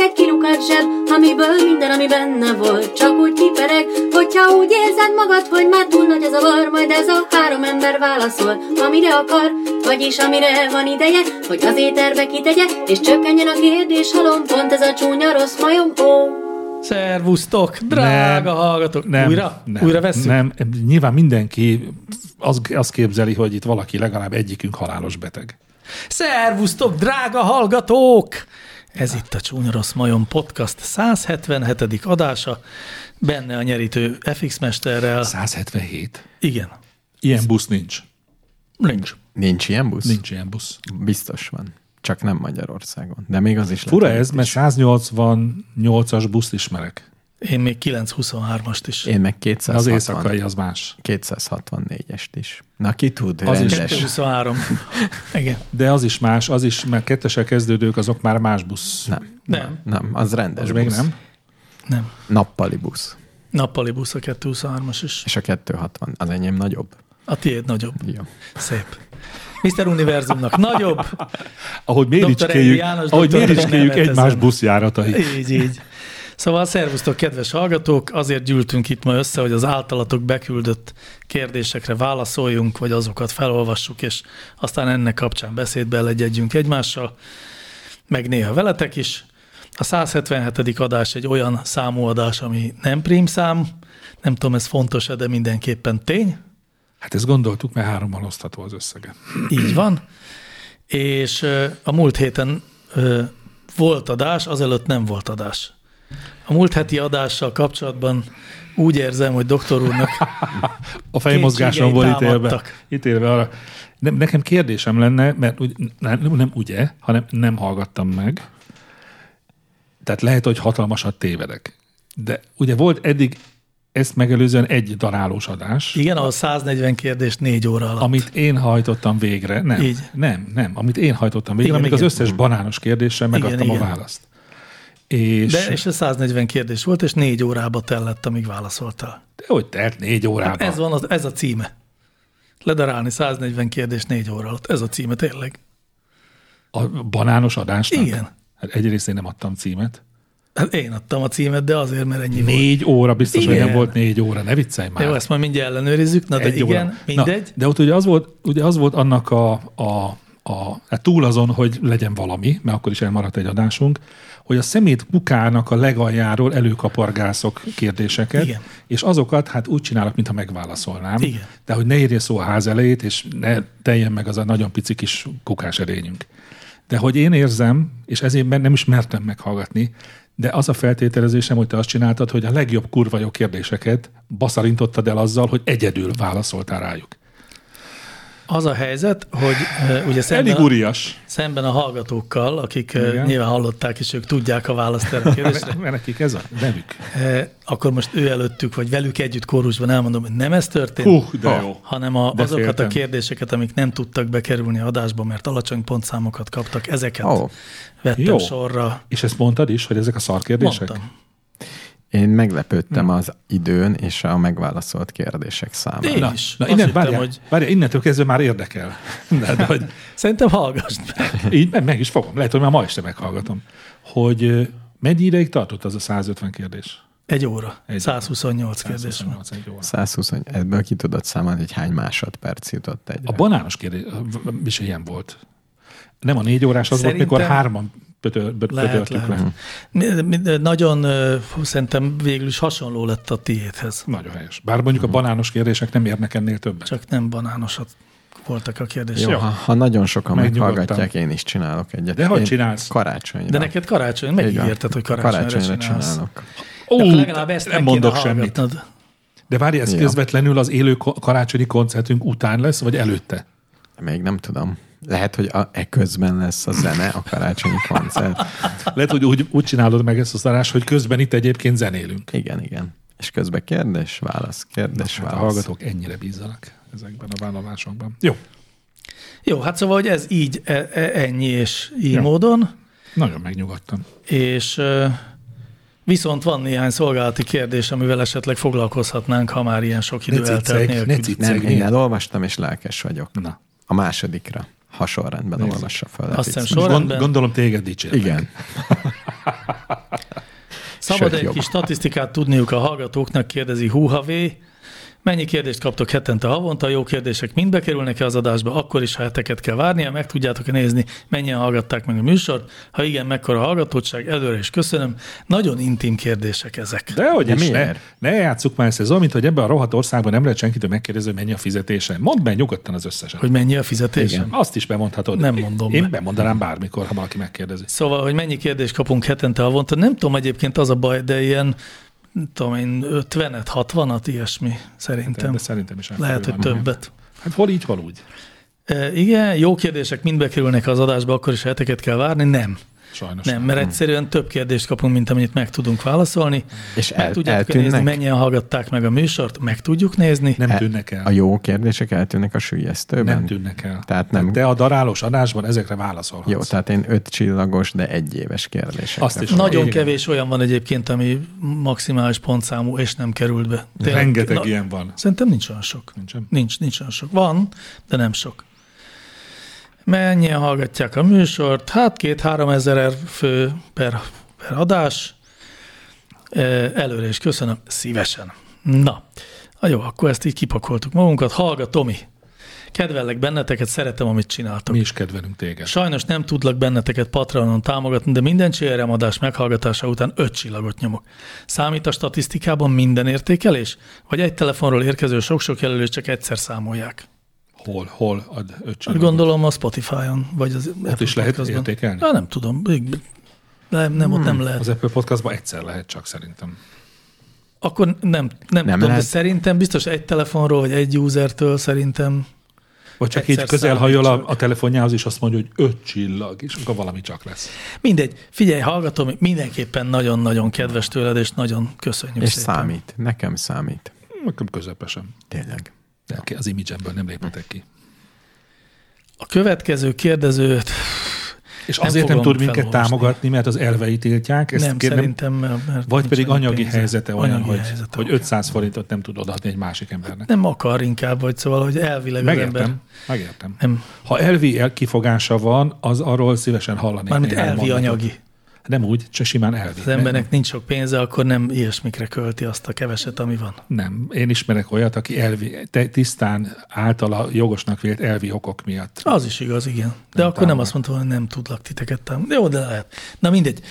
egy kilukat zseb, amiből minden, ami benne volt, csak úgy kipereg. Hogyha úgy érzed magad, hogy már túl nagy a zavar, majd ez a 3 ember válaszol, amire akar, vagyis amire van ideje, hogy az éterbe kitegye, és csökkenjen a kérdéshalom, pont ez a csúnya rossz majom, ó. Szervusztok, drága hallgatók! Újra vesszük? Nem, nyilván mindenki azt képzeli, hogy itt valaki legalább egyikünk halálos beteg. Szervusztok, drága hallgatók! Ez itt a Csúnya Rossz Majom Podcast 177. adása, benne a nyerítő FX Mesterrel. 177? Igen. Ilyen busz nincs. Nincs ilyen busz? Nincs ilyen busz. Biztos van. Csak nem Magyarországon. De még az is fura ez, mert 188-as buszt ismerek. Én még 923-ast is. Én meg 260. Az éjszakai az más. 264-est is. Na ki tud? Az rendes. is 223. Igen. De az is más, az is, mert kettesek kezdődők, azok már más busz. Nem, az rendes az busz. még nem? Nem. Nappali busz. Nappali busz a 223-as is. És a 260, az enyém nagyobb. A tiéd nagyobb. Jó. Szép. Mr. Univerzumnak nagyobb. Ahogy méricskéljük egymás buszjáratait. Így. Szóval szervusztok, kedves hallgatók! Azért gyűltünk itt ma össze, hogy az általatok beküldött kérdésekre válaszoljunk, vagy azokat felolvassuk, és aztán ennek kapcsán beszédbe legyedjünk egymással, meg néha veletek is. A 177. adás egy olyan számúadás, ami nem prímszám. Nem tudom, ez fontos-e, de mindenképpen tény. Hát ezt gondoltuk, mert 3-mal osztható az összege. Így van. És a múlt héten volt adás, azelőtt nem volt adás. A múlt heti adással kapcsolatban úgy érzem, hogy doktor úrnak a fejmozgáson volt ítélve arra. Nekem kérdésem lenne, mert nem ugye, hanem nem hallgattam meg. Tehát lehet, hogy hatalmasat tévedek. De ugye volt eddig ezt megelőzően egy darálós adás. Igen, ahol 140 kérdést 4 óra alatt. Amit én hajtottam végre. Nem. Amit én hajtottam végre, amíg az összes banános kérdésre megadtam a választ. És ez 140 kérdés volt, és 4 órába tellett, amíg válaszoltál. De hogy telt 4 órába? Hát ez a címe. Ledarálni 140 kérdés 4 óra alatt. Ez a címe tényleg. A banános adásnak? Igen. Hát egyrészt én nem adtam címet. Hát én adtam a címet, de azért, mert ennyi 4 volt. óra, biztos, hogy nem volt 4 óra. Ne viccelj már. Jó, ezt majd mindjárt ellenőrizzük. Na, de igen, óra. Mindegy. Na, de ott ugye az volt annak hát túl azon, hogy legyen valami, mert akkor is elmaradt egy adásunk, hogy a szemét kukának a legaljáról előkapargászok kérdéseket, igen. És azokat hát úgy csinálok, mintha megválaszolnám. Igen. De hogy ne érje szó a ház elejét, és ne teljen meg az a nagyon pici kis kukás erényünk. De hogy én érzem, és ezért nem is mertem meghallgatni, de az a feltételezésem, hogy te azt csináltad, hogy a legjobb kurva jó kérdéseket baszarintottad el azzal, hogy egyedül válaszoltál rájuk. Az a helyzet, hogy ugye szemben a hallgatókkal, akik nyilván hallották, és ők tudják a választ erre a kérdésre. Mert nekik ez a nevük. Akkor most ő előttük, vagy velük együtt kórusban elmondom, hogy nem ez történt, hanem azokat a kérdéseket, amik nem tudtak bekerülni a adásba, mert alacsony pontszámokat kaptak, ezeket vettem sorra. És ezt mondtad is, hogy ezek a szarkérdések? Mondtam. Én meglepődtem az időn és a megválaszolt kérdések számán. Én is. Innentől kezdve már érdekel. Szerintem hallgass meg. Így meg is fogom. Lehet, hogy már ma este meghallgatom. Hogy mennyi ideig tartott az a 150 kérdés? 1 óra. 128 kérdés. 120, ebből ki tudod számolni, hogy hány másodperc jutott egyre. A banános kérdés is ilyen volt. Nem a 4 órás az szerintem volt, mikor 3-an pötörtük le. Nagyon szerintem végül is hasonló lett a tiédhez. Nagyon helyes. Bár mondjuk a banános kérdések nem érnek ennél többet. Csak nem banánosat voltak a kérdések. Jó, ha nagyon sokan meghallgatják, én is csinálok egyet. De hogy csinálsz? Karácsonyra. De neked karácsony, megígérted, hogy karácsonyra csinálok. Legalább ezt nem mondok semmit. De várj, ez közvetlenül az élő karácsonyi koncertünk után lesz, vagy előtte? Még nem tudom. Lehet, hogy közben lesz a zene, a karácsonyi koncert. Lehet, hogy úgy csinálod meg ezt a szarás, hogy közben itt egyébként zenélünk. Igen. És közben kérdés, válasz. A hallgatók ennyire bízzanak ezekben a vállalásokban. Jó, hát szóval, hogy ez így, ennyi és így módon. Nagyon megnyugodtam. És viszont van néhány szolgálati kérdés, amivel esetleg foglalkozhatnánk, ha már ilyen sok idő eltelt nélkül. Nem, én elolvastam, és lelkes vagyok. Na. A másodikra. Ha sorrendben olvassa fel. Azt hiszem sorrendben. Gondolom téged dicsérlek. Igen. Szabad egy kis statisztikát tudniuk a hallgatóknak, kérdezi Huhavé. Mennyi kérdést kaptok hetente, havonta? Jó kérdések mind bekerülnek-e az adásba? Akkor is, ha heteket kell várnia, meg tudjátok nézni, mennyien hallgatták meg a műsort. Ha igen, mekkora a hallgatottság, előre is köszönöm. Nagyon intim kérdések ezek. Dehogy is, ne játsszuk már ezt, mint hogy ebben a rohadt országban nem lehet senkitől megkérdezni, mennyi a fizetése. Mondd be nyugodtan az összeset. Hogy mennyi a fizetése? Igen, azt is bemondhatod. Nem mondom. Én bemondanám bármikor, ha valaki megkérdezi. Szóval, hogy mennyi kérdést kapunk hetente, havonta, nem tudom egyébként az a baj, de ilyen 50-et, 60-at, ilyesmi szerintem. De szerintem is lehet, hogy többet. Hát hol így, hol úgy. Igen, jó kérdések mind bekerülnek az adásba, akkor is heteket kell várni? Nem. Sajnos nem, mert egyszerűen több kérdést kapunk, mint amennyit meg tudunk válaszolni. És meg tudjátok nézni, mennyien hallgatták meg a műsort, meg tudjuk nézni. Nem tűnnek el. A jó kérdések eltűnnek a süllyesztőben? Nem tűnnek el. Tehát nem. De a darálós adásban ezekre válaszolhatsz. Jó, tehát én 5 csillagos, de 1 éves kérdések. Azt is nagyon kevés olyan van egyébként, ami maximális pontszámú, és nem került be. Rengeteg ilyen van. Szerintem nincs olyan sok. Nincs olyan sok. Van, de nem sok. Mennyien hallgatják a műsort? Hát 2-3 ezer fő per adás. Előre is köszönöm, szívesen. Na, jó, akkor ezt így kipakoltuk magunkat. Hallga, Tomi, kedvellek benneteket, szeretem, amit csináltok. Mi is kedvelünk téged. Sajnos nem tudlak benneteket Patreonon támogatni, de minden CRM adás meghallgatása után 5 csillagot nyomok. Számít a statisztikában minden értékelés? Vagy egy telefonról érkező sok-sok jelölést csak egyszer számolják? Hol ad 5 csillagot? Gondolom a Spotify-on, vagy az Apple ott is lehet értékelni? Nem tudom. Nem, ott nem lehet. Az Apple Podcastban egyszer lehet csak szerintem. Akkor nem tudom, de szerintem biztos egy telefonról, vagy egy usertől szerintem. Vagy csak így közel hajol a telefonjához, és azt mondja, hogy 5 csillag, és akkor valami csak lesz. Mindegy. Figyelj, hallgatom, mindenképpen nagyon-nagyon kedves tőled, és nagyon köszönjük és szépen. Számít. Nekem számít. Nekem közepesen. Tényleg. De az image-emből nem léphetek ki. A következő kérdezőt... És azért nem tud minket támogatni, mert az elveit tiltják. Ezt szerintem, mert vagy pedig anyagi helyzete olyan, hogy 500 forintot nem tud odaadni egy másik embernek. Nem akar inkább, vagy szóval, hogy elvileg az ember... Megértem. Nem. Ha elvi kifogása van, az arról szívesen hallanék. Mármint elvi anyagi. Nem úgy, csak simán elvi. Az embernek nincs sok pénze, akkor nem ilyesmikre költi azt a keveset, ami van. Nem. Én ismerek olyat, aki tisztán általa jogosnak vélt elvi okok miatt. Az is igaz, igen. De akkor nem azt mondtam, hogy nem tudlak titeket támogatni. Jó, de lehet. Na mindegy.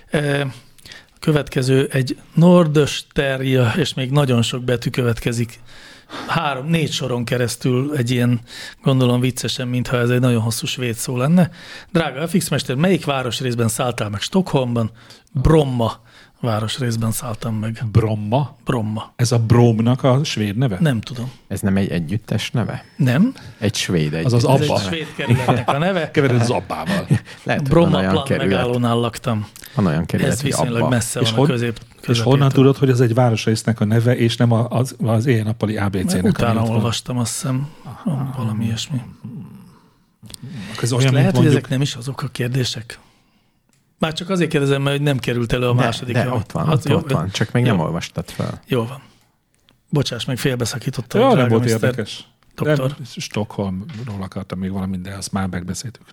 A következő egy Nordösterja, és még nagyon sok betű következik. 3-4 soron keresztül egy ilyen, gondolom viccesen, mintha ez egy nagyon hosszú svéd szó lenne. Drága FX-mester, melyik városrészben szálltál meg? Stockholmban? Bromma városrészben szálltam meg. Bromma? Bromma. Ez a Bromnak a svéd neve? Nem tudom. Ez nem egy együttes neve? Nem. Egy svéd együttes. Az Abba. Ez egy svéd kerületnek a neve. Kevered az Abbával. Lehet, Bromma Plan megállónál laktam. Van olyan kerület, ez viszonylag messze van a középétől. És honnan tudod, hogy az egy városrésznek a neve, és nem az éjjel-nappali ABC-nek? Utána olvastam, azt hiszem, valami ilyesmi. Olyan, lehet, hogy ezek nem is azok a kérdések? Már csak azért kérdezem, mert nem került elő a második. De ott van, csak még nem olvastad fel. Jó van. Bocsáss meg, félbeszakítottam. Jó, nem volt érdekes. Doktor. Stockholmról akartam még valamit, de azt már megbeszéltük.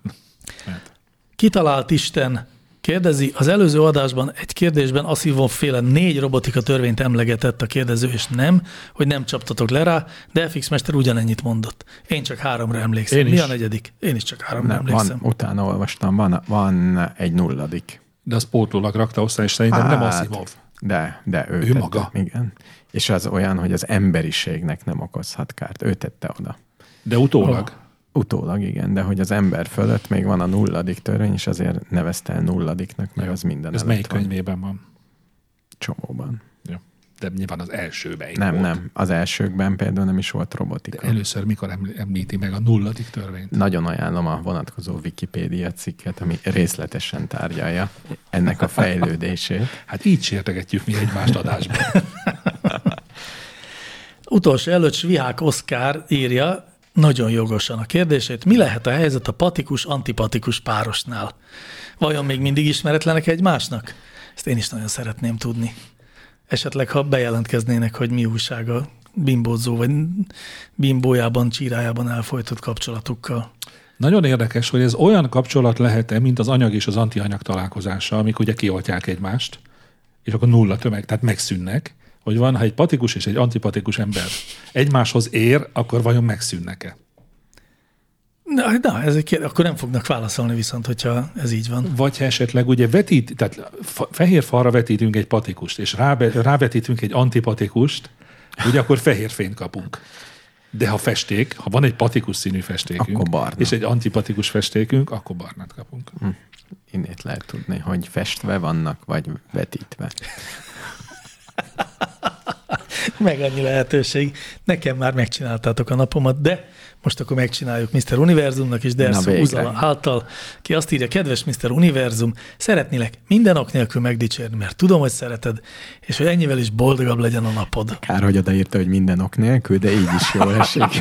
Kitalált Isten kérdezi, az előző adásban egy kérdésben Asimov-féle 4 robotika törvényt emlegetett a kérdező, és nem, hogy nem csaptatok le rá, de FX Mester ugyanennyit mondott. Én csak 3-ra emlékszem. Mi a negyedik? Én is csak 3-ra emlékszem. Utána olvastam, van egy 0. De az pótlólag rakta hozzá, és szerintem nem Asimov. De ő maga. Igen. És az olyan, hogy az emberiségnek nem okozhat kárt. Ő tette oda. De utólag? Utólag, igen, de hogy az ember fölött még van a 0. törvény, és azért nevezte el 0-nek, mert az minden ez melyik könyvében van? Csomóban. Ja. De nyilván az elsőben Nem. Az elsőkben például nem is volt robotika. De először mikor említi meg a 0. törvényt? Nagyon ajánlom a vonatkozó Wikipédia cikket, ami részletesen tárgyalja ennek a fejlődését. Hát így sértegetjük mi egymást adásban. Utolsó előtt Svihák Oszkár írja, nagyon jogosan a kérdését, mi lehet a helyzet a patikus-antipatikus párosnál? Vajon még mindig ismeretlenek egymásnak? Ezt én is nagyon szeretném tudni. Esetleg, ha bejelentkeznének, hogy mi újság a bimbózó, vagy bimbójában, csírájában elfolytott kapcsolatukkal. Nagyon érdekes, hogy ez olyan kapcsolat lehet-e, mint az anyag és az antianyag találkozása, amik ugye kioltják egymást, és akkor nulla tömeg, tehát megszűnnek, hogy van, ha egy patikus és egy antipatikus ember egymáshoz ér, akkor vajon megszűnnek-e? Na, akkor nem fognak válaszolni viszont, hogyha ez így van. Vagy ha esetleg ugye tehát fehér falra vetítünk egy patikust, és rávetítünk egy antipatikust, ugye akkor fehér fényt kapunk. De ha van egy patikus színű festékünk, és egy antipatikus festékünk, akkor barnát kapunk. Innét lehet tudni, hogy festve vannak, vagy vetítve. Meg annyi lehetőség. Nekem már megcsináltátok a napomat, de most akkor megcsináljuk Mr. Univerzumnak és Derszó Uzala által, ki azt írja, kedves Mr. Univerzum, szeretnélek minden ok nélkül megdicsérni, mert tudom, hogy szereted, és hogy ennyivel is boldogabb legyen a napod. Kár, hogy odaírta, hogy minden ok nélkül, de így is jól esik.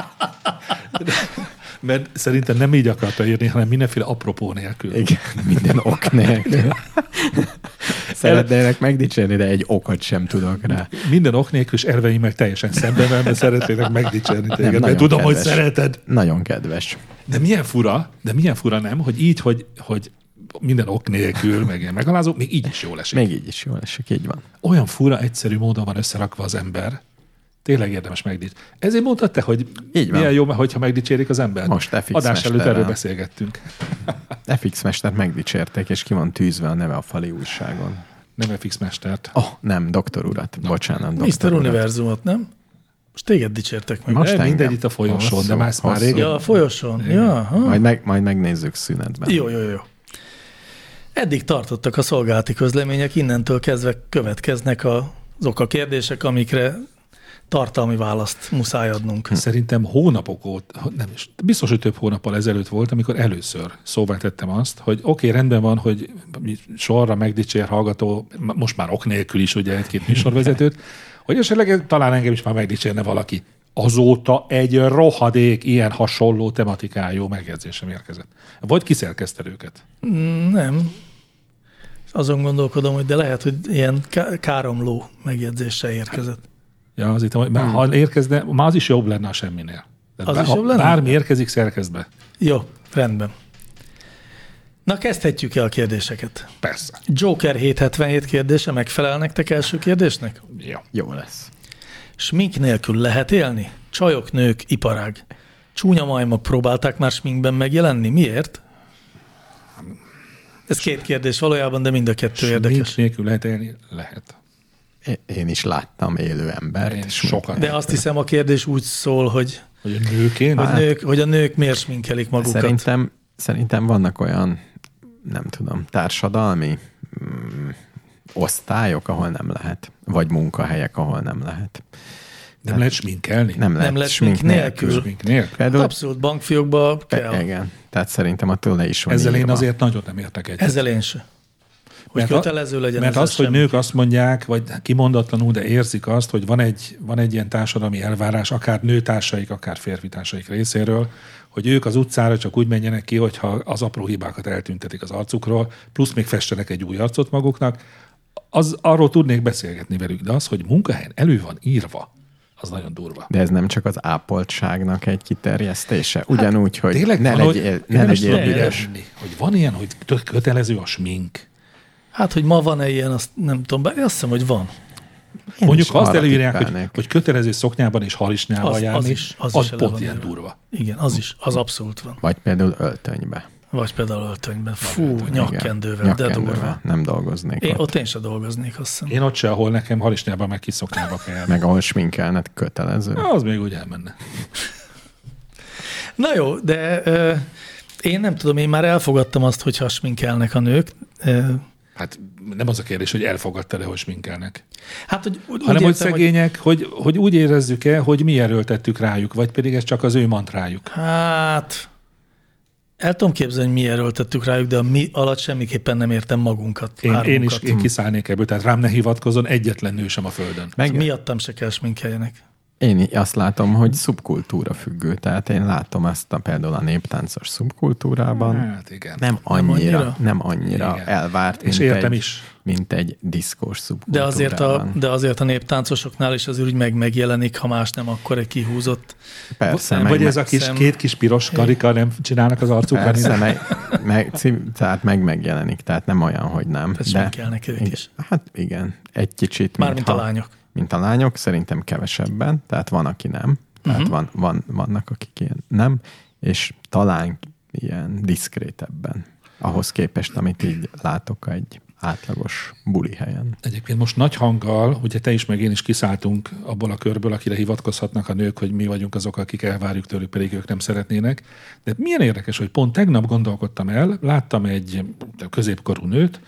Mert szerintem nem így akarta írni, hanem mindenféle apropó nélkül. Igen, minden ok nélkül. Szeretnének megdicsérni, de egy okot sem tudok rá. Minden ok nélkül, és elveimmel teljesen szemben, mert szeretnének megdicsérni téged, mert tudom, kedves. Hogy szereted. Nagyon kedves. De milyen fura nem, hogy így, hogy minden ok nélkül, meg ilyen megalázó, még így is jól esik. Még így is jól esik, így van. Olyan fura, egyszerű módon van összerakva az ember. Tényleg érdemes megdicsérni. Ezért mondtad te, hogy milyen jó, hogyha megdicsérik az ember. Most FX adás előtt erről beszélgettünk. FX mestert megdicsérték, és ki van tűzve a neve a fali újságon. Nem FX mestert. Nem, doktor urat. Bocsánat, Mr. Univerzumot, nem? Most téged dicsértek meg. Most mindegy itt a folyosón, de már régen. Ja, a folyosón. Ja, majd megnézzük szünetben. Jó. Eddig tartottak a szolgálati közlemények, innentől kezdve következnek azok a kérdések, amikre tartalmi választ muszáj adnunk. Szerintem hónapok óta, nem is, biztos, hogy több hónappal ezelőtt volt, amikor először szóvá tettem azt, hogy oké, rendben van, hogy sorra megdicsér hallgató, most már ok nélkül is ugye egy-két műsorvezetőt, hogy esetleg talán engem is már megdicsérne valaki. Azóta egy rohadék ilyen hasonló tematikájú megjegyzésem érkezett. Vagy kiszerkezted őket? Nem. Azon gondolkodom, hogy de lehet, hogy ilyen káromló megjegyzéssel érkezett. Ja, az itt, ha érkezne, már az is jobb lenne a semminél. Az is jobb lenne? Bármi érkezik, szerkezd be. Jó, rendben. Na, kezdhetjük el a kérdéseket. Persze. Joker 777 kérdése megfelel nektek első kérdésnek? Jó lesz. Smink nélkül lehet élni? Csajok, nők, iparág. Csúnya majmok próbálták már sminkben megjelenni? Miért? Ez két kérdés valójában, de mind a kettő érdekes. Smink nélkül lehet élni? Lehet. Én is láttam élő embert. Sokat. De azt hiszem, a kérdés úgy szól, hogy a nőként? Hogy a nők miért sminkelik magukat. Szerintem vannak olyan, nem tudom, társadalmi osztályok, ahol nem lehet. Vagy munkahelyek, ahol nem lehet. Nem lehet sminkelni? Nem lehet smink nélkül. Például, abszolút bankfiókba kell. Igen, tehát szerintem attól le is van ezzel írva. Én azért nagyon nem értek egyet. Ezzel én sem. Hogy kötelező legyen. Mert az, hogy nők azt mondják, vagy kimondatlanul, de érzik azt, hogy van egy ilyen társadalmi elvárás, akár nőtársaik, akár férfitársaik részéről, hogy ők az utcára csak úgy menjenek ki, hogyha az apró hibákat eltüntetik az arcukról, plusz még festenek egy új arcot maguknak. Arról tudnék beszélgetni velük, de az, hogy munkahelyen elő van írva, az nagyon durva. De ez nem csak az ápoltsának egy kiterjesztése? Ugyanúgy, hogy ne legyél büdös. Hogy van ilyen, hogy kötelező a smink. Hát, hogy ma van-e ilyen, azt nem tudom, bár azt hiszem, hogy van. Mondjuk azt előírják, hogy kötelező szoknyában és harisnyával járni, az pont ilyen durva. Igen, az abszolút van. Vagy például öltönybe. Fú, nyakkendővel, de durva. Nem dolgoznék ott. Én sem dolgoznék, azt hiszem. Én ott se, ahol nekem harisnyában meg kiszoknyába kell. Meg ahol sminkelned kötelező. Az még úgy elmenne. Na jó, de én nem tudom, én már elfogadtam azt, hogyha sminkelnek a nők. Hát nem az a kérdés, hogy elfogadta-e, hogy sminkelnek. Hát, hanem, hogy szegények, hogy úgy érezzük-e, hogy mi erőltettük rájuk, vagy pedig ez csak az ő mantrájuk. Hát el tudom képzelni, hogy mi erőltettük rájuk, de a mi alatt semmiképpen nem értem magunkat. Én kiszállnék ebből, tehát rám ne hivatkozzon egyetlen nő sem a földön. Miattam se kell sminkeljenek. Én azt látom, hogy szubkultúra függő, tehát én látom ezt például a néptáncos szubkultúrában. Hát igen. Nem annyira elvárt, mint egy diszkós szubkultúrában. De azért a néptáncosoknál is azért úgy megjelenik, ha más nem, akkor egy kihúzott. Persze. Vagy ez a két kis piros karika nem csinálnak az arcukra? Persze, tehát megjelenik, tehát nem olyan, hogy nem. Tehát sminkelnek ők is. Hát igen, egy kicsit. Mármint a lányok. Mint a lányok, szerintem kevesebben, tehát van, aki nem. Tehát vannak, akik ilyen nem, és talán ilyen diszkrétebben, ahhoz képest, amit így látok egy átlagos buli helyen. Egyébként most nagy hanggal, ugye te is meg én is kiszálltunk abból a körből, akire hivatkozhatnak a nők, hogy mi vagyunk azok, akik elvárjuk tőlük, pedig ők nem szeretnének. De milyen érdekes, hogy pont tegnap gondolkodtam el, láttam egy középkorú nőt,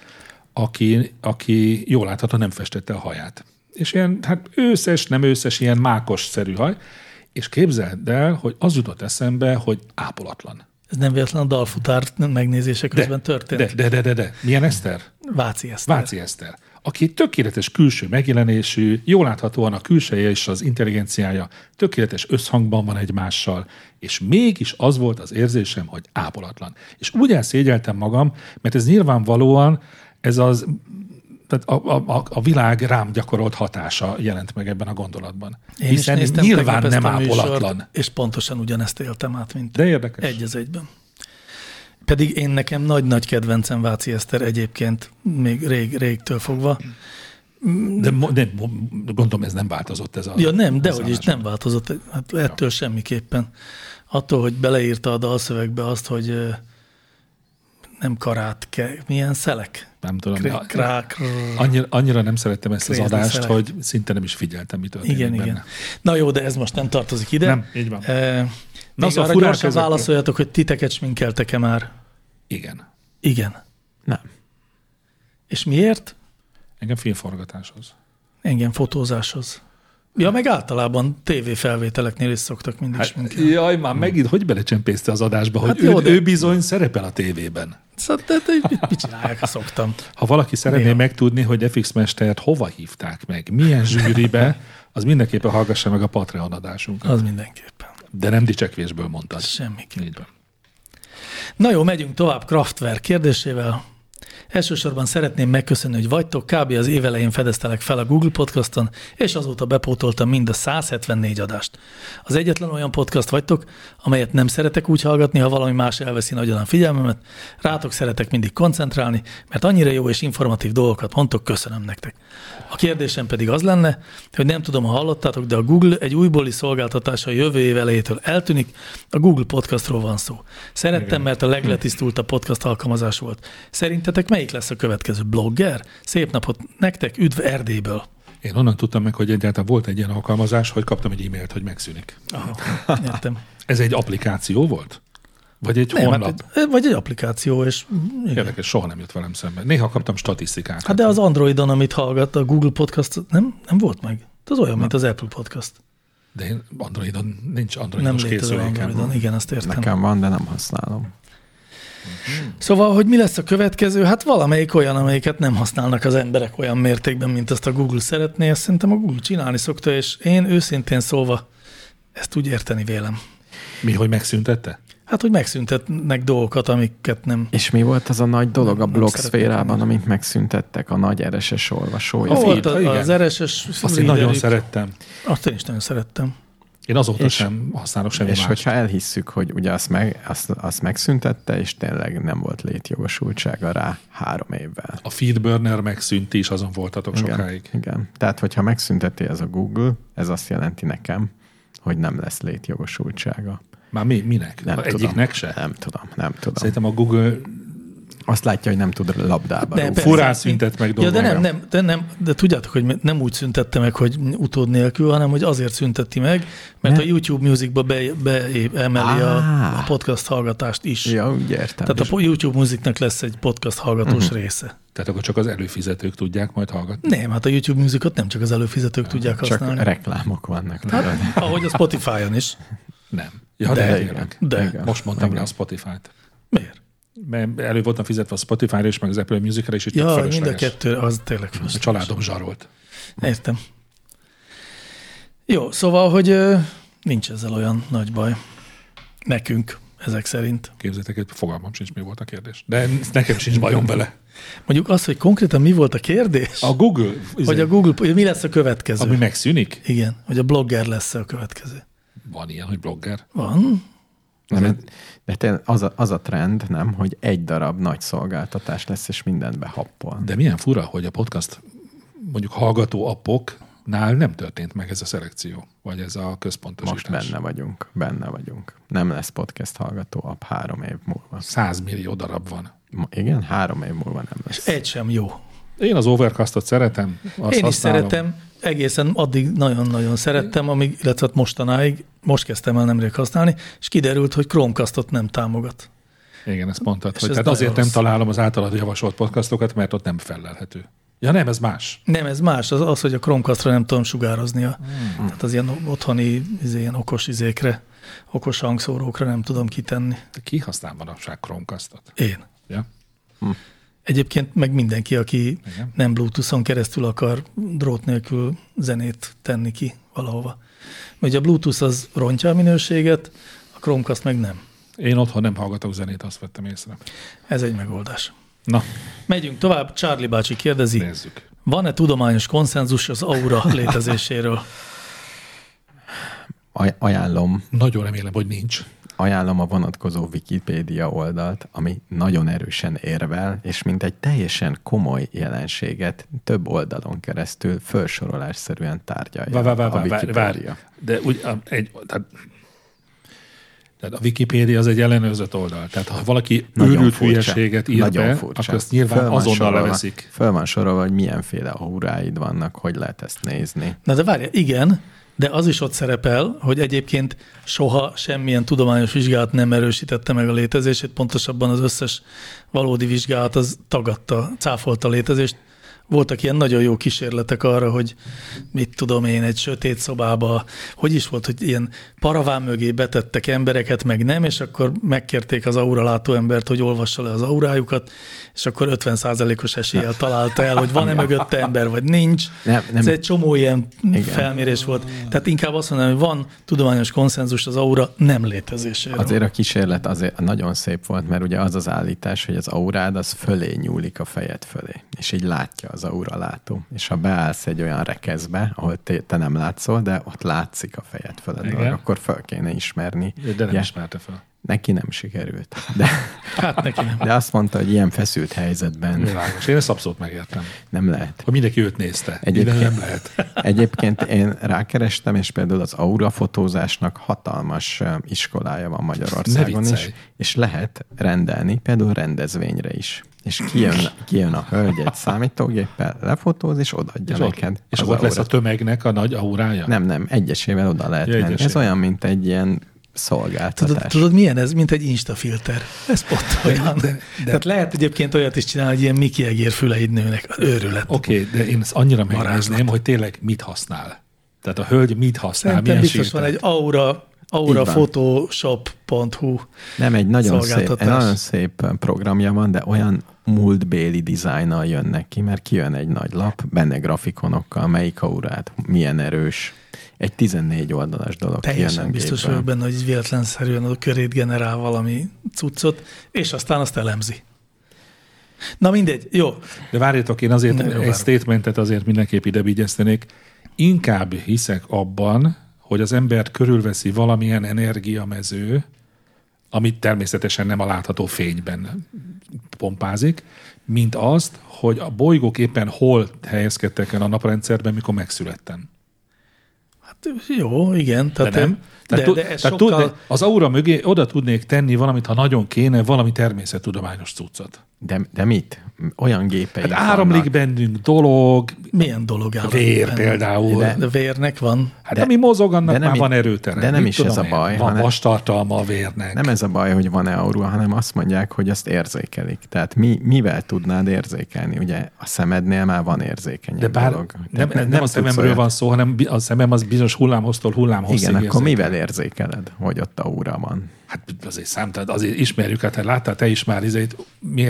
aki jól látható nem festette a haját. És ilyen, hát őszes, nem őszes, ilyen mákos-szerű haj, és képzeld el, hogy az jutott eszembe, hogy ápolatlan. Ez nem véletlen a dalfutár megnézése közben történt? De. Milyen Eszter? Váci Eszter. Aki tökéletes külső megjelenésű, jól láthatóan a külseje és az intelligenciája tökéletes összhangban van egymással, és mégis az volt az érzésem, hogy ápolatlan. És úgy elszégyeltem magam, mert ez nyilvánvalóan ez az... Tehát a világ rám gyakorolt hatása jelent meg ebben a gondolatban. Én hiszen nyilván nem ápolatlan. Műsort, és pontosan ugyanezt éltem át, mint de érdekes. Egy az egyben. Pedig nekem nagy-nagy kedvencem Váci Eszter egyébként, még régtől fogva. De gondolom, ez nem változott ez a... Ja nem, dehogy is nem változott. Hát ettől semmiképpen. Attól, hogy beleírta a dalszövegbe azt, hogy nem karát, milyen szelek? Nem tudom. Annyira nem szerettem ezt az adást, szelek. Hogy szinte nem is figyeltem, mi történik benne. Igen. Na jó, de ez most nem tartozik ide. Nem, így van. Még arra gyorsan válaszoljatok, hogy titeket sminkeltek-e már? Igen. Nem. És miért? Engem filmforgatáshoz. Engem fotózáshoz. Ja, meg általában tévéfelvételeknél is szoktak mindig sminkelni. Jaj, már megint hogy belecsempészte az adásba, hogy ő bizony szerepel a tévében. Szóval mit csinálják, szoktam. Ha valaki szeretné megtudni, hogy FX Mestert hova hívták meg, milyen zsűribe, az mindenképpen hallgassa meg a Patreon adásunkat. Az mindenképpen. De nem dicsekvésből mondtad. Semmiképpen. Na jó, megyünk tovább Kraftwerk kérdésével. Elsősorban szeretném megköszönni, hogy vagytok. Kb. Az év elején fedeztelek fel a Google Podcaston, és azóta bepótoltam mind a 174 adást. Az egyetlen olyan podcast vagytok, amelyet nem szeretek úgy hallgatni, ha valami más elveszi nagyon a figyelmemet. Rátok szeretek mindig koncentrálni, mert annyira jó és informatív dolgokat mondtok, köszönöm nektek. A kérdésem pedig az lenne, hogy nem tudom, ha hallottátok, de a Google egy újbóli szolgáltatása jövő év elejétől eltűnik. A Google Podcastról van szó. Szerettem, mert a legletisztultabb podcast alkalmazás volt. Szerintetek melyik lesz a következő? Blogger? Szép napot nektek, üdv Erdélyből! Én onnan tudtam meg, hogy egyáltalán volt egy ilyen alkalmazás, hogy kaptam egy e-mailt, hogy megszűnik. Aha, értem. Ez egy applikáció volt? Vagy egy honlap? Vagy egy applikáció, és... Érdekes, soha nem jött velem szembe. Néha kaptam statisztikát. Hát de az Androidon, amit hallgat, a Google Podcast nem volt meg. Ez olyan, mint az Apple Podcast. De én Androidon nincs androidos készülékem. Igen, azt értem. Nekem van, de nem használom. Szóval, hogy mi lesz a következő? Hát valamelyik olyan, amelyiket nem használnak az emberek olyan mértékben, mint azt a Google szeretné. Ezt szerintem a Google csinálni szokta, és én őszintén szólva ezt úgy érteni vélem. Mi, hogy megszüntette? Hát, hogy megszüntetnek dolgokat, amiket nem... És mi volt az a nagy dolog a blogszférában, amit megszüntettek, a nagy RSS olvasója? Volt az RSS... Azt én nagyon szerettem. Azt én is nagyon szerettem. Én azóta sem használok semmi mást. És mást. hogyha elhisszük, hogy ugye azt megszüntette, és tényleg nem volt létjogosultsága rá 3 évvel. A feedburner megszűnt is, azon voltatok sokáig. Igen. Tehát, hogyha megszünteti ez a Google, ez azt jelenti nekem, hogy nem lesz létjogosultsága. Már minek? Egyiknek se? Nem tudom. Szerintem a Google... Azt látja, hogy nem tud labdába. Furán szüntett meg dolgokat. Ja, de tudjátok, hogy nem úgy szüntette meg, hogy utód nélkül, hanem hogy azért szünteti meg, mert a YouTube Musicba beemeli a podcast hallgatást is. Ja, úgy értem. Tehát a YouTube Musicnak lesz egy podcast hallgatós része. Tehát akkor csak az előfizetők tudják majd hallgatni? Nem, hát a YouTube Musicot nem csak az előfizetők tudják használni. Csak reklámok vannak. Hát, ahogy a Spotify-on is. Nem. Ja, de. Most mondtam rá a Spotify-t. Miért? Mert elő voltam fizetve a Spotify-ra is, meg az Apple Music-ra is, ja, mind a kettő, az tényleg a családom zsarolt. Értem. Jó, szóval, hogy nincs ezzel olyan nagy baj. Nekünk, ezek szerint. Képzeljétek, hogy fogalmam sincs, mi volt a kérdés. De nekem sincs bajom vele. Mondjuk az, hogy konkrétan mi volt a kérdés? A Google. Hogy a Google, hogy mi lesz a következő? Ami megszűnik? Igen, hogy a blogger lesz a következő. Van ilyen, hogy blogger? Van. De az a trend, nem, hogy egy darab nagy szolgáltatás lesz, és mindent behappol. De milyen fura, hogy a podcast mondjuk hallgató appoknál nem történt meg ez a szelekció, vagy ez a központosítás. Most benne vagyunk. Nem lesz podcast hallgató app 3 év múlva. 100 millió darab van. Igen, 3 év múlva nem lesz. És egy sem jó. Én az Overcastot szeretem. Én is szeretem. Egészen addig nagyon-nagyon szerettem, amíg, illetve mostanáig, most kezdtem el nemrég használni, és kiderült, hogy Chromecastot nem támogat. Igen, ezt mondtad. Hogy ez tehát azért nem találom az általad javasolt podcastokat, mert ott nem felelhető. Ja nem, ez más. Nem, ez más. Az hogy a Chromecastra nem tudom sugározni. Tehát az ilyen otthoni ilyen okos izékre, okos hangszórókra nem tudom kitenni. De ki használ manapság Chromecastot? Én. Ja? Egyébként meg mindenki, aki nem Bluetooth-on keresztül akar drót nélkül zenét tenni ki valahova. Ugye a Bluetooth az rontja a minőséget, a Chromecast meg nem. Én otthon nem hallgatok zenét, azt vettem észre. Ez egy megoldás. Na. Megyünk tovább. Charlie bácsi kérdezi, Nézzük. Van-e tudományos konszenzus az aura létezéséről? Ajánlom. Nagyon remélem, hogy nincs. Ajánlom a vonatkozó Wikipédia oldalt, ami nagyon erősen érvel, és mint egy teljesen komoly jelenséget több oldalon keresztül felsorolásszerűen tárgyalja a Wikipédia. De úgy, tehát a Wikipédia az egy ellenőrzött oldal. Tehát ha valaki őrült hülyeséget ír be, akkor azt nyilván azonnal leveszik. Föl van sorolva, hogy milyenféle auráid vannak, hogy lehet ezt nézni. Na de várja, igen, de az is ott szerepel, hogy egyébként soha semmilyen tudományos vizsgálat nem erősítette meg a létezését, pontosabban az összes valódi vizsgálat az tagadta, cáfolta a létezést. Voltak ilyen nagyon jó kísérletek arra, hogy mit tudom én, egy sötét szobába, hogy is volt, hogy ilyen paraván mögé betettek embereket, meg nem, és akkor megkérték az auralátó embert, hogy olvassa le az aurájukat, és akkor 50%-os eséllyel találta el, hogy van-e mögötte ember, vagy nincs. Nem. Ez egy csomó ilyen felmérés volt. Tehát inkább azt mondanám, hogy van tudományos konszenzus az aura nem létezéséről. Azért a kísérlet azért nagyon szép volt, mert ugye az az állítás, hogy az aurád az fölé nyúlik a fejed fölé, és így látja az auralátó. És ha beállsz egy olyan rekeszbe, ahol te nem látszol, de ott látszik a fejed fölött, akkor föl kéne ismerni. De nem ismerte fel. Neki nem sikerült. Neki nem. De azt mondta, hogy ilyen feszült helyzetben... Világos. Én ezt abszolút megértem. Nem lehet. Ha mindenki őt nézte. Nem lehet. Egyébként én rákerestem, és például az aurafotózásnak hatalmas iskolája van Magyarországon is, és lehet rendelni, például rendezvényre is. És kijön a hölgy egy számítógéppel, lefotóz, és odaadja neked. És ott lesz a tömegnek a nagy aurája? Nem, egyesével oda lehet menni. Ez olyan, mint egy ilyen szolgáltatás. Tudod, milyen ez? Mint egy instafilter. Ez pont olyan. Tehát lehet egyébként olyat is csinálni, hogy ilyen Mickey Egér füleid nőnek. Őrület. Oké, de én ezt annyira megnézném, hogy tényleg mit használ. Tehát a hölgy mit használ? Szerintem biztos van egy auraphotoshop.hu Nem, egy nagyon szép programja van, de olyan múltbéli dizájnnal jönnek ki, mert kijön egy nagy lap, benne grafikonokkal, melyik aurát, milyen erős. Egy 14 oldalas dolog. Teljesen biztos vagyok benne, hogy véletlenszerűen a körét generál valami cuccot, és aztán azt elemzi. Na mindegy, jó. De várjatok, én azért egy statementet azért mindenképp ide vigyeztenék. Inkább hiszek abban, hogy az embert körülveszi valamilyen energiamező, amit természetesen nem a látható fényben pompázik, mint azt, hogy a bolygók éppen hol helyezkedtek el a naprendszerben, mikor megszülettem. Hát jó, igen. Tehát de nem. De az aura mögé oda tudnék tenni valamit, ha nagyon kéne, valami természettudományos cuccot. De mit? Olyan gépeink hát áramlik bennünk dolog. Milyen dolog áramlik vér bennünk? Például. De vérnek van. Hát ami mozog, annak már van erőtere. De nem is ez a baj. Van vastartalma a vérnek. Nem ez a baj, hogy van-e aura, hanem azt mondják, hogy azt érzékelik. Tehát mivel tudnád érzékelni? Ugye a szemednél már van érzékenyebb dolog. Nem a szememről van szó, hanem a szemem az bizonyos hullámhoztól hullámhosszig. Igen, akkor mivel érzékeled, hogy ott aura van? Hát azért számítani, azért ismerjük, hát láttál te is már mi ez?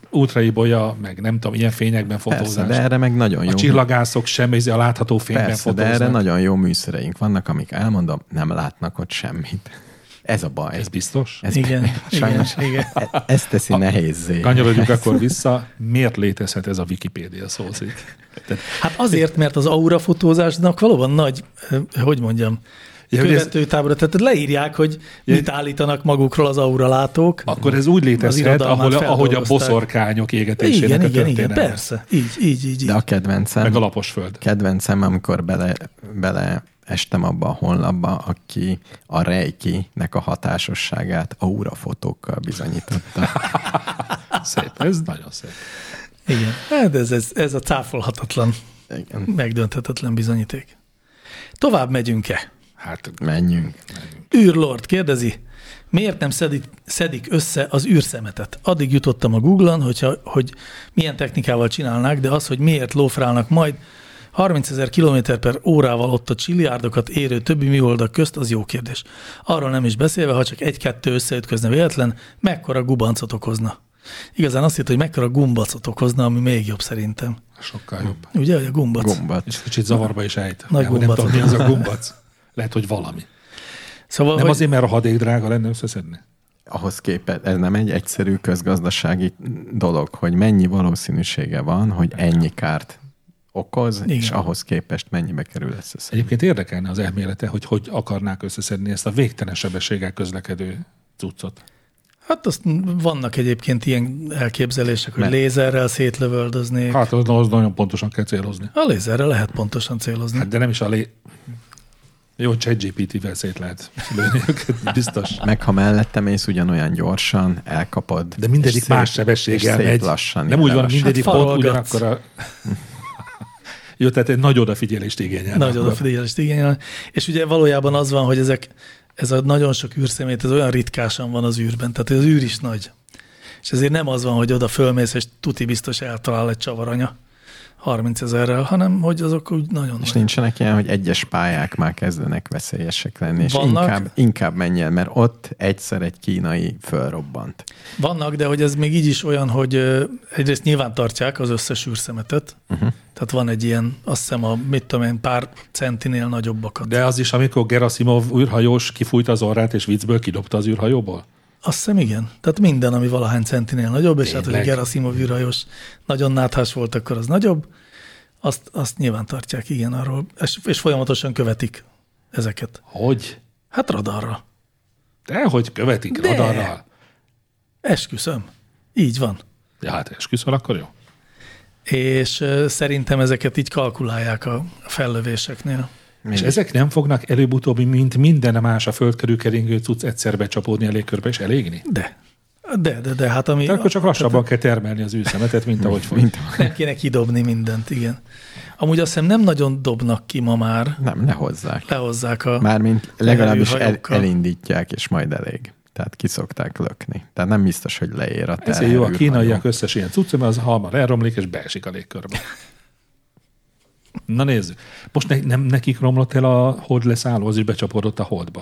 ultraibolya, meg nem tudom, ilyen fényekben fotózás. Persze, de erre meg nagyon jó. A csillagászok sem a látható fényben Persze, fotóznak. de erre nagyon jó műszereink vannak, amik elmondom, nem látnak ott semmit. Ez a baj. Ez biztos? Igen. Sajnos igen. Ez teszi nehézzé. Kanyarodjuk akkor vissza. Miért létezhet ez a Wikipédia szószék? Hát azért, mert az aurafotózásnak valóban nagy, hogy mondjam, követőtábora. Tehát leírják, hogy mit állítanak magukról az auralátók. Akkor ez úgy létezhet, ahogy a boszorkányok égetésének a történelme. Igen, persze. Így. De a kedvencem. Meg a lapos föld. Kedvencem, amikor bele estem abba a honlapba, aki a Reiki-nek a hatásosságát aurafotókkal bizonyította. Szép, ez nagyon szép. Igen, hát ez a cáfolhatatlan, igen. Megdönthetetlen bizonyíték. Tovább megyünk-e? Hát menjünk. űrlord kérdezi, miért nem szedik össze az űrszemetet? Addig jutottam a Google-on, hogy milyen technikával csinálnák, de az, hogy miért lófrálnak majd 30 000 km/órával ott a csilliárdokat érő többi műholdak közt, az jó kérdés. Arról nem is beszélve, ha csak 1-2 összeütközne véletlen, mekkora gubancot okozna. Igazán azt hitt, hogy mekkora gumbacot okozna, ami még jobb szerintem. Sokkal jobb. Ugye, hogy a gumbac. És kicsit zavarba is ejt. Nagy nem tudom, mi az a gumbac. Lehet, hogy valami. Szóval, nem azért, mert a hadék drága lenne összeszedni? Ahhoz képest ez nem egy egyszerű közgazdasági dolog, hogy mennyi valószínűsége van, hogy ennyi kárt okoz, igen. És ahhoz képest mennyibe kerül összeszedni. Egyébként érdekelne az elmélete, hogy akarnák összeszedni ezt a végtelen sebességgel közlekedő cuccot. Hát azt vannak egyébként ilyen elképzelések, hogy lézerrel szétlövöldöznék. Hát az nagyon pontosan kell célozni. A lézerrel lehet pontosan célozni. Hát de nem is jó, ChatGPT-vel szét lehet lőni őket, biztos. Meg ha mellette mész, ugyanolyan gyorsan elkapod. De mindegyik más sebességgel megy. Lassan, nem úgy van, mindegyik hát pont ugyanakkor a... Jó, tehát egy nagy odafigyelést igényel. Nagy odafigyelést igényel. És ugye valójában az van, hogy ez a nagyon sok űrszemét, ez olyan ritkásan van az űrben, tehát az űr is nagy. És ezért nem az van, hogy oda fölmész, és tuti biztos eltalál egy csavaranya 30 000-rel, hanem hogy azok úgy nagyon És nagy. nincsenek ilyen, hogy egyes pályák már kezdenek veszélyesek lenni, és inkább menj el, mert ott egyszer egy kínai fölrobbant. Vannak, de hogy ez még így is olyan, hogy egyrészt nyilván tartják az összes űrszemetet, tehát van egy ilyen, azt hiszem pár centinél nagyobbakat. De az is, amikor Gerasimov űrhajós kifújta az orrát, és viccből kidobta az űrhajóból? Azt hiszem, igen. Tehát minden, ami valahány centinél nagyobb, és hát, hogy a Gerasimov űrhajós nagyon náthás volt, akkor az nagyobb, azt nyilván tartják, igen, arról. És folyamatosan követik ezeket. Hogy? Hát radarra. Dehogy követik radarral? Esküszöm. Így van. Ja, hát esküszöl, akkor jó. És szerintem ezeket így kalkulálják a fellövéseknél. És ezek nem fognak előbb-utóbb, mint minden más a föld körül keringő cucc egyszer becsapódni a légkörbe és elégni? De hát ami... De akkor csak lassabban kell termelni az űrszemetet, mint ahogy folyik. Nem kéne kidobni mindent, igen. Amúgy azt hiszem nem nagyon dobnak ki ma már. Nem, lehozzák. Lehozzák a... Mármint legalábbis elindítják, és majd elég. Tehát ki szokták lökni. Tehát nem biztos, hogy leér a terror. Ezért jó, a kínaiak összes ilyen cucc, mert az hamar elromlik, és beesik a légkörbe. Na nézzük. Most nem nekik romlott el a hold leszálló, az is becsapódott a holdba.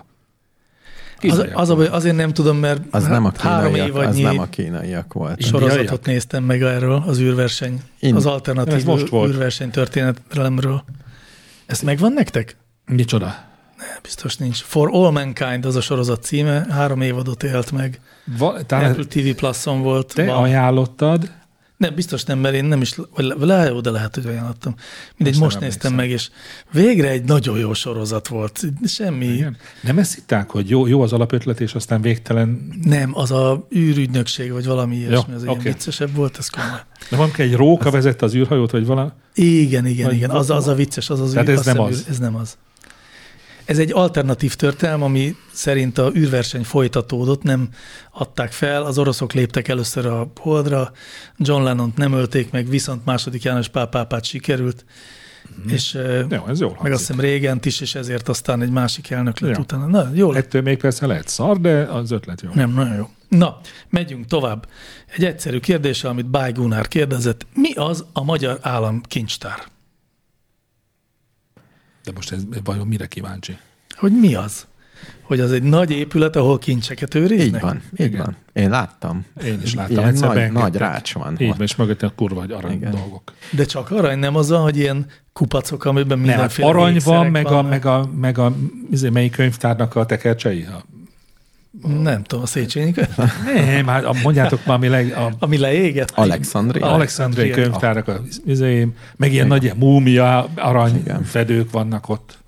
Azért nem tudom, mert az nem a 3 évadnyi nem a kínaiak volt. Sorozatot néztem meg erről, az űrverseny, az alternatív űrverseny történetelemről. Ezt megvan nektek? Micsoda? Nem, biztos nincs. For All Mankind az a sorozat címe, 3 évadot élt meg. Apple TV Plus-on volt. Te ajánlottad? Nem, biztos nem, mert én nem is, de lehet, hogy ajánlottam. Mindegy, most néztem meg, és végre egy nagyon jó sorozat volt. Semmi. Igen. Nem ezt hitták, hogy jó az alapötlet, és aztán végtelen... Nem, az a űrügynökség, vagy valami ilyesmi, az ilyen viccesebb volt, ez komoly. De van egy róka vezette az űrhajót, vagy valami? Igen. Az a vicces, az tehát ez nem az. Ez nem az. Ez egy alternatív történelem, ami szerint a űrverseny folytatódott, nem adták fel, az oroszok léptek először a holdra, John Lennont nem ölték meg, viszont II. János Pál pápát sikerült, és jó, ez jól meg azt hiszem Régent is, és ezért aztán egy másik elnök lett utána. Na, jó. Ettől még persze lehet szar, de az ötlet jó. Nem, nagyon jó. Na, megyünk tovább. Egy egyszerű kérdéssel, amit Báj Gunár kérdezett. Mi az a magyar államkincstár? De most ez vajon mire kíváncsi? Hogy mi az? hogy az egy nagy épület, ahol kincseket őriznek? Így van, így van. Én láttam. Én is láttam. Nagy rács van. Így van, és mögötte a kurva egy arany dolgok. De csak arany, nem az, hogy ilyen kupacok, amiben mindenféle arany van, meg a melyik könyvtárnak a tekercsei? Nem tudom, a Széchenyi könyv? Nem, hát mondjátok már, ami leégett. Alexandriai könyvtárak, meg ilyen nagy múmia aranyfedők vannak ott.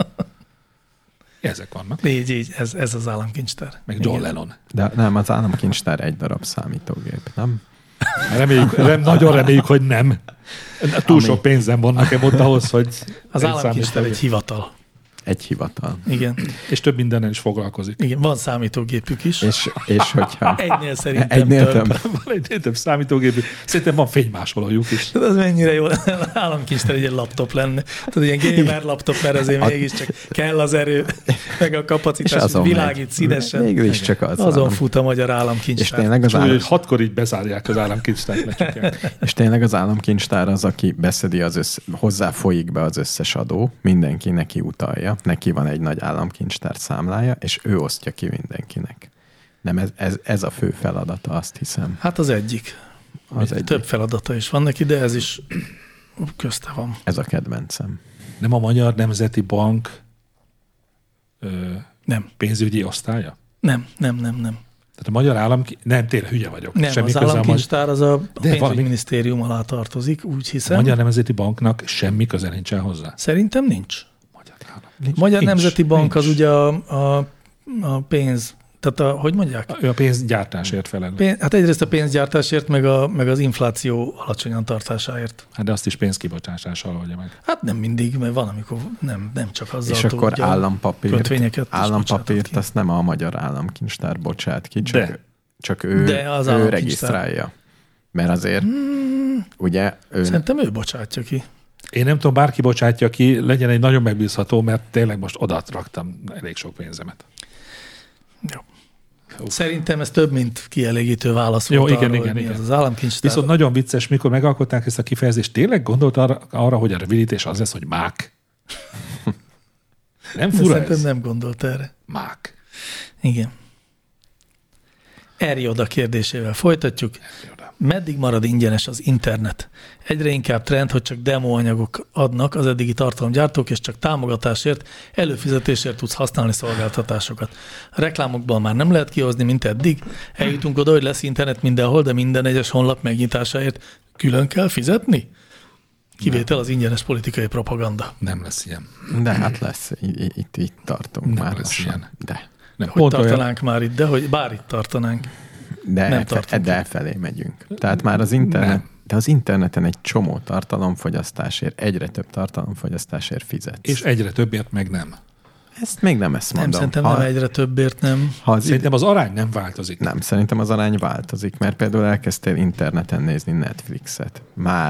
Ezek vannak. Így, ez az államkincstár. Meg John Lennon. De nem, az államkincstár egy darab számítógép, nem? Nagyon reméljük, hogy nem. Túl sok pénzem van nekem ott ahhoz, hogy... Az államkincstár egy hivatal. Egy hivatal. Igen. És több mindennel is foglalkozik. Igen, van számítógépük is. És hogyha... Egynél szerintem több. Van egynél több számítógépük. Szerintem van fénymásolójuk is. Az mennyire jó, államkincstár egy laptop lenne. Tehát ilyen gamer laptop, mert azért mégiscsak kell az erő, meg a kapacitás, világít színesen. Mégis csak az. Azon fut a magyar államkincstár. És tényleg az hogy 6-kor így bezárják az államkincstárt. És tényleg az államkincstár az, aki beszedi hozzá folyik be az összes adó, mindenki neki utalja. Neki van egy nagy államkincstár számlája, és ő osztja ki mindenkinek. Nem, ez a fő feladata, azt hiszem. Hát az egyik. Több feladata is van neki, de ez is közte van. Ez a kedvencem. Nem a Magyar Nemzeti Bank nem. Pénzügyi osztálya? Nem. Tehát a magyar állam... Nem, tényleg hülye vagyok. Nem, semmi az államkincstár az a pénzügyminisztérium alá tartozik, úgy hiszem. A Magyar Nemzeti Banknak semmi köze nincsen hozzá? Szerintem nincs. Magyar Nemzeti Bank az ugye a pénz, tehát hogy mondják? Ő a pénzgyártásért felel. Hát egyrészt a pénzgyártásért, meg az infláció alacsonyan tartásáért. Hát de azt is pénzkibocsátással oldja meg. Hát nem mindig, mert van, amikor nem csak azzal és akkor állampapírt ki. Azt nem a magyar államkincstár bocsát ki, csak ő regisztrálja. Mert azért, ugye... Szerintem ő bocsátja ki. Én nem tudom, bárki bocsátja ki, legyen egy nagyon megbízható, mert tényleg most oda raktam elég sok pénzemet. Jó. Szerintem ez több, mint kielégítő válasz volt igen. Az államkincstár. Viszont nagyon vicces, mikor megalkották ezt a kifejezést, tényleg gondolt arra, hogy a rövidítés az lesz, hogy mák. Nem fura szerintem ez? Nem gondolt erre. Mák. Igen. Erjoda kérdésével folytatjuk. Meddig marad ingyenes az internet? Egyre inkább trend, hogy csak demoanyagok adnak az eddigi tartalomgyártók, és csak támogatásért, előfizetésért tudsz használni szolgáltatásokat. A reklámokból már nem lehet kihozni, mint eddig. Eljutunk oda, hogy lesz internet mindenhol, de minden egyes honlap megnyitásáért külön kell fizetni? Kivétel az ingyenes politikai propaganda. Nem lesz ilyen. De hát lesz. Itt tartunk nem már. Nem lesz ilyen. De. Nem, hogy tartanánk már itt, de hogy bár itt tartanánk. De elfelé megyünk. Tehát már az internet, de az interneten egy csomó tartalomfogyasztásért, egyre több tartalomfogyasztásért fizetsz. És egyre többért meg nem. Ezt még nem ezt mondom. Nem, szerintem nem egyre többért nem. Szerintem az arány nem változik. Nem, szerintem az arány változik, mert például elkezdtél interneten nézni Netflixet.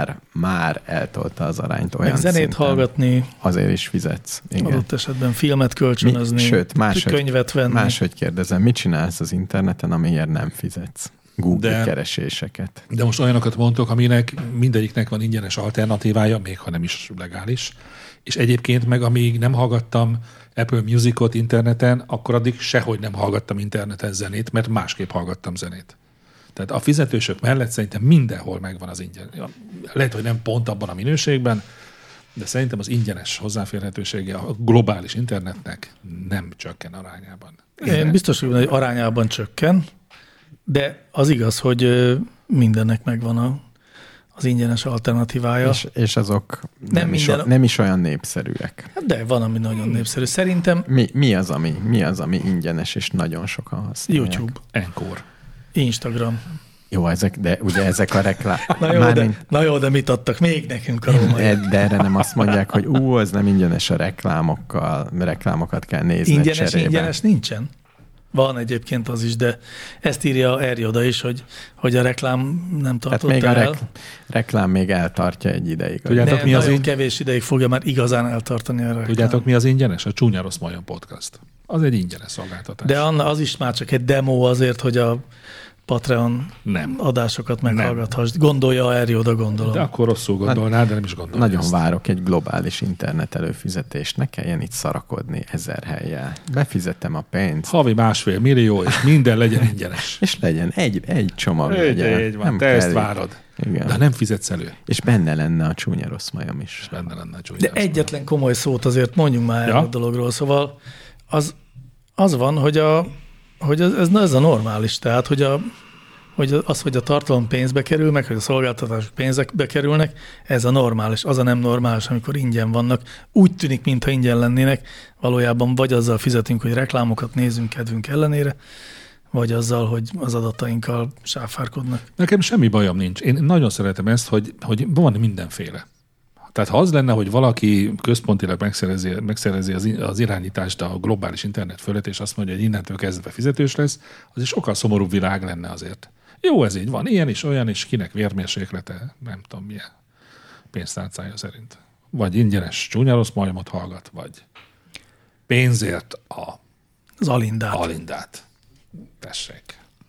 Már eltolta az arányt olyan meg zenét szinten. Hallgatni. Azért is fizetsz. Igen. Adott esetben filmet kölcsönözni. Sőt, könyvet venni. Máshogy kérdezem, mit csinálsz az interneten, amiért nem fizetsz? Google kereséseket. De most olyanokat mondtok, aminek mindegyiknek van ingyenes alternatívája, még ha nem is legális. És egyébként meg amíg nem hallgattam Apple Musicot interneten, akkor addig sehogy nem hallgattam interneten zenét, mert másképp hallgattam zenét. Tehát a fizetősök mellett szerintem mindenhol megvan az ingyen. Lehet, hogy nem pont abban a minőségben, de szerintem az ingyenes hozzáférhetősége a globális internetnek nem csökken arányában. Én biztos, hogy arányában csökken, de az igaz, hogy mindennek megvan az ingyenes alternatívája. És azok nem is olyan népszerűek. De van, ami nagyon népszerű. Szerintem... Mi az, ami ingyenes, és nagyon sokan használják? YouTube. Encore. Instagram. Jó, ezek a reklám... Na jó, de mit adtak még nekünk a római? De erre nem azt mondják, hogy az nem ingyenes a reklámokat kell nézni ingyenes nincsen. Van egyébként az is, de ezt írja Erjoda is, hogy a reklám nem tartott még el. A reklám még eltartja egy ideig. Tudjátok, mi az kevés ideig fogja már igazán eltartani a reklám. Tudjátok, mi az ingyenes? A Csúnya Rossz Majom Podcast. Az egy ingyenes szolgáltatás. De az is már csak egy demo azért, hogy a Patreon adásokat meghallgathass. Gondolja erre oda, gondolom. De akkor rosszul gondolnád, de nem is gondolom. Nagyon ezt. Várok egy globális internet előfizetést. Ne kelljen itt szarakodni 1000 hellyel. Befizetem a pénzt. Havi 1,5 millió, és minden legyen ingyenes. És legyen egy csomag. Egy van, nem te ezt várod. Igen. De nem fizetsz elő. És benne lenne a csúnya rossz majom is. És benne lenne a csúnya De egyetlen komoly szót azért mondjunk már erről a dologról. Szóval az van, hogy ez a normális. Tehát, hogy a tartalom pénzbe kerül, meg hogy a szolgáltatások pénzbe kerülnek, ez a normális. Az a nem normális, amikor ingyen vannak. Úgy tűnik, mintha ingyen lennének. Valójában vagy azzal fizetünk, hogy reklámokat nézünk kedvünk ellenére, vagy azzal, hogy az adatainkkal sáfárkodnak. Nekem semmi bajom nincs. Én nagyon szeretem ezt, hogy van mindenféle. Tehát ha az lenne, hogy valaki központilag megszerezi az irányítást a globális internet fölött, és azt mondja, hogy innentől kezdve fizetős lesz, az is sokkal szomorúbb világ lenne azért. Jó, ez így van. Ilyen is, olyan is, kinek vérmérséklete, nem tudom milyen pénztárcája szerint. Vagy ingyenes csúnya rossz majmot hallgat, vagy pénzért az alindát. Tessék.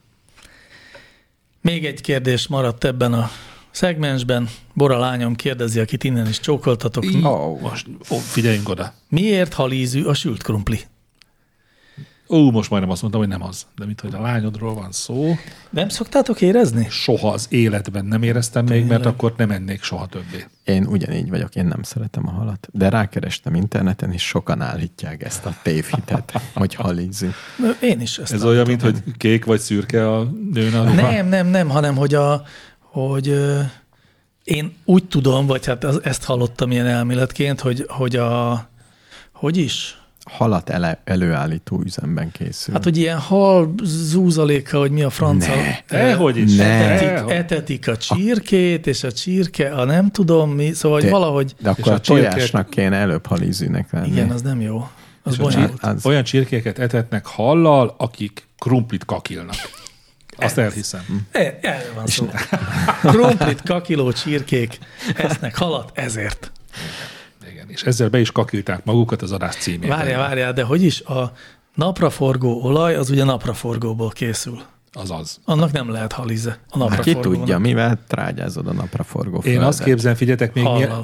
Még egy kérdés maradt ebben a szegmensben. Bora lányom kérdezi, akit innen is csókoltatok. Most figyeljünk oda. Miért halízű a sült krumpli? Most majdnem azt mondtam, hogy nem az. De mint hogy a lányodról van szó. Nem szoktátok érezni? Soha az életben nem éreztem még, mert akkor nem ennék soha többé. Én ugyanígy vagyok, én nem szeretem a halat. De rákerestem interneten, és sokan állítják ezt a tévhitet, hogy halízű. Én is ezt Ez olyan, mint hogy kék vagy szürke a nőn a ruha? Nem, hanem hogy én úgy tudom, vagy hát ezt hallottam ilyen elméletként, hogy is? Halat előállító üzemben készül. Hát, hogy ilyen hal zúzaléka, hogy mi a franca. Hogy is. Etetik a csirkét, és a csirke, nem tudom mi, szóval hogy valahogy... De akkor a tojásnak kéne előbb halízűnek lenni. Igen, az nem jó. Olyan csirkéket etetnek hallal, akik krumplit kakilnak. Azt elhiszem. Erről van szó. Krumplit kakiló csirkék esznek halat ezért. Igen, és ezzel be is kakilták magukat az adás címét. Várjál, de hogy is a napraforgó olaj, az ugye napraforgóból készül. Azaz. Annak nem lehet halíze. A napraforgónak. Ki tudja, mivel trágyázod a napraforgó földet? Én azt képzelem, figyeljetek,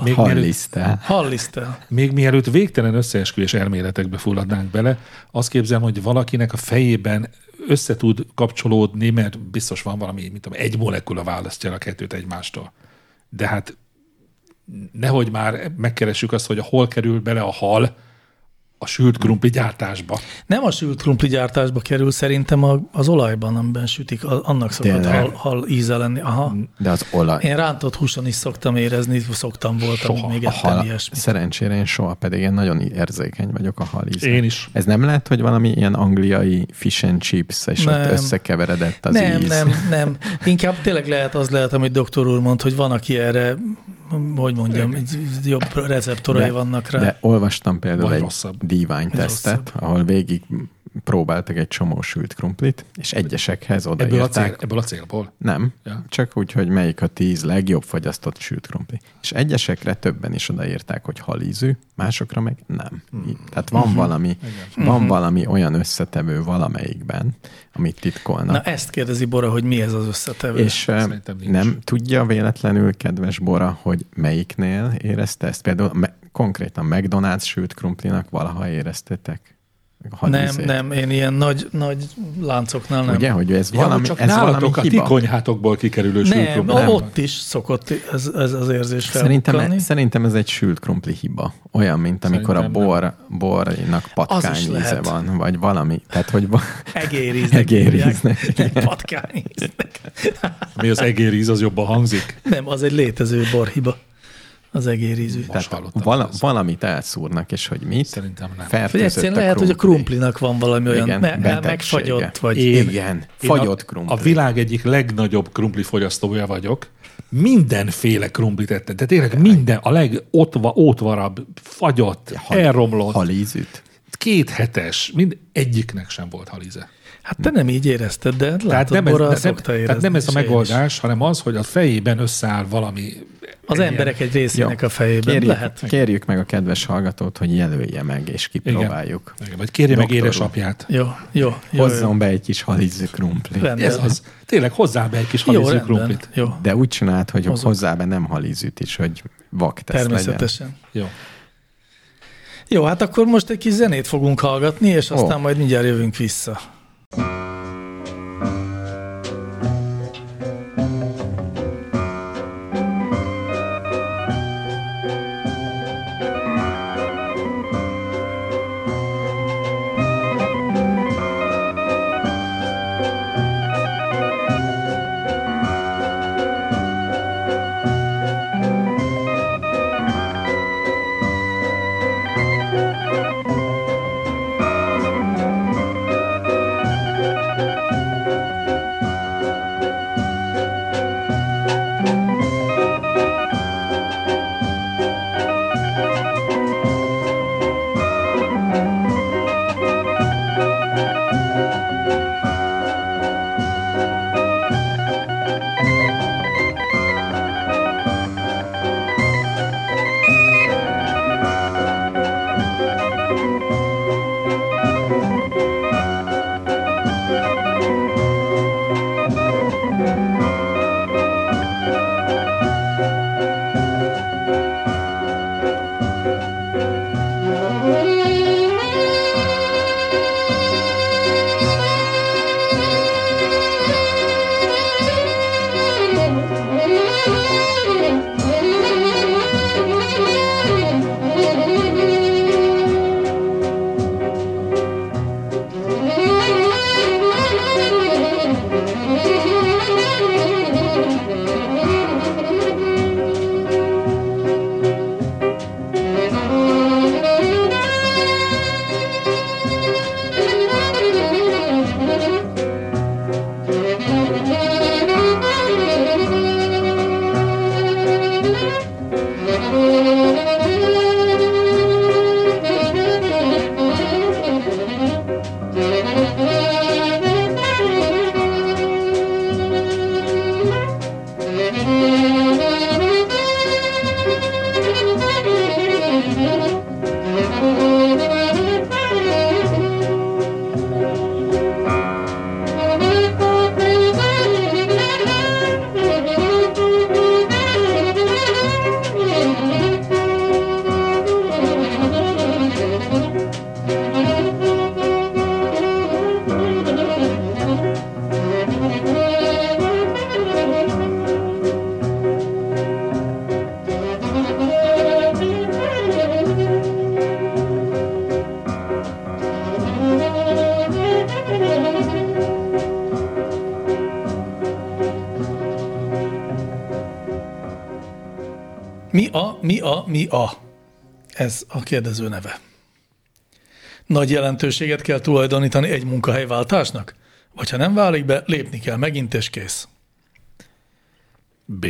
még mielőtt végtelen összeesküvés elméletekbe fulladnánk bele, azt képzelem, hogy valakinek a fejében össze tud kapcsolódni, mert biztos van valami, mint tudom, egy molekula választja a kettőt egymástól. De hát nehogy már megkeressük azt, hogy hol kerül bele a hal a sült krumpli gyártásba. Nem a sült krumpli gyártásba kerül, szerintem az olajban, amiben sütik, annak szokott hal íze lenni. Aha. De az olaj... Én rántott húson is szoktam érezni, voltam, még ettem ilyesmit. Szerencsére én soha, pedig én nagyon érzékeny vagyok a hal ízre. Én is. Ez nem lehet, hogy valami ilyen angliai fish and chips, és ott összekeveredett az íz? Nem. Inkább tényleg az lehet, amit doktor úr mond, hogy van, aki erre, hogy mondjam, jobb receptorai vannak rá. De olvastam például egy díványtesztet, ahol végig próbáltak egy csomó sült krumplit, és egyesekhez odaírták. Ebből a célból? Nem, csak úgy, hogy melyik a 10 legjobb fagyasztott sült krumpli. És egyesekre többen is odaírták, hogy halízű, másokra meg nem. Tehát van valami olyan összetevő valamelyikben, amit titkolnak. Na ezt kérdezi Bora, hogy mi ez az összetevő. És nem tudja véletlenül, kedves Bora, hogy melyiknél érezte ezt? Például konkrétan McDonald's sült krumplinak valaha éreztetek? Nem, én ilyen nagy láncoknál nem. Ugye, hogy ez valami, csak ez nálatok valami a ti konyhátokból kikerülő sült krumpli. Nem, ott is szokott ez az érzés felbukkanni. Szerintem ez egy sült krumpli hiba. Olyan, mint amikor a bornak patkány íze van, vagy valami. Tehát, hogy egériznek. Patkány íznek. Mi az egéríz, az jobban hangzik? Nem, az egy létező borhiba. Az egérízű. Valamit elszúrnak, és hogy mit? Szerintem nem. Egyszerűen lehet, hogy a krumplinak van valami olyan megfagyott, vagy... Igen, fagyott krumpli. A világ egyik legnagyobb krumpli fogyasztója vagyok. Mindenféle krumplit ettem. Tehát tényleg minden, a legótvarabb, fagyott, elromlott. Halízűt. 2 hetes, egyiknek sem volt halize. Hát te nem így érezted, de látod, Bora szokta érezni. Tehát nem ez a megoldás, hanem az, hogy a fejében összeáll valami... Az emberek egy részének a fejében. Kérjük meg a kedves hallgatót, hogy jelölje meg, és kipróbáljuk. Igen, vagy kérje meg édesapját. Jó. Hozzon be egy kis halizű krumplit. Ez az. Tényleg hozzá be egy kis halizű krumplit. Jó. De úgy csináld, hogy hozzá be nem halizűt is, hogy vaktesz legyen. Természetesen. Jó. Jó, hát akkor most egy kis zenét fogunk hallgatni, és aztán majd mindjárt jövünk vissza. Mi a? Ez a kérdező neve. Nagy jelentőséget kell tulajdonítani egy munkahelyváltásnak? Vagy ha nem válik be, lépni kell megint, és kész. B.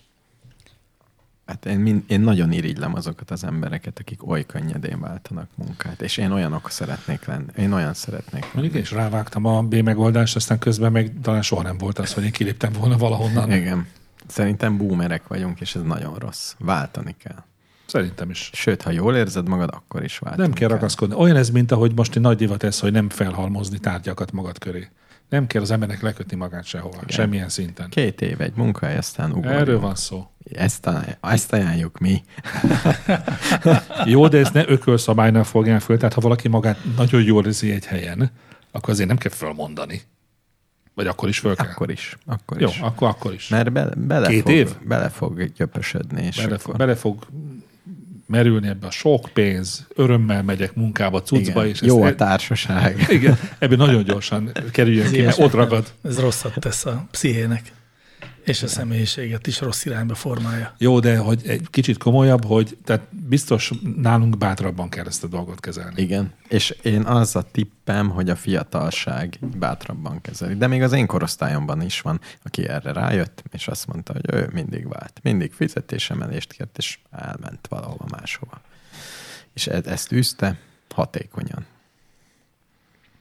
Hát én nagyon irigylem azokat az embereket, akik oly könnyedén váltanak munkát, és én olyanok szeretnék lenni. Én olyan szeretnék. Mondjuk és rávágtam a B megoldást, aztán közben meg talán soha nem volt az, hogy én kiléptem volna valahonnan. Igen. Szerintem boomerek vagyunk, és ez nagyon rossz. Váltani kell. Szerintem is. Sőt, ha jól érzed magad, akkor is váltani Nem kell ragaszkodni. Olyan ez, mint ahogy most egy nagy divat ez, hogy nem felhalmozni tárgyakat magad köré. Nem kell az embernek lekötni magát sehova. Igen. Semmilyen szinten. 2 év egy munkahely, aztán ugorjunk. Erről van szó. Ezt ajánljuk mi. Jó, de ezt ne ökölszabálynál fogják föl. Tehát ha valaki magát nagyon jól érzi egy helyen, akkor azért nem kell fölmondani. Vagy akkor is föl kell? Akkor is. Jó, akkor is. Mert bele fog gyöpösödni. És bele fog merülni ebbe a sok pénz, örömmel megyek munkába, cuccba. Igen, és jó a társaság. Igen, ebből nagyon gyorsan kerüljön ki, mert ott ragad. Ez rosszat tesz a pszichének, és a személyiséget is rossz irányba formálja. Jó, de hogy egy kicsit komolyabb, hogy tehát biztos nálunk bátrabban kell ezt a dolgot kezelni. Igen, és én az a tippem, hogy a fiatalság bátrabban kezeli. De még az én korosztályomban is van, aki erre rájött, és azt mondta, hogy ő mindig vált. Mindig fizetésemelést kért, és elment valahova máshova. És ezt űzte hatékonyan.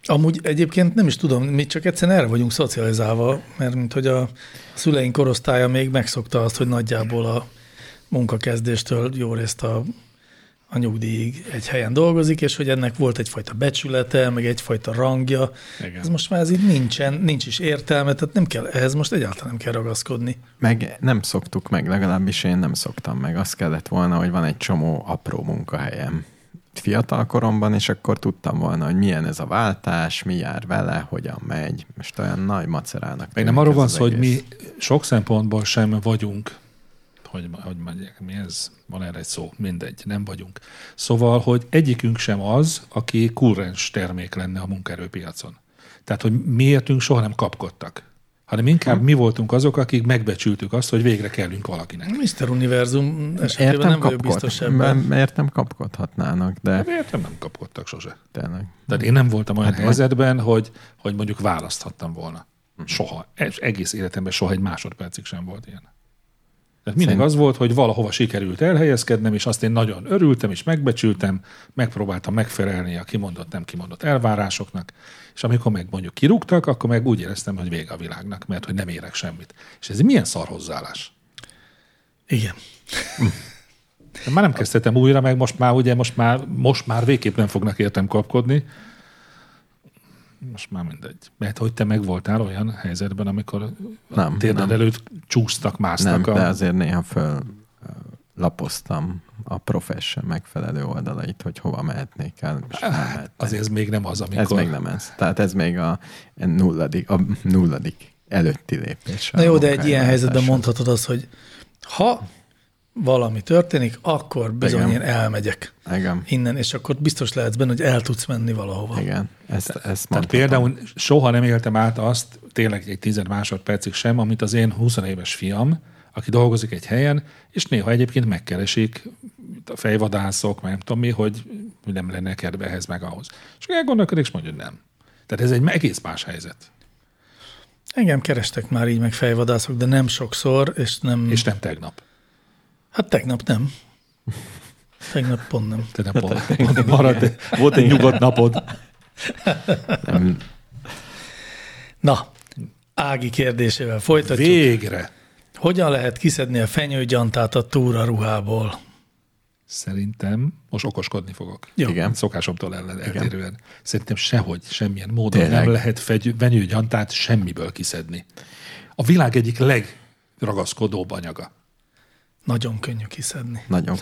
Amúgy egyébként nem is tudom, mi csak egyszerűen erre vagyunk szocializálva, mert mint hogy a szüleink korosztálya még megszokta azt, hogy nagyjából a munkakezdéstől jó részt a nyugdíjig egy helyen dolgozik, és hogy ennek volt egyfajta becsülete, meg egyfajta rangja. Igen. Ez most már ez így nincs is értelme, tehát nem kell, ehhez most egyáltalán nem kell ragaszkodni. Meg nem szoktuk meg, legalábbis én nem szoktam meg. Azt kellett volna, hogy van egy csomó apró munkahelyem fiatal koromban, és akkor tudtam volna, hogy milyen ez a váltás, mi jár vele, hogyan megy. Most olyan nagy macerának. Meg nem arról van szó, hogy mi sok szempontból sem vagyunk, hogy mondják, mi ez? Van erre egy szó, mindegy, nem vagyunk. Szóval, hogy egyikünk sem az, aki kurrens termék lenne a munkaerőpiacon. Tehát, hogy mi értünk soha nem kapkodtak, hanem inkább mi voltunk azok, akik megbecsültük azt, hogy végre kellünk valakinek. Mr. Univerzum esetében nem vagyok biztos ebben. Miért nem kapkodhatnának? De... Miért nem kapkodtak sose? Tényleg. Tehát én nem voltam olyan helyzetben, hogy mondjuk választhattam volna. Soha. Egész életemben soha egy másodpercig sem volt ilyen. Tehát mindig az volt, hogy valahova sikerült elhelyezkednem, és azt én nagyon örültem, és megbecsültem, megpróbáltam megfelelni a kimondott, nem kimondott elvárásoknak, és amikor meg mondjuk kirúgtak, akkor meg úgy éreztem, hogy vége a világnak, mert hogy nem érek semmit. És ez milyen szar hozzáállás? Igen. Már nem kezdtem újra, meg most már végképp nem fognak értem kapkodni. Most már mindegy. Mert hogy te meg voltál olyan helyzetben, amikor a térded előtt csúsztak, másztak. Nem, de azért néha föllapoztam a Profession megfelelő oldalait, hogy hova mehetnék el, és nem mehetnék. Azért ez még nem az, amikor... Ez még nem ez. Tehát ez még a nulladik előtti lépés. Na jó, de egy ilyen helyzetben mondhatod azt, hogy ha valami történik, akkor bizony én elmegyek innen, és akkor biztos lehetsz benne, hogy el tudsz menni valahova. Igen, ezt tehát például soha nem éltem át azt, tényleg egy 10 másodpercig sem, amit az én 20 éves fiam, aki dolgozik egy helyen, és néha egyébként megkeresik a fejvadászok, meg nem tudom mi, hogy nem lenne kedve ehhez meg ahhoz. És elgondolkodik, és mondja, hogy nem. Tehát ez egy egész más helyzet. Engem kerestek már így meg fejvadászok, de nem sokszor, és nem... És nem tegnap. Hát tegnap nem. Tegnap pont nem. Te nem pont maradt. Volt egy nyugodt napod. Nem. Na, Ági kérdésével folytatjuk. Végre. Hogyan lehet kiszedni a fenyőgyantát a túraruhából? Szerintem most okoskodni fogok. Jó. Igen. Szokásomtól eltérően. Szerintem sehogy, semmilyen módon nem lehet fenyőgyantát semmiből kiszedni. A világ egyik legragaszkodóbb anyaga. Nagyon könnyű kiszedni. Nagyon.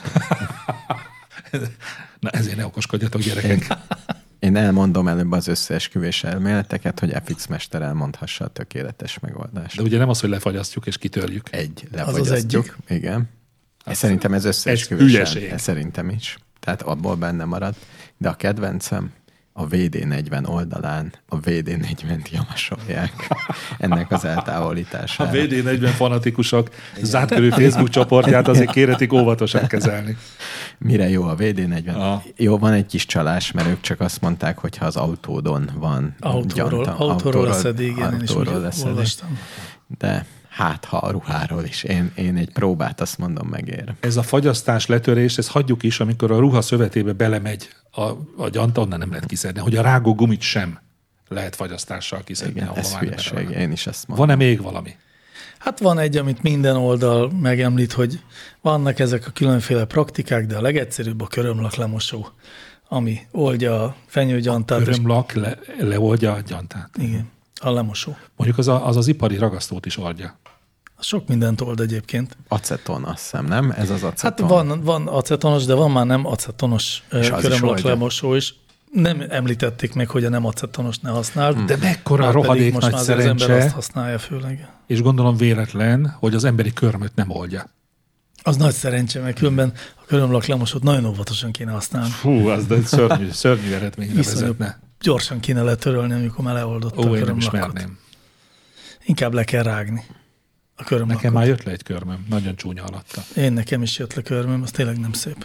Na ezért ne okoskodjatok, gyerekek. Én elmondom előbb az összeesküvés elméleteket, hogy FX Mester elmondhassa a tökéletes megoldást. De ugye nem az, hogy lefagyasztjuk és kitörjük. Lefagyasztjuk. Igen. Szerintem ez összeesküvés. Szerintem is. Tehát abból benne marad. De a kedvencem, a VD40 oldalán a VD40-t javasolják ennek az eltávolítására. A VD40 fanatikusok zártkörű Facebook csoportját azért kéretik óvatosan kezelni. Mire jó a VD40? Jó, van egy kis csalás, mert ők csak azt mondták, hogy ha az autódon van gyanta. Autóról leszed, igen, én is úgy olvastam. De hát ha a ruháról is. Én egy próbát, azt mondom, megér. Ez a fagyasztás, letörés, ezt hagyjuk is, amikor a ruha szövetébe belemegy a gyanta, onnan nem lehet kiszedni. Hogy a rágó gumit sem lehet fagyasztással kiszedni. Igen, ez hülyeség, én is ezt mondom. Van-e még valami? Hát van egy, amit minden oldal megemlít, hogy vannak ezek a különféle praktikák, de a legegyszerűbb a körömlak lemosó, ami oldja a fenyőgyantát. A körömlak leoldja a gyantát. Igen, a lemosó. Mondjuk az ipari ragasztót is oldja. Sok mindent old egyébként. Aceton, azt hiszem, nem? Ez az aceton. Hát van acetonos, de van már nem acetonos körömlak lemosó is. Nem említették meg, hogy a nem acetonos ne használd. De mekkora rohadék nagy szerencse. Az ember azt használja főleg. És gondolom véletlen, hogy az emberi körmöt nem oldja. Az nagy szerencse, mert különben a körömlak lemosót nagyon óvatosan kéne használni. Fú, az de szörnyű eredményre vezetne. Gyorsan kéne letörölni, amikor már leoldott a körömlakot. Inkább le kell rágni a körömlakot. Nekem már jött le egy körmöm, nagyon csúnya alatta. Nekem is jött le körmöm, az tényleg nem szép.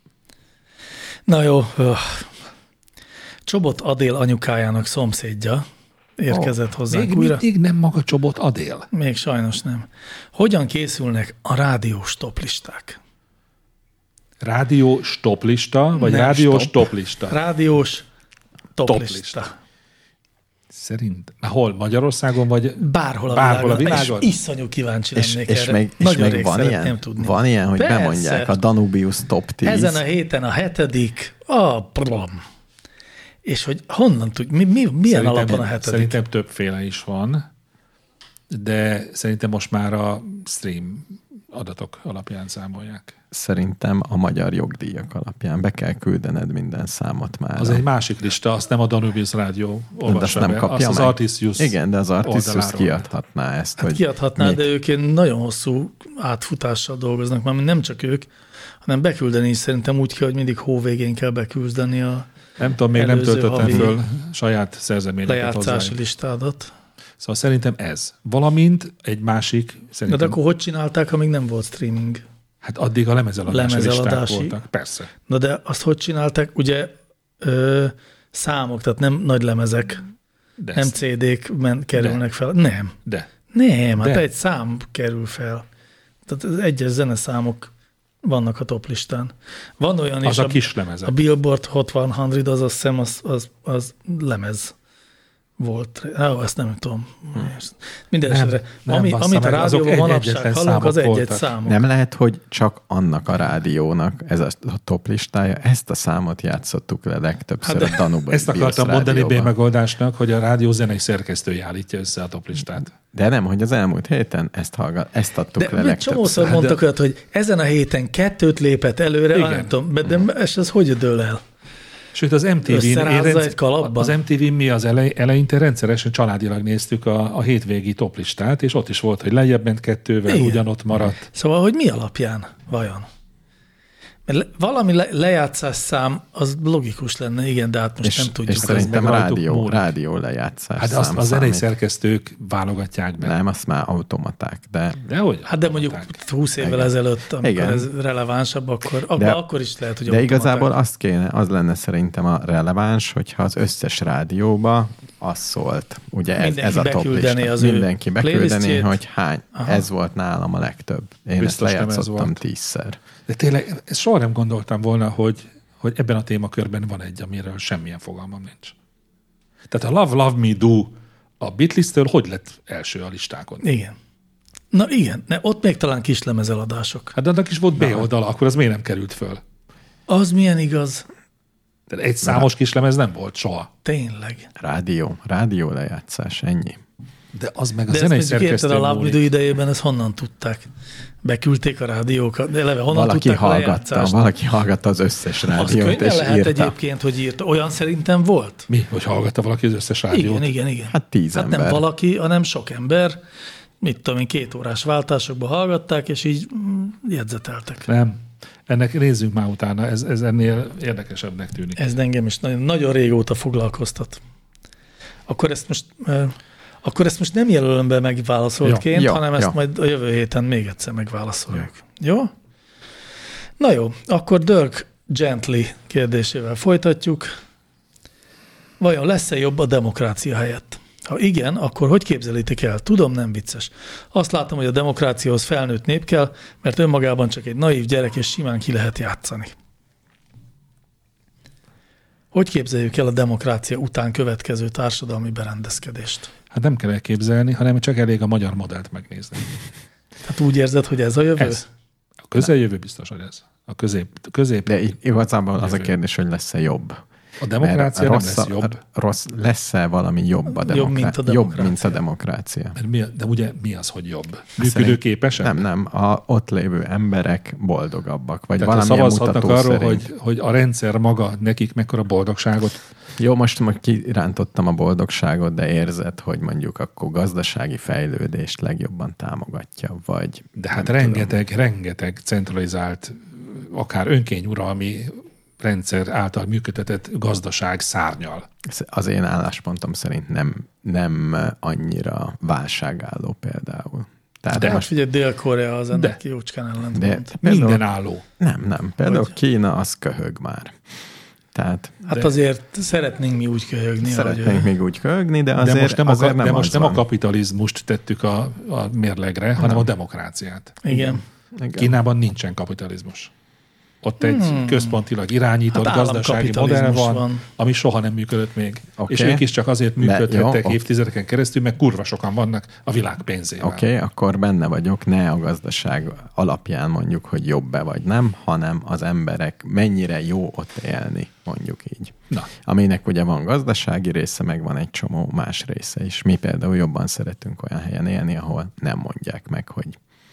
Na jó, Csobot Adél anyukájának szomszédja érkezett hozzánk újra. Még nem maga Csobot Adél? Még sajnos nem. Hogyan készülnek a rádiós toplisták? Rádiós toplista, vagy nem rádiós toplista? Rádiós toplista. Szerint? Hol? Magyarországon, vagy bárhol a világon? És iszonyú kíváncsi lennék és erre. Nagyon rég szeretném tudni. Van ilyen, hogy Persze. bemondják a Danubius top 10. Ezen a héten a 7. És hogy honnan tudjuk, milyen alapon a 7? Szerintem többféle is van, de szerintem most már a stream adatok alapján számolják. Szerintem a magyar jogdíjak alapján be kell küldened minden számot már. Az egy másik lista, azt nem a Danubius Rádió olvassa nem kapja azt meg. az Artisius. Igen, de az Artisius kiadhatná ezt. Hát hogy kiadhatná, de ők nagyon hosszú átfutással dolgoznak, mert nem csak ők, hanem beküldeni is szerintem úgy kell, hogy mindig hóvégén kell beküldeni a nem tudom, még nem töltöttem föl saját szerzeményeket lejátszási hozzájuk. listádat. Szóval szerintem ez. Valamint egy másik, szerintem... De akkor hogy csinálták, amíg nem volt streaming? Hát addig a lemezeladási listák voltak. Persze. Na de azt hogy csinálták? Ugye számok, tehát nem nagy lemezek, De nem CD-k kerülnek fel. Nem. De. Hát egy szám kerül fel. Tehát az egyes zeneszámok vannak a top listán. Van olyan az is, a kis lemezek. A Billboard Hot 100, az azt hiszem, az lemez volt. Ezt nem tudom. Minden esetre. Amit a rádióban manapság hallunk, az egy-egy számok. Nem lehet, hogy csak annak a rádiónak ez a top listája, ezt a számot játszottuk le legtöbbször a Danubius Ezt akartam mondani B-megoldásnak, hogy a rádió zenei szerkesztői állítja össze a top listát. De nem, hogy az elmúlt héten ezt adtuk le legtöbbször. Csomószor mondtak olyat, hogy ezen a héten 2 lépett előre, nem tudom, de ez hogy dől el? Sőt, az MTV-n mi az eleinte rendszeresen családilag néztük a hétvégi toplistát, és ott is volt, hogy lejjebb ment 2-vel, ugyanott maradt. Szóval, hogy mi alapján vajon? Mert valami lejátszás szám, az logikus lenne, igen, de hát most nem tudjuk. És szerintem rádió lejátszás hát azt a zenei szerkesztők válogatják be. Nem, azt már automaták, de... de mondjuk 20 évvel ezelőtt, amikor ez relevánsabb, akkor is lehet, hogy de igazából az lenne szerintem a releváns, hogyha az összes rádióba az szólt. Ugye ez a top lista. Mindenki beküldeni, hogy hány. Aha. Ez volt nálam a legtöbb. Én ezt lejátszottam 10-szer. De tényleg, soha nem gondoltam volna, hogy ebben a témakörben van egy, amiről semmilyen fogalmam nincs. Tehát a Love Me Do a Beatles-től hogy lett első a listákon? Igen. Na igen, ott még talán kislemezeladások. Hát de annak is volt B oldala, akkor az miért nem került föl? Az milyen igaz? Tehát egy számos kislemez nem volt soha. Tényleg. Rádió lejátszás, ennyi. De az meg a zenei szerkesztő a Love Me Do idejében ezt honnan tudták? Beküldték a rádiókat, de eleve honnan tudták a lejátszást? Valaki hallgatta az összes rádiót, és írta. Lehet egyébként, hogy írta. Olyan szerintem volt. Mi? Hogy hallgatta valaki az összes rádiót? Igen. Hát 10 ember. Nem valaki, hanem sok ember. Mit tudom én, 2 órás váltásokban hallgatták, és így jegyzeteltek. Nem. Ennek nézzünk már utána, ez ennél érdekesebbnek tűnik. Ez engem is nagyon régóta foglalkoztat. Akkor ezt most nem jelölöm be megválaszoltként, hanem ezt majd a jövő héten még egyszer megválaszoljuk. Jó? Na jó, akkor Dirk Gently kérdésével folytatjuk. Vajon lesz-e jobb a demokrácia helyett? Ha igen, akkor hogy képzelitek el? Tudom, nem vicces. Azt látom, hogy a demokráciához felnőtt nép kell, mert önmagában csak egy naív gyerek, és simán ki lehet játszani. Hogy képzeljük el a demokrácia után következő társadalmi berendezkedést? Hát nem kell elképzelni, hanem csak elég a magyar modellt megnézni. Hát úgy érzed, hogy ez a jövő? Ez. A közeljövő biztos, hogy ez. A közép. De igazából az a kérdés, hogy lesz-e jobb. A demokrácia nem lesz jobb. Lesz-e valami jobb a demokrácia? Jobb, mint a demokrácia. De ugye mi az, hogy jobb? Működőképesebb? Nem. Ott lévő emberek boldogabbak. Vagy tehát valamilyen szavazhatnak arról, hogy a rendszer maga nekik mekkora boldogságot. Jó, most kirántottam a boldogságot, de érzed, hogy mondjuk akkor gazdasági fejlődést legjobban támogatja, vagy... De hát rengeteg centralizált, akár önkényuralmi rendszer által működtetett gazdaság szárnyal. Az én álláspontom szerint nem annyira válságálló például. Tehát de most figyelj, Dél-Korea az ennek jócskán ellentmond. Minden álló. Nem. Például Kína az köhög már. Tehát, hát azért szeretnénk mi úgy köhögni. Szeretnénk még úgy köhögni, de azért de most nem a kapitalizmust tettük a mérlegre, hanem a demokráciát. Igen. Kínában nincsen kapitalizmus. Ott egy központilag irányított gazdasági modell van, ami soha nem működött még. Okay. És ők is csak azért működhettek évtizedeken keresztül, mert kurva sokan vannak a világ pénzével. Oké, akkor benne vagyok, ne a gazdaság alapján mondjuk, hogy jobb-e vagy nem, hanem az emberek mennyire jó ott élni, mondjuk így. Na. Aminek ugye van gazdasági része, meg van egy csomó más része is. Mi például jobban szeretünk olyan helyen élni, ahol nem mondják meg, hogy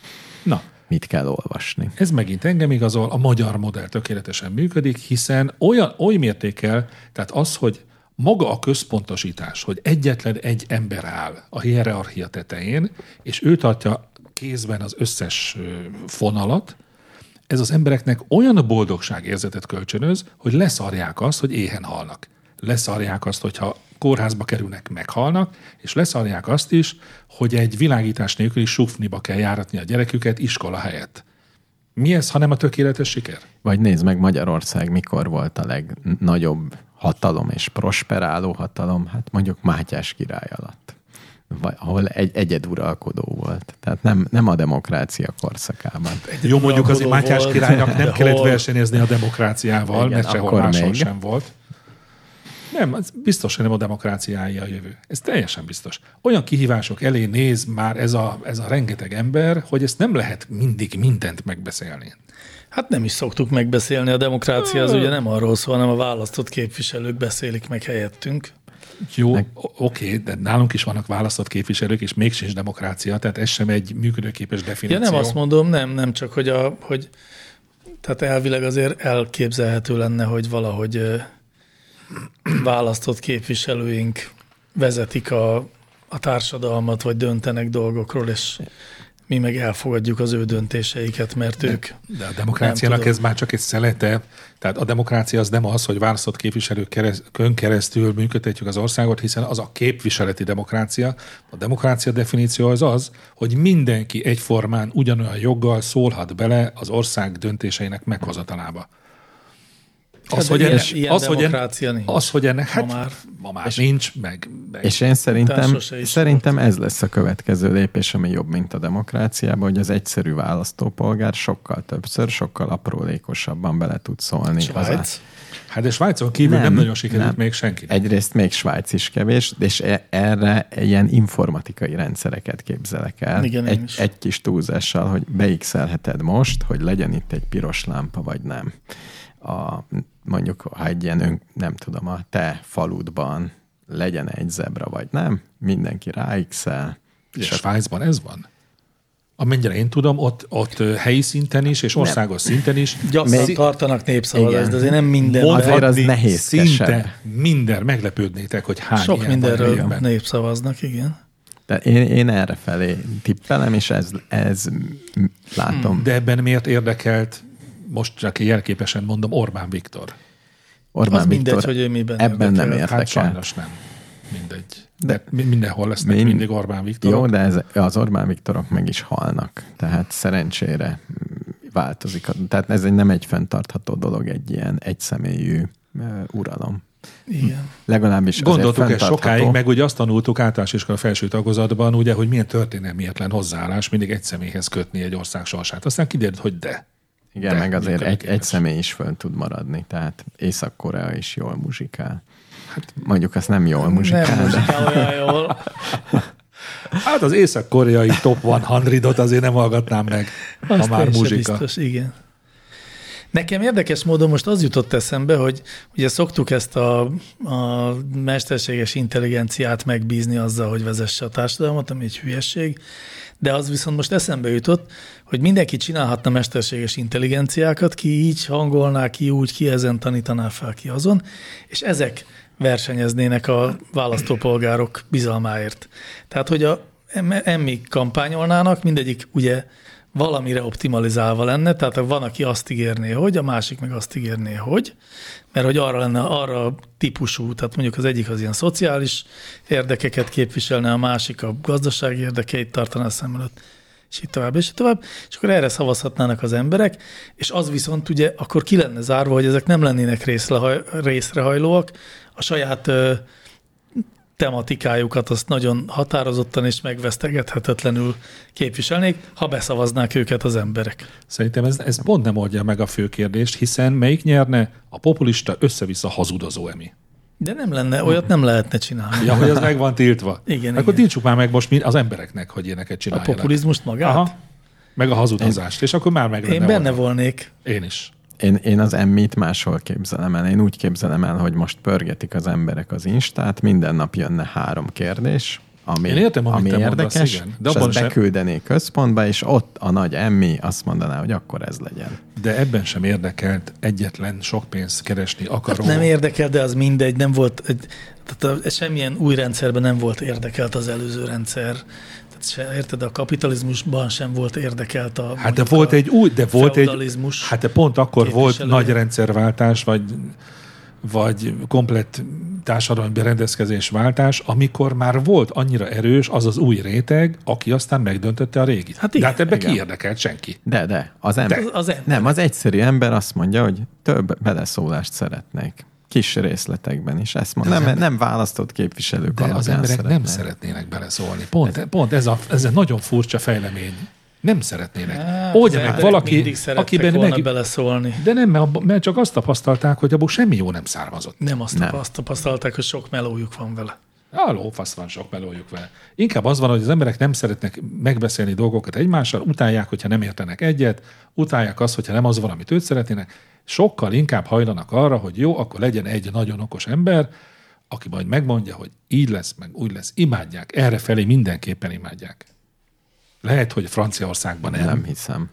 mit kell olvasni. Ez megint engem igazol, a magyar modell tökéletesen működik, hiszen oly mértékkel, tehát az, hogy maga a központosítás, hogy egyetlen egy ember áll a hierarchia tetején, és ő tartja kézben az összes fonalat, ez az embereknek olyan a boldogságérzetet kölcsönöz, hogy leszarják azt, hogy éhen halnak. Leszarják azt, hogyha kórházba kerülnek, meghalnak, és leszarják azt is, hogy egy világítás nélküli sufniba kell járatni a gyereküket iskola helyett. Mi ez, ha nem a tökéletes siker? Vagy nézd meg Magyarország, mikor volt a legnagyobb hatalom és prosperáló hatalom, hát mondjuk Mátyás király alatt, ahol egy egyeduralkodó volt. Tehát nem a demokrácia korszakában. Jó, mondjuk azért Mátyás királynak nem kellett versenyezni a demokráciával, igen, mert sehol máshol sem volt. Nem, az biztos, hogy nem a demokráciája a jövő. Ez teljesen biztos. Olyan kihívások elé néz már ez a rengeteg ember, hogy ezt nem lehet mindig mindent megbeszélni. Hát nem is szoktuk megbeszélni. A demokrácia az ugye nem arról szól, hanem a választott képviselők beszélik meg helyettünk. Jó, oké, de nálunk is vannak választott képviselők, és mégsem demokrácia, tehát ez sem egy működőképes definíció. Ja, nem azt mondom, nem csak, hogy tehát elvileg azért elképzelhető lenne, hogy valahogy választott képviselőink vezetik a társadalmat, vagy döntenek dolgokról, és mi meg elfogadjuk az ő döntéseiket, mert ők... De a demokráciának ez már csak egy szelete. Tehát a demokrácia az nem az, hogy választott képviselőkön keresztül működtetjük az országot, hiszen az a képviseleti demokrácia. A demokrácia definíció az, hogy mindenki egyformán ugyanolyan joggal szólhat bele az ország döntéseinek meghozatalába. Az, hogy ennek hát ma már nincs, meg... És én szerintem ez lesz a következő lépés, ami jobb, mint a demokráciában, hogy az egyszerű választópolgár sokkal többször, sokkal aprólékosabban bele tud szólni. Svájc? Hát de Svájcon kívül nem nagyon sikerült még senki. Egyrészt még Svájc is kevés, és erre ilyen informatikai rendszereket képzelek el. Igen, egy kis túlzással, hogy beixelheted most, hogy legyen itt egy piros lámpa, vagy nem. Mondjuk, ha egy ilyen, nem tudom, a te faludban legyen egy zebra, vagy nem, mindenki ráixel. És Svájcban ez van? Amennyire én tudom, ott helyi szinten is, és országos szinten is. Gyakran tartanak népszavazást, de azért nem minden. Azért az nehézkesebb. Szinte minden, meglepődnétek, hogy hány sok ilyen mindenről népszavaznak, igen. De én erre felé tippelem, és ez látom. De ebben miért érdekelt, most csak jelképesen mondom, Orbán Viktor? Az mindegy, hogy ő miben ebben nem érdekel. Hát sajnos nem. Mindegy. De mindenhol lesznek mindig Orbán Viktorok. Jó, de az Orbán Viktorok meg is halnak. Tehát szerencsére változik. Tehát ez nem egy fenntartható dolog, egy ilyen egyszemélyű uralom. Igen. Legalábbis gondoltuk ezt sokáig, meg ugye azt tanultuk általános iskola felső tagozatban, ugye, hogy milyen történelmietlen hozzáállás mindig egy személyhez kötni egy ország sorsát. Aztán kiderült, hogy igen, meg azért egy személy is föl tud maradni, tehát Észak-Korea is jól muzsikál. Hát mondjuk azt nem jól muzsikál. Nem muzsikál olyan jól. Hát az észak-koreai top 100-ot azért nem hallgatnám meg, azt ha már muzsika. Biztos, igen. Nekem érdekes módon most az jutott eszembe, hogy ugye szoktuk ezt a mesterséges intelligenciát megbízni azzal, hogy vezesse a társadalmat, ami egy hülyesség, de az viszont most eszembe jutott, hogy mindenki csinálhatna mesterséges intelligenciákat, ki így hangolná, ki úgy, ki ezen tanítaná fel, ki azon, és ezek versenyeznének a választópolgárok bizalmáért. Tehát, hogy emmi kampányolnának, mindegyik ugye valamire optimalizálva lenne, tehát van, aki azt ígérné, hogy, a másik meg azt ígérné, hogy, mert hogy arra lenne, arra típusú, tehát mondjuk az egyik az ilyen szociális érdekeket képviselne, a másik a gazdasági érdekeit tartaná szem előtt, és így tovább, és így tovább, és akkor erre szavazhatnának az emberek, és az viszont ugye akkor ki lenne zárva, hogy ezek nem lennének részrehajlóak, a saját tematikájukat azt nagyon határozottan és megvesztegethetetlenül képviselnék, ha beszavaznák őket az emberek. Szerintem ez pont nem oldja meg a fő kérdést, hiszen melyik nyerne? A populista össze-vissza hazudozó Emi. De nem lenne, olyat nem lehetne csinálni. Ja, hogy az meg van tiltva. Igen, akkor tiltsuk már meg most az embereknek, hogy ilyeneket csináljanak. A populizmust magát? Aha. Meg a hazudozást, és akkor már meg lenne. Én benne volnék. Én is. Én az Emmit máshol képzelem el. Én úgy képzelem el, hogy most pörgetik az emberek az Instát, minden nap jönne 3 kérdés, ami érdekes, mondasz, igen. De és azt beküldené központba, és ott a nagy Emmi azt mondaná, hogy akkor ez legyen. De ebben sem érdekelt egyetlen sok pénzt keresni akaró. Hát nem érdekel, de az mindegy, nem volt, tehát semmilyen új rendszerben nem volt érdekelt az előző rendszer. Érted, a kapitalizmusban sem volt érdekelt a hát de volt egy új, de volt egy, hát de pont akkor volt nagy rendszerváltás, vagy komplett társadalmi berendezkedés váltás, amikor már volt annyira erős az az új réteg, aki aztán megdöntötte a régit. Hát igen, de hát ebbe ki érdekelt senki. De. Az ember. Nem, az egyszerű ember azt mondja, hogy több beleszólást szeretnék. Kis részletekben is. Ezt mondom. Nem választott képviselők alapján az emberek nem szeretnének beleszólni. Pont ez egy nagyon furcsa fejlemény. Nem szeretnének. Oldja meg valaki, akiben volna beleszólni. De nem, mert csak azt tapasztalták, hogy abból semmi jó nem származott. Nem azt tapasztalták, hogy sok melójuk van vele. Lófasz van, sok melójuk vele. Inkább az van, hogy az emberek nem szeretnek megbeszélni dolgokat egymással, utálják, hogyha nem értenek egyet, utálják azt, hogyha nem az van, amit őt szeretnének. Sokkal inkább hajlanak arra, hogy jó, akkor legyen egy nagyon okos ember, aki majd megmondja, hogy így lesz, meg úgy lesz. Imádják. Errefelé mindenképpen imádják. Lehet, hogy Franciaországban nem. Nem hiszem.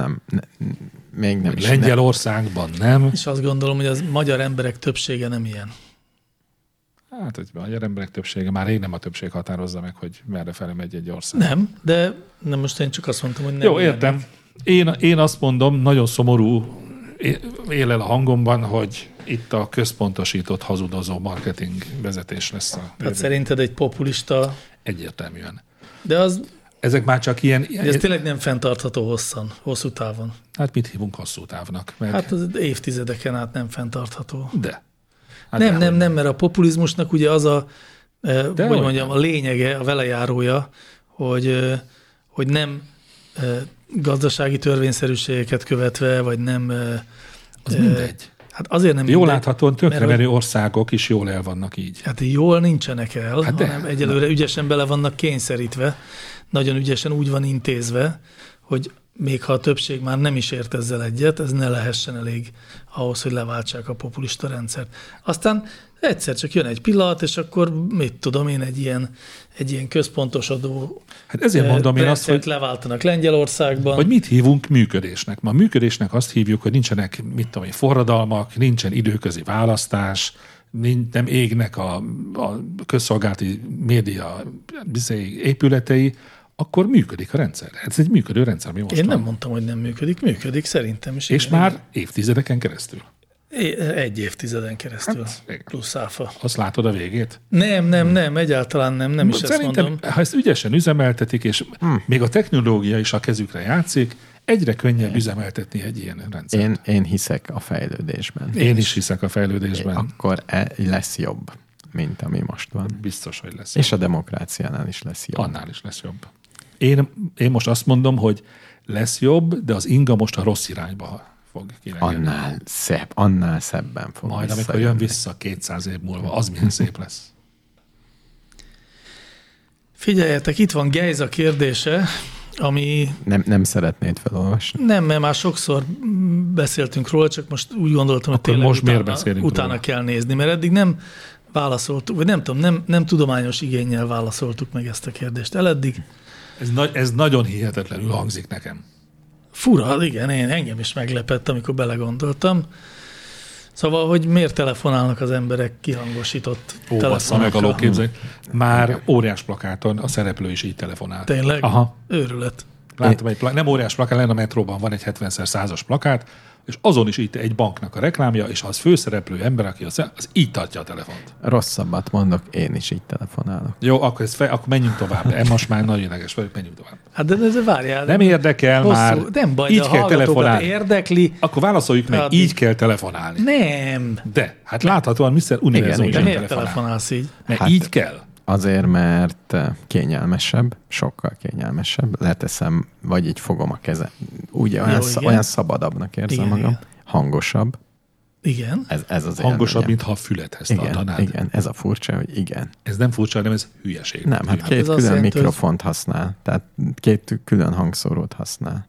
Még nem is. Lengyelországban nem. És azt gondolom, hogy az magyar emberek többsége nem ilyen. Hát, hogy a magyar emberek többsége, már rég nem a többség határozza meg, hogy merre felé megy egy ország. Nem, de most én csak azt mondtam, hogy nem. Jó, értem. Én azt mondom, nagyon szomorú él el a hangomban, hogy itt a központosított hazudozó marketing vezetés lesz. Tehát szerinted egy populista... Egyértelműen. De az... Ezek már csak ilyen... De ez tényleg nem fenntartható hosszú távon. Hát mit hívunk hosszú távnak? Hát az évtizedeken át nem fenntartható. De. Hát nem, mert a populizmusnak ugye az a, a lényege, a velejárója, hogy nem gazdasági törvényszerűségeket követve, vagy nem... Az mindegy. Hát azért nem jól láthatóan tönkreverő országok is jól el vannak így. Hát jól nincsenek el, hanem egyelőre ügyesen bele vannak kényszerítve, nagyon ügyesen úgy van intézve, hogy még ha a többség már nem is ért ezzel egyet, ez ne lehessen elég ahhoz, hogy leváltsák a populista rendszert. Aztán egyszer csak jön egy pillanat, és akkor mit tudom én, egy ilyen központosodó hát ezért mondom én azt, hogy leváltanak Lengyelországban. Vagy mit hívunk működésnek? Ma működésnek azt hívjuk, hogy nincsenek, forradalmak, nincsen időközi választás, nem égnek a közszolgálati média épületei, akkor működik a rendszer. Ez egy működő rendszer, mi most én nem mondtam, hogy nem működik szerintem is. És már évtizedeken keresztül. Egy évtizeden keresztül, hát, plusz áfa. Azt látod a végét? Nem, egyáltalán nem is szerintem, ezt mondom. Ha ezt ügyesen üzemeltetik, és még a technológia is a kezükre játszik, egyre könnyebb üzemeltetni egy ilyen rendszert. Én hiszek a fejlődésben. Én is hiszek a fejlődésben. Akkor lesz jobb, mint ami most van. Biztos, hogy lesz jobb. És a demokráciánál is lesz jobb. Annál is lesz jobb. Én most azt mondom, hogy lesz jobb, de az inga most a rossz irányba fog kiregedni. Annál szebben fog. Majd amikor jön vissza 200 év múlva, az milyen szép lesz. Figyeljetek, itt van Gejza kérdése, ami... Nem szeretnéd felolvasni? Nem, mert már sokszor beszéltünk róla, csak most úgy gondoltam, hogy tényleg most utána kell nézni, mert eddig nem válaszoltuk, vagy nem tudom, nem tudományos igénnyel válaszoltuk meg ezt a kérdést eleddig. Ez nagyon hihetetlenül hangzik nekem. Fura, igen, engem is meglepett, amikor belegondoltam. Szóval, hogy miért telefonálnak az emberek kihangosított telefonokkal? Már óriás plakáton a szereplő is így telefonál. Tényleg? Aha. Őrület. Láttam nem óriás plakát, lenne a metróban van egy 70x100-as plakát, és azon is itt egy banknak a reklámja, és ha az főszereplő ember, aki az így tartja a telefont. Rosszabbat mondok, én is így telefonálok. Jó, akkor menjünk tovább. Most már nagyon ideges vagyok, menjünk tovább. Hát de ez várjál. Nem érdekel már. Nem baj, így kell telefonálni. Érdekli. Akkor válaszoljuk meg, így kell telefonálni. Nem. De, hát láthatóan Mr. Univerzum igen, miért telefonálsz így? Mert így kell. Azért, mert kényelmesebb, sokkal kényelmesebb. Leteszem, vagy így fogom a kezem. Ugye olyan szabadabbnak érzem magam. Hangosabb. Igen. Ez az hangosabb, mintha a fülethez tartanád. Igen, ez a furcsa, hogy igen. Ez nem furcsa, hanem ez hülyeség. Nem, hát két külön mikrofont használ. Tehát két külön hangszórót használ.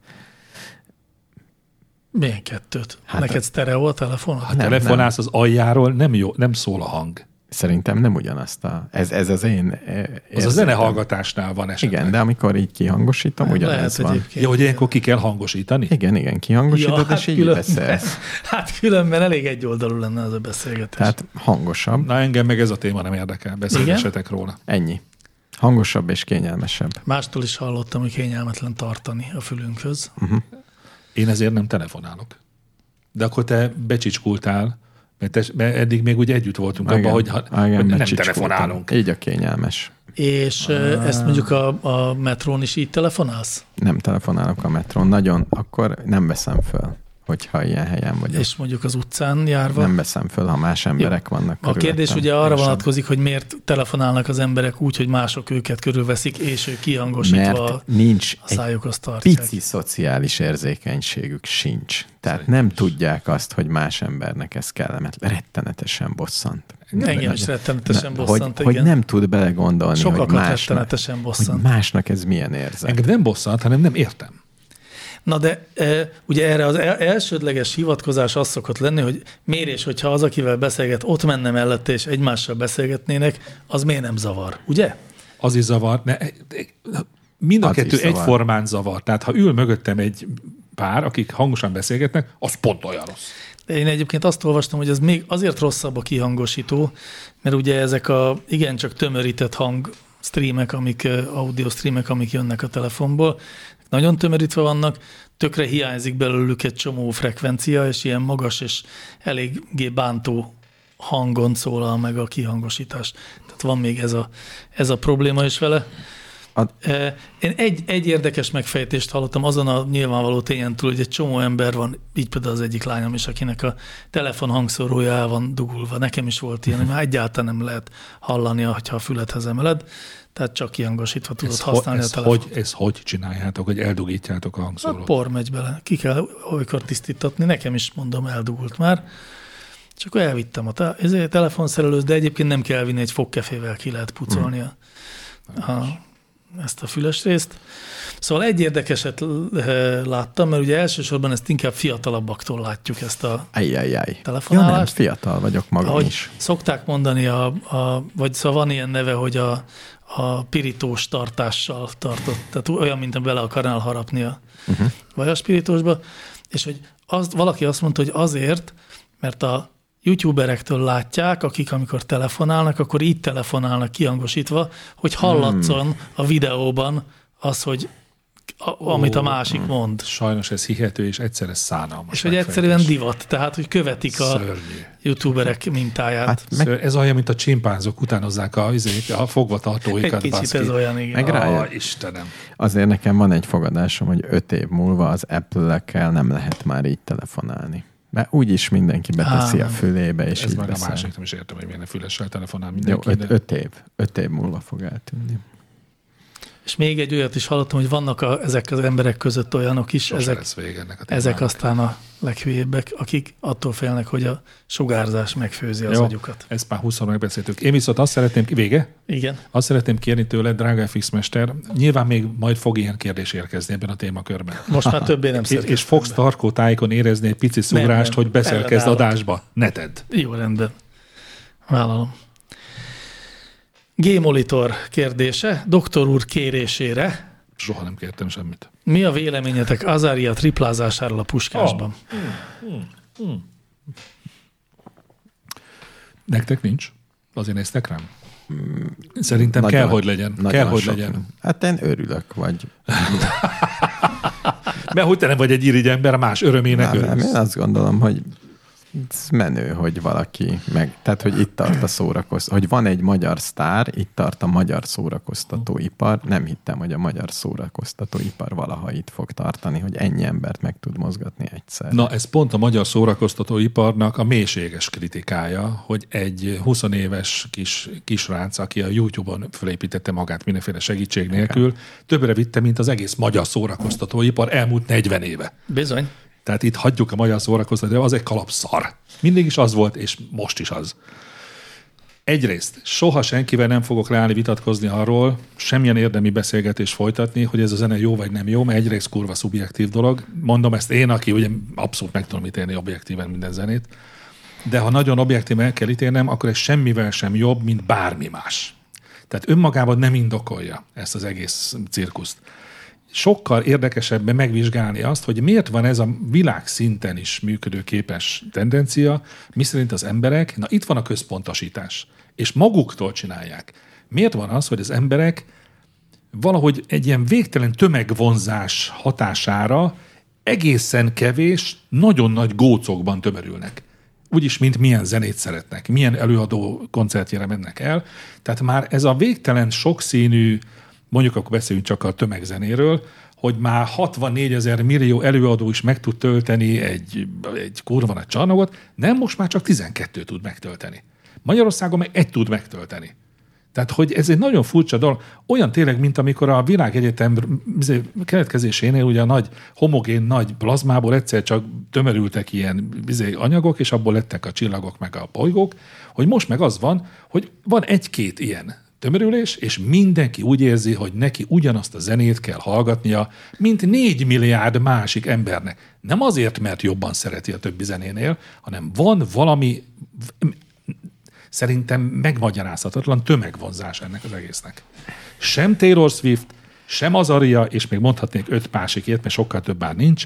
Milyen kettőt? Hát neked sztereó a telefonod? Ha telefonálsz az aljáról, nem szól a hang. Szerintem nem ugyanazt ez az én az a zenehallgatásnál van esetleg. Igen, de amikor így kihangosítom, ugyanez van. Ja, hogy ilyenkor ki kell hangosítani? Igen, kihangosítod, és így beszélsz. Hát különben elég egyoldalú lenne az a beszélgetés. Tehát hangosabb. Na engem meg ez a téma nem érdekel, beszélgessetek róla. Ennyi. Hangosabb és kényelmesebb. Mástól is hallottam, hogy kényelmetlen tartani a fülünkhöz. Én ezért nem telefonálok. De akkor te becsicskultál, mert eddig még ugye együtt voltunk abban, hogy nem telefonálunk. Így a kényelmes. És ezt mondjuk a metrón is így telefonálsz? Nem telefonálok a metrón. Nagyon, akkor nem veszem föl, hogyha ilyen helyen vagyok. És mondjuk az utcán járva? Nem veszem föl, ha más emberek vannak körülöttem. A kérdés ugye arra vonatkozik, hogy miért telefonálnak az emberek úgy, hogy mások őket körülveszik, és ők kihangosítva mert nincs a szájukhoz tartják. Pici szociális érzékenységük sincs. Tehát nem tudják azt, hogy más embernek ez kellemetlen. Rettenetesen bosszant. Engem is rettenetesen bosszant, hogy nem tud belegondolni, sokakat rettenetesen bosszant. Hogy másnak ez milyen érzet. Engem nem bosszant, hanem nem értem. Na de ugye erre az elsődleges hivatkozás az szokott lenni, hogy mérés, hogyha az, akivel beszélget, ott menne mellette, és egymással beszélgetnének, az miért nem zavar, ugye? Az is zavar. Mind a kettő egyformán zavar. Tehát ha ül mögöttem egy pár, akik hangosan beszélgetnek, az pont olyan rossz. De én egyébként azt olvastam, hogy ez még azért rosszabb a kihangosító, mert ugye ezek a igencsak tömörített hangstreamek, audio streamek, amik jönnek a telefonból, nagyon tömörítve vannak, tökre hiányzik belőlük egy csomó frekvencia, és ilyen magas és eléggé bántó hangon szólal meg a kihangosítás. Tehát van még ez a probléma is vele. Én egy érdekes megfejtést hallottam azon a nyilvánvaló tényen túl, hogy egy csomó ember van, így például az egyik lányom is, akinek a telefon hangszórója el van dugulva. Nekem is volt ilyen, hogy már egyáltalán nem lehet hallani, ha a fülethez emeled, tehát csak kihangosítva tudod használni a telefont. Ezt hogy csináljátok, hogy eldugítjátok a hangszórót? A por megy bele. Ki kell olykor tisztítatni. Nekem is, mondom, eldugult már. Csak elvittem a telefonszerelőt, de egyébként nem kell vinni, egy fogkefével ki lehet pucolni ezt a füles részt. Szóval egy érdekeset láttam, mert ugye elsősorban ezt inkább fiatalabbaktól látjuk, ezt a telefonálást. Ja, nem, fiatal vagyok magam ahogy is. Szokták mondani, vagy szóval van ilyen neve, hogy a pirítós tartással tartott, tehát olyan, mint bele akarnál harapni a vajaspiritósba, és hogy valaki azt mondta, hogy azért, mert a youtuberektől látják, akik amikor telefonálnak, akkor így telefonálnak kihangosítva, hogy hallatszon a videóban az, hogy amit a másik mond. Sajnos ez hihető, és egyszerre szánalmas. És hogy egyszerűen divat, tehát hogy követik a youtuberek mintáját. Hát ez olyan, mint a csimpánzok utánozzák a fogvatartóikat. Egy kicsit ez olyan, igen. Istenem. Azért nekem van egy fogadásom, hogy 5 év múlva az Apple-ekkel nem lehet már így telefonálni. Mert úgyis mindenki beteszi a fülébe, és ez így meg beszél. a másik, nem is értem, hogy milyen fülessel telefonál mindenki. Jó, 5 év múlva fog eltűnni. És még egy olyat is hallottam, hogy vannak ezek az emberek között olyanok is, ezek aztán a leghülyébbek, akik attól félnek, hogy a sugárzás megfőzi az agyukat. Ezt már 20-szor megbeszéltük. Én viszont azt szeretném, Igen. Azt szeretném kérni tőled, drága FX Mester, nyilván még majd fog ilyen kérdés érkezni ebben a témakörben. Most már többé nem szerkeztem. És fogsz tarkótájékon érezni egy pici szúrást, hogy beszélkezz adásba. Ne tedd. Jó, rendben. Vállalom. G-monitor kérdése, doktor úr kérésére. Soha nem kértem semmit. Mi a véleményetek Azaria triplázásáról a Puskásban? Nektek nincs? Azért néztek rám? Szerintem nagyon, kell, hogy legyen. Kell, hogy legyen. Hát én örülök, vagy... Mert hogy te nem vagy egy irigy ember, más örömének örülsz. Nem, én azt gondolom, hogy Ez menő, hogy valaki tehát, hogy itt tart a szórakoztató, hogy van egy magyar sztár, itt tart a magyar szórakoztatóipar. Nem hittem, hogy a magyar szórakoztatóipar valaha itt fog tartani, hogy ennyi embert meg tud mozgatni egyszer. Na, ez pont a magyar szórakoztatóiparnak a mélységes kritikája, hogy egy 20 éves kisrác, aki a YouTube-on felépítette magát mindenféle segítség nélkül, többre vitte, mint az egész magyar szórakoztatóipar elmúlt 40 éve. Bizony. Tehát itt hagyjuk a magyar szórakoztatót, az egy kalapszar. Mindig is az volt, és most is az. Egyrészt soha senkivel nem fogok leállni vitatkozni arról, semmilyen érdemi beszélgetést folytatni, hogy ez a zene jó vagy nem jó, mert egyrészt kurva szubjektív dolog. Mondom ezt én, aki ugye abszolút meg tudom ítélni objektíven minden zenét, de ha nagyon objektíven el kell ítélnem, akkor ez semmivel sem jobb, mint bármi más. Tehát önmagában nem indokolja ezt az egész cirkuszt. Sokkal érdekesebben megvizsgálni azt, hogy miért van ez a világszinten is működőképes tendencia, miszerint az emberek, na itt van a központosítás, és maguktól csinálják. Miért van az, hogy az emberek valahogy egy ilyen végtelen tömegvonzás hatására egészen kevés, nagyon nagy gócokban tömörülnek. Úgyis, mint milyen zenét szeretnek, milyen előadó koncertjére mennek el. Tehát már ez a végtelen sokszínű, mondjuk akkor beszéljünk csak a tömegzenéről, hogy már 64 000 millió előadó is meg tud tölteni egy kurva nagy csarnokot, nem, most már csak 12 tud megtölteni. Magyarországon meg 1 tud megtölteni. Tehát, hogy ez egy nagyon furcsa dolog. Olyan tényleg, mint amikor a világegyetem keletkezésénél ugye a nagy homogén nagy plazmából egyszer csak tömörültek ilyen anyagok, és abból lettek a csillagok meg a bolygók, hogy most meg az van, hogy van 1-2 ilyen tömörülés, és mindenki úgy érzi, hogy neki ugyanazt a zenét kell hallgatnia, mint 4 milliárd másik embernek. Nem azért, mert jobban szereti a többi zenénél, hanem van valami szerintem megmagyarázhatatlan tömegvonzás ennek az egésznek. Sem Taylor Swift, sem Azaria, és még mondhatnék 5 másikért, mert sokkal több már nincs,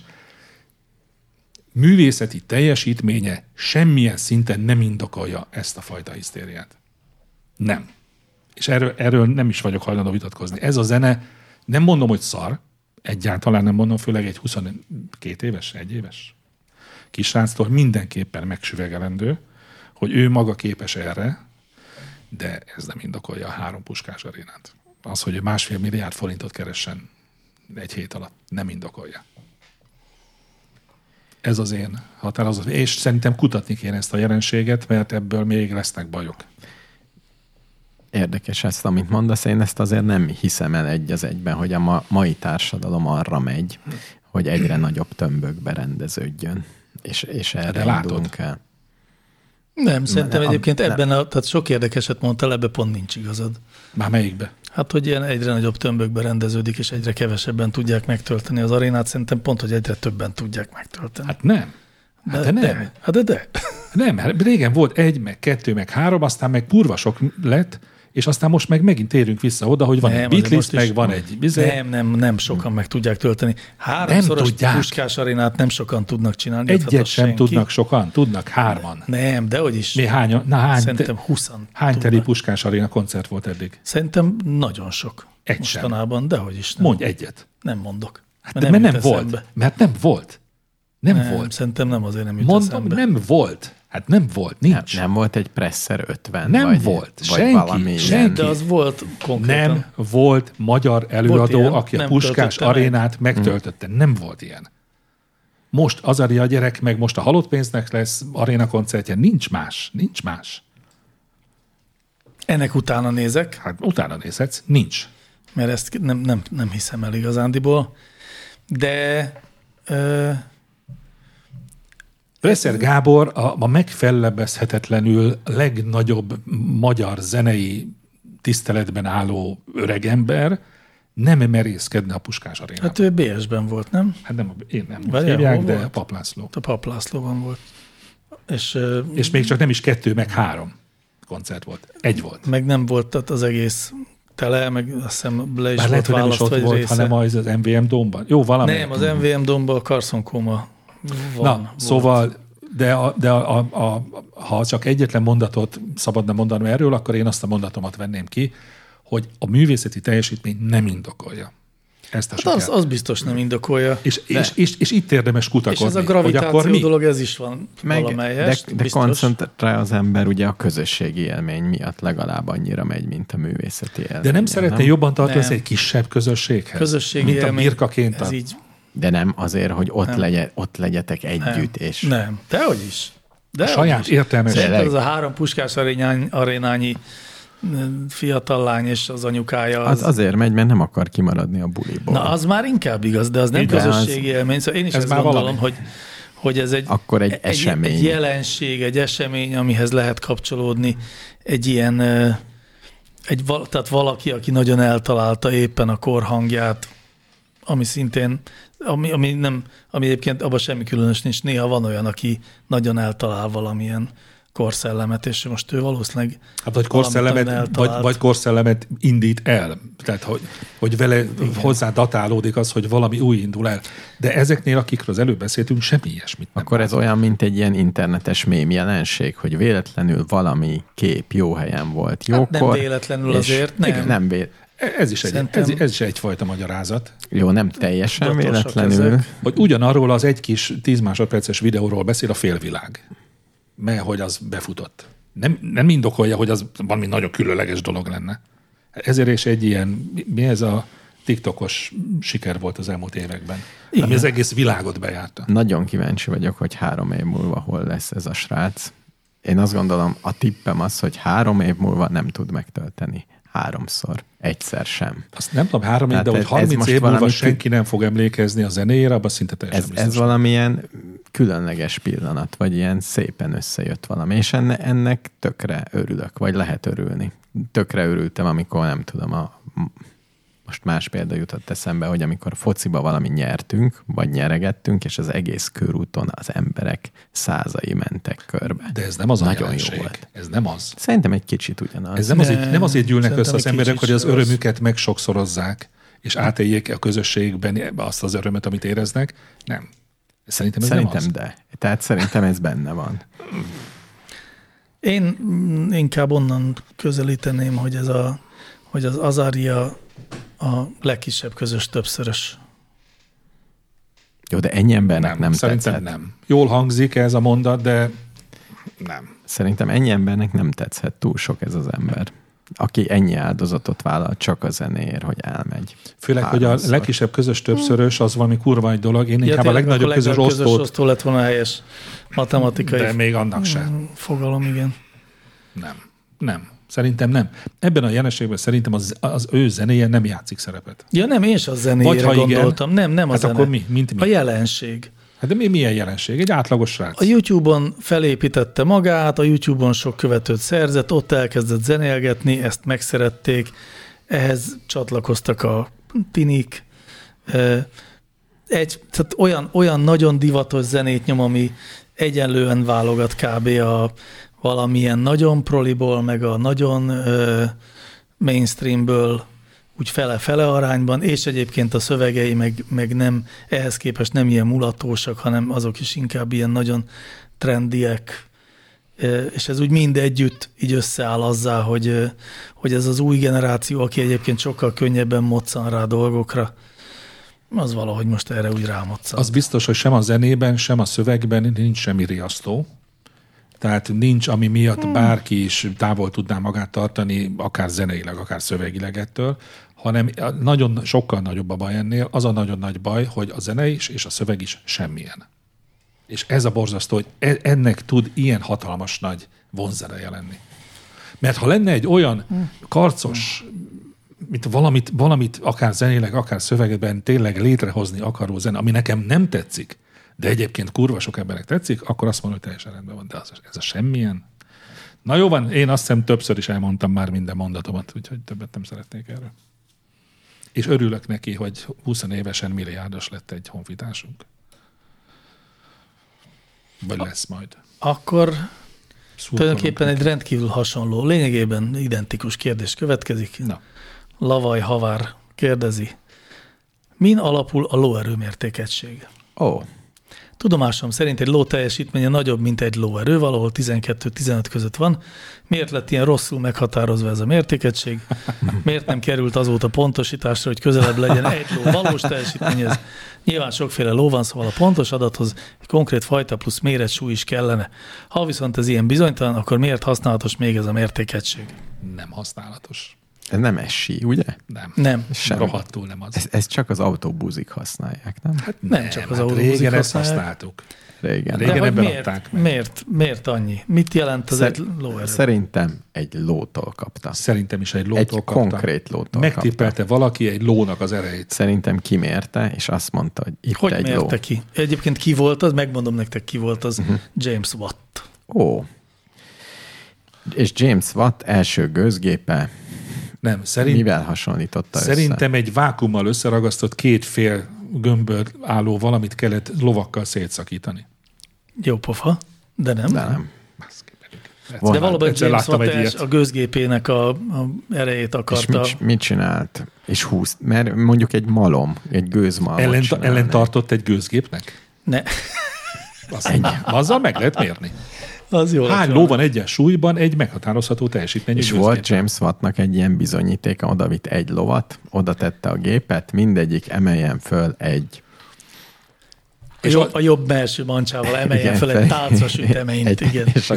művészeti teljesítménye semmilyen szinten nem indokolja ezt a fajta hisztériát. Nem. És erről nem is vagyok hajlandó vitatkozni. Ez a zene, nem mondom, hogy szar, egyáltalán nem mondom, főleg egy 22 éves, 1 éves kisráctól mindenképpen megsüvegelendő, hogy ő maga képes erre, de ez nem indokolja a 3 Puskás arénát. Az, hogy 1,5 milliárd forintot keressen 1 hét alatt, nem indokolja. Ez az én határozat. És szerintem kutatni kéne ezt a jelenséget, mert ebből még lesznek bajok. Érdekes ezt, amit mondasz, én ezt azért nem hiszem el egy az egyben, hogy a mai társadalom arra megy, hogy egyre nagyobb tömbökbe rendeződjön. És erre indulunk el. Nem, szerintem egyébként ebben, tehát sok érdekeset mondtál, ebben pont nincs igazad. Már melyikbe? Hát, hogy ilyen egyre nagyobb tömbökbe rendeződik, és egyre kevesebben tudják megtölteni az arénát, szerintem pont, hogy egyre többen tudják megtölteni. Hát nem. De. Nem, régen volt 1, meg 2, meg 3, aztán meg kurva sok lett, és aztán most meg megint térünk vissza oda, hogy van egy beatlist, meg van egy... Nem sokan meg tudják tölteni. 3-szoros Puskás arénát nem sokan tudnak csinálni. Egyet sem tudnak sokan, tudnak 3-an. Nem, dehogy is. Szerintem 20-an. Hány teli Puskás aréna koncert volt eddig? Szerintem nagyon sok. Egy mostanában, sem. Dehogy is. Nem. Mondj egyet. Nem mondok. Mert nem volt. Mert nem volt. Nem volt. Szerintem nem azért nem jut eszembe. Nem volt. Hát nem volt, nincs. Nem volt egy Presser 50? Nem volt. Senki. De az volt konkrétan. Nem volt magyar előadó, volt aki a Puskás arénát megtöltötte. Nem volt ilyen. Most Azaria gyerek, meg most a Halott pénznek lesz aréna koncertje. Nincs más. Ennek utána nézek. Hát utána nézhetsz. Nincs. Mert ezt nem hiszem el igazándiból. De... Presser Gábor a megfellebbezhetetlenül legnagyobb magyar zenei tiszteletben álló öregember nem merészkedne a Puskás arénában. Hát ő BS-ben volt, nem? Hát én nem úgy hívják, de volt? Pap László. A Pap Lászlóban volt. És még csak nem is 2, meg 3 koncert volt. 1 volt. Meg nem volt az egész tele, meg azt hiszem le is lehet, volt választva egy volt, hanem az MVM Dómban. Jó, valami. Nem, az MVM Dómban a Carson Coma van. Szóval, de ha csak egyetlen mondatot szabadna mondanom erről, akkor én azt a mondatomat venném ki, hogy a művészeti teljesítmény nem indokolja ezt a sikert. Az biztos nem indokolja. És itt érdemes kutakodni. És ez a gravitáció dolog, ez is van valamelyest. De koncentrál az ember ugye a közösségi élmény miatt legalább annyira megy, mint a művészeti élmény. De nem szeretné jobban tartozni egy kisebb közösséghez? Közösségi mint élmény, a birkaként. Ez így. De nem azért, hogy ott legyetek együtt. És... Nem, dehogy is. A saját értelmes. Szerintem az a 3 Puskás arénányi fiatal lány és az anyukája. Az azért megy, mert nem akar kimaradni a buliból. Na, az már inkább igaz, de az nem közösségi élmény. Szóval én is ezt gondolom, hogy ez akkor egy esemény. Egy jelenség, egy esemény, amihez lehet kapcsolódni egy ilyen, tehát valaki, aki nagyon eltalálta éppen a korhangját, ami szintén, ami egyébként abban semmi különös nincs. Néha van olyan, aki nagyon eltalál valamilyen korszellemet, és most ő valószínűleg vagy korszellemet indít el. Tehát, hogy vele hozzá datálódik az, hogy valami új indul el. De ezeknél, akikről az előbb beszéltünk, semmi ilyesmit nem. Akkor ez olyan, mint egy ilyen internetes mém jelenség, hogy véletlenül valami kép jó helyen volt jókor. Hát nem véletlenül azért, nem. Nem Ez is egyfajta magyarázat. Jó, nem teljesen véletlenül. Hogy ugyanarról az egy kis 10 másodperces videóról beszél a félvilág. Mert hogy az befutott. Nem indokolja, hogy az valami nagyon különleges dolog lenne. Ezért is egy ilyen, mi ez a TikTokos siker volt az elmúlt években. Igen. Ami az egész világot bejárta. Nagyon kíváncsi vagyok, hogy 3 év múlva hol lesz ez a srác. Én azt gondolom, a tippem az, hogy 3 év múlva nem tud megtölteni 3-szor. Egyszer sem. Azt nem tudom, 3 év, de hogy 30 év múlva senki nem fog emlékezni a zenéjére, abban szinte teljesen biztos. Ez valamilyen különleges pillanat, vagy ilyen szépen összejött valami, és ennek tökre örülök, vagy lehet örülni. Tökre örültem, amikor nem tudom, most más példa jutott eszembe, hogy amikor fociba valami nyertünk, vagy nyeregettünk, és az egész körúton az emberek százai mentek körbe. De ez nem az nagyon a jelenség. Jó volt. Ez nem az. Szerintem egy kicsit ugyanaz. Ez nem azért gyűlnek össze az emberek, hogy az örömüket megsokszorozzák, és átéljék a közösségben azt az örömet, amit éreznek. Nem. Szerintem nem az. Tehát szerintem ez benne van. Én inkább onnan közelíteném, hogy az Azaria a legkisebb közös többszörös. Jó, de ennyi embernek nem szerintem tetszett. Nem. Jól hangzik ez a mondat, de nem. Szerintem ennyi embernek nem tetszett túl sok ez az ember, aki ennyi áldozatot vállal csak a zenéért, hogy elmegy. Főleg, hogy a legkisebb közös többszörös az valami kurva egy dolog. Én inkább a legnagyobb közös osztó lett volna a helyes matematikai. De még annak sem. Fogalom, igen. Nem. Szerintem nem. Ebben a jelenségben szerintem az ő zenéje nem játszik szerepet. Ja, nem, én is a zenéjére gondoltam. Nem a hát zene. Akkor mi? Mint mi? A jelenség. Hát de milyen jelenség? Egy átlagos srác. A YouTube-on felépítette magát, a YouTube-on sok követőt szerzett, ott elkezdett zenélgetni, ezt megszerették, ehhez csatlakoztak a tinik. Tehát olyan nagyon divatos zenét nyom, ami egyenlően válogat kb. A valamilyen nagyon proliból, meg a nagyon mainstreamből úgy fele-fele arányban, és egyébként a szövegei meg nem, ehhez képest nem ilyen mulatósak, hanem azok is inkább ilyen nagyon trendiek, és ez úgy mind együtt így összeáll azzá, hogy ez az új generáció, aki egyébként sokkal könnyebben moccan rá dolgokra, az valahogy most erre úgy rámoccan. Az biztos, hogy sem a zenében, sem a szövegben nincs semmi riasztó. Tehát nincs, ami miatt bárki is távol tudná magát tartani, akár zeneileg, akár szövegileg ettől, hanem sokkal nagyobb a baj ennél. Az a nagyon nagy baj, hogy a zene is és a szöveg is semmilyen. És ez a borzasztó, hogy ennek tud ilyen hatalmas nagy vonzereje lenni. Mert ha lenne egy olyan karcos, mint valamit akár zenéleg, akár szövegben tényleg létrehozni akaró zene, ami nekem nem tetszik, de egyébként kurva sok embernek tetszik, akkor azt mondom, hogy teljesen rendben van. De ez a semmilyen. Na jó van, én azt hiszem többször is elmondtam már minden mondatomat, úgyhogy többet nem szeretnék erről. És örülök neki, hogy 20 évesen milliárdos lett egy honfitársunk. Vagy lesz majd. Akkor tulajdonképpen egy rendkívül hasonló, lényegében identikus kérdés következik. Na. Lavaj Havár kérdezi. Min alapul a lóerőmérték egység? Ó. Tudomásom szerint egy ló teljesítménye nagyobb, mint egy lóerő, valahol 12-15 között van. Miért lett ilyen rosszul meghatározva ez a mértékegység? Miért nem került azóta pontosításra, hogy közelebb legyen egy ló valós teljesítményhez? Nyilván sokféle ló van, szóval a pontos adathoz egy konkrét fajta plusz méret, súly is kellene. Ha viszont ez ilyen bizonytalan, akkor miért használatos még ez a mértékegység? Nem használatos. Ez nem SI, ugye? Nem. Rohadtul nem az. Ez csak az autóbuzik használják, nem? Hát nem csak az autóbuzik régen használják. Ezt használtuk. Régen ebben adták meg. Miért annyi? Mit jelent ez egy lóerő? Szerintem egy lótól kapta. Szerintem is egy lótól kapta. Konkrét lótól megtippelte kapta. valaki egy lónak az erejét. Szerintem kimérte, és azt mondta, hogy itt hogy egy ló. mérte ki? Egyébként ki volt az? Megmondom nektek, ki volt az. James Watt. Ó. És James Watt első gőzgépe Nem, mivel hasonlította Szerintem egy vákummal összeragasztott két fél gömbből álló valamit kellett lovakkal szétszakítani. Jó pofa, de nem. De nem. De valóban James Watt a gőzgépének a erejét akarta. És mit csinált? És húzt, mert mondjuk egy malom, egy gőzmalom. Ellen tartott egy gőzgépnek? Ne. Azzal meg lehet mérni. Az jó. Hány ló van egyen súlyban egy meghatározható teljesítményű és gőzgép? volt James Wattnak egy ilyen bizonyítéka, odavitt egy lovat, oda tette a gépet, mindegyik emeljen föl egy. És a jobb belső mancsával emeljen fel egy tálca süteményt. Igen. És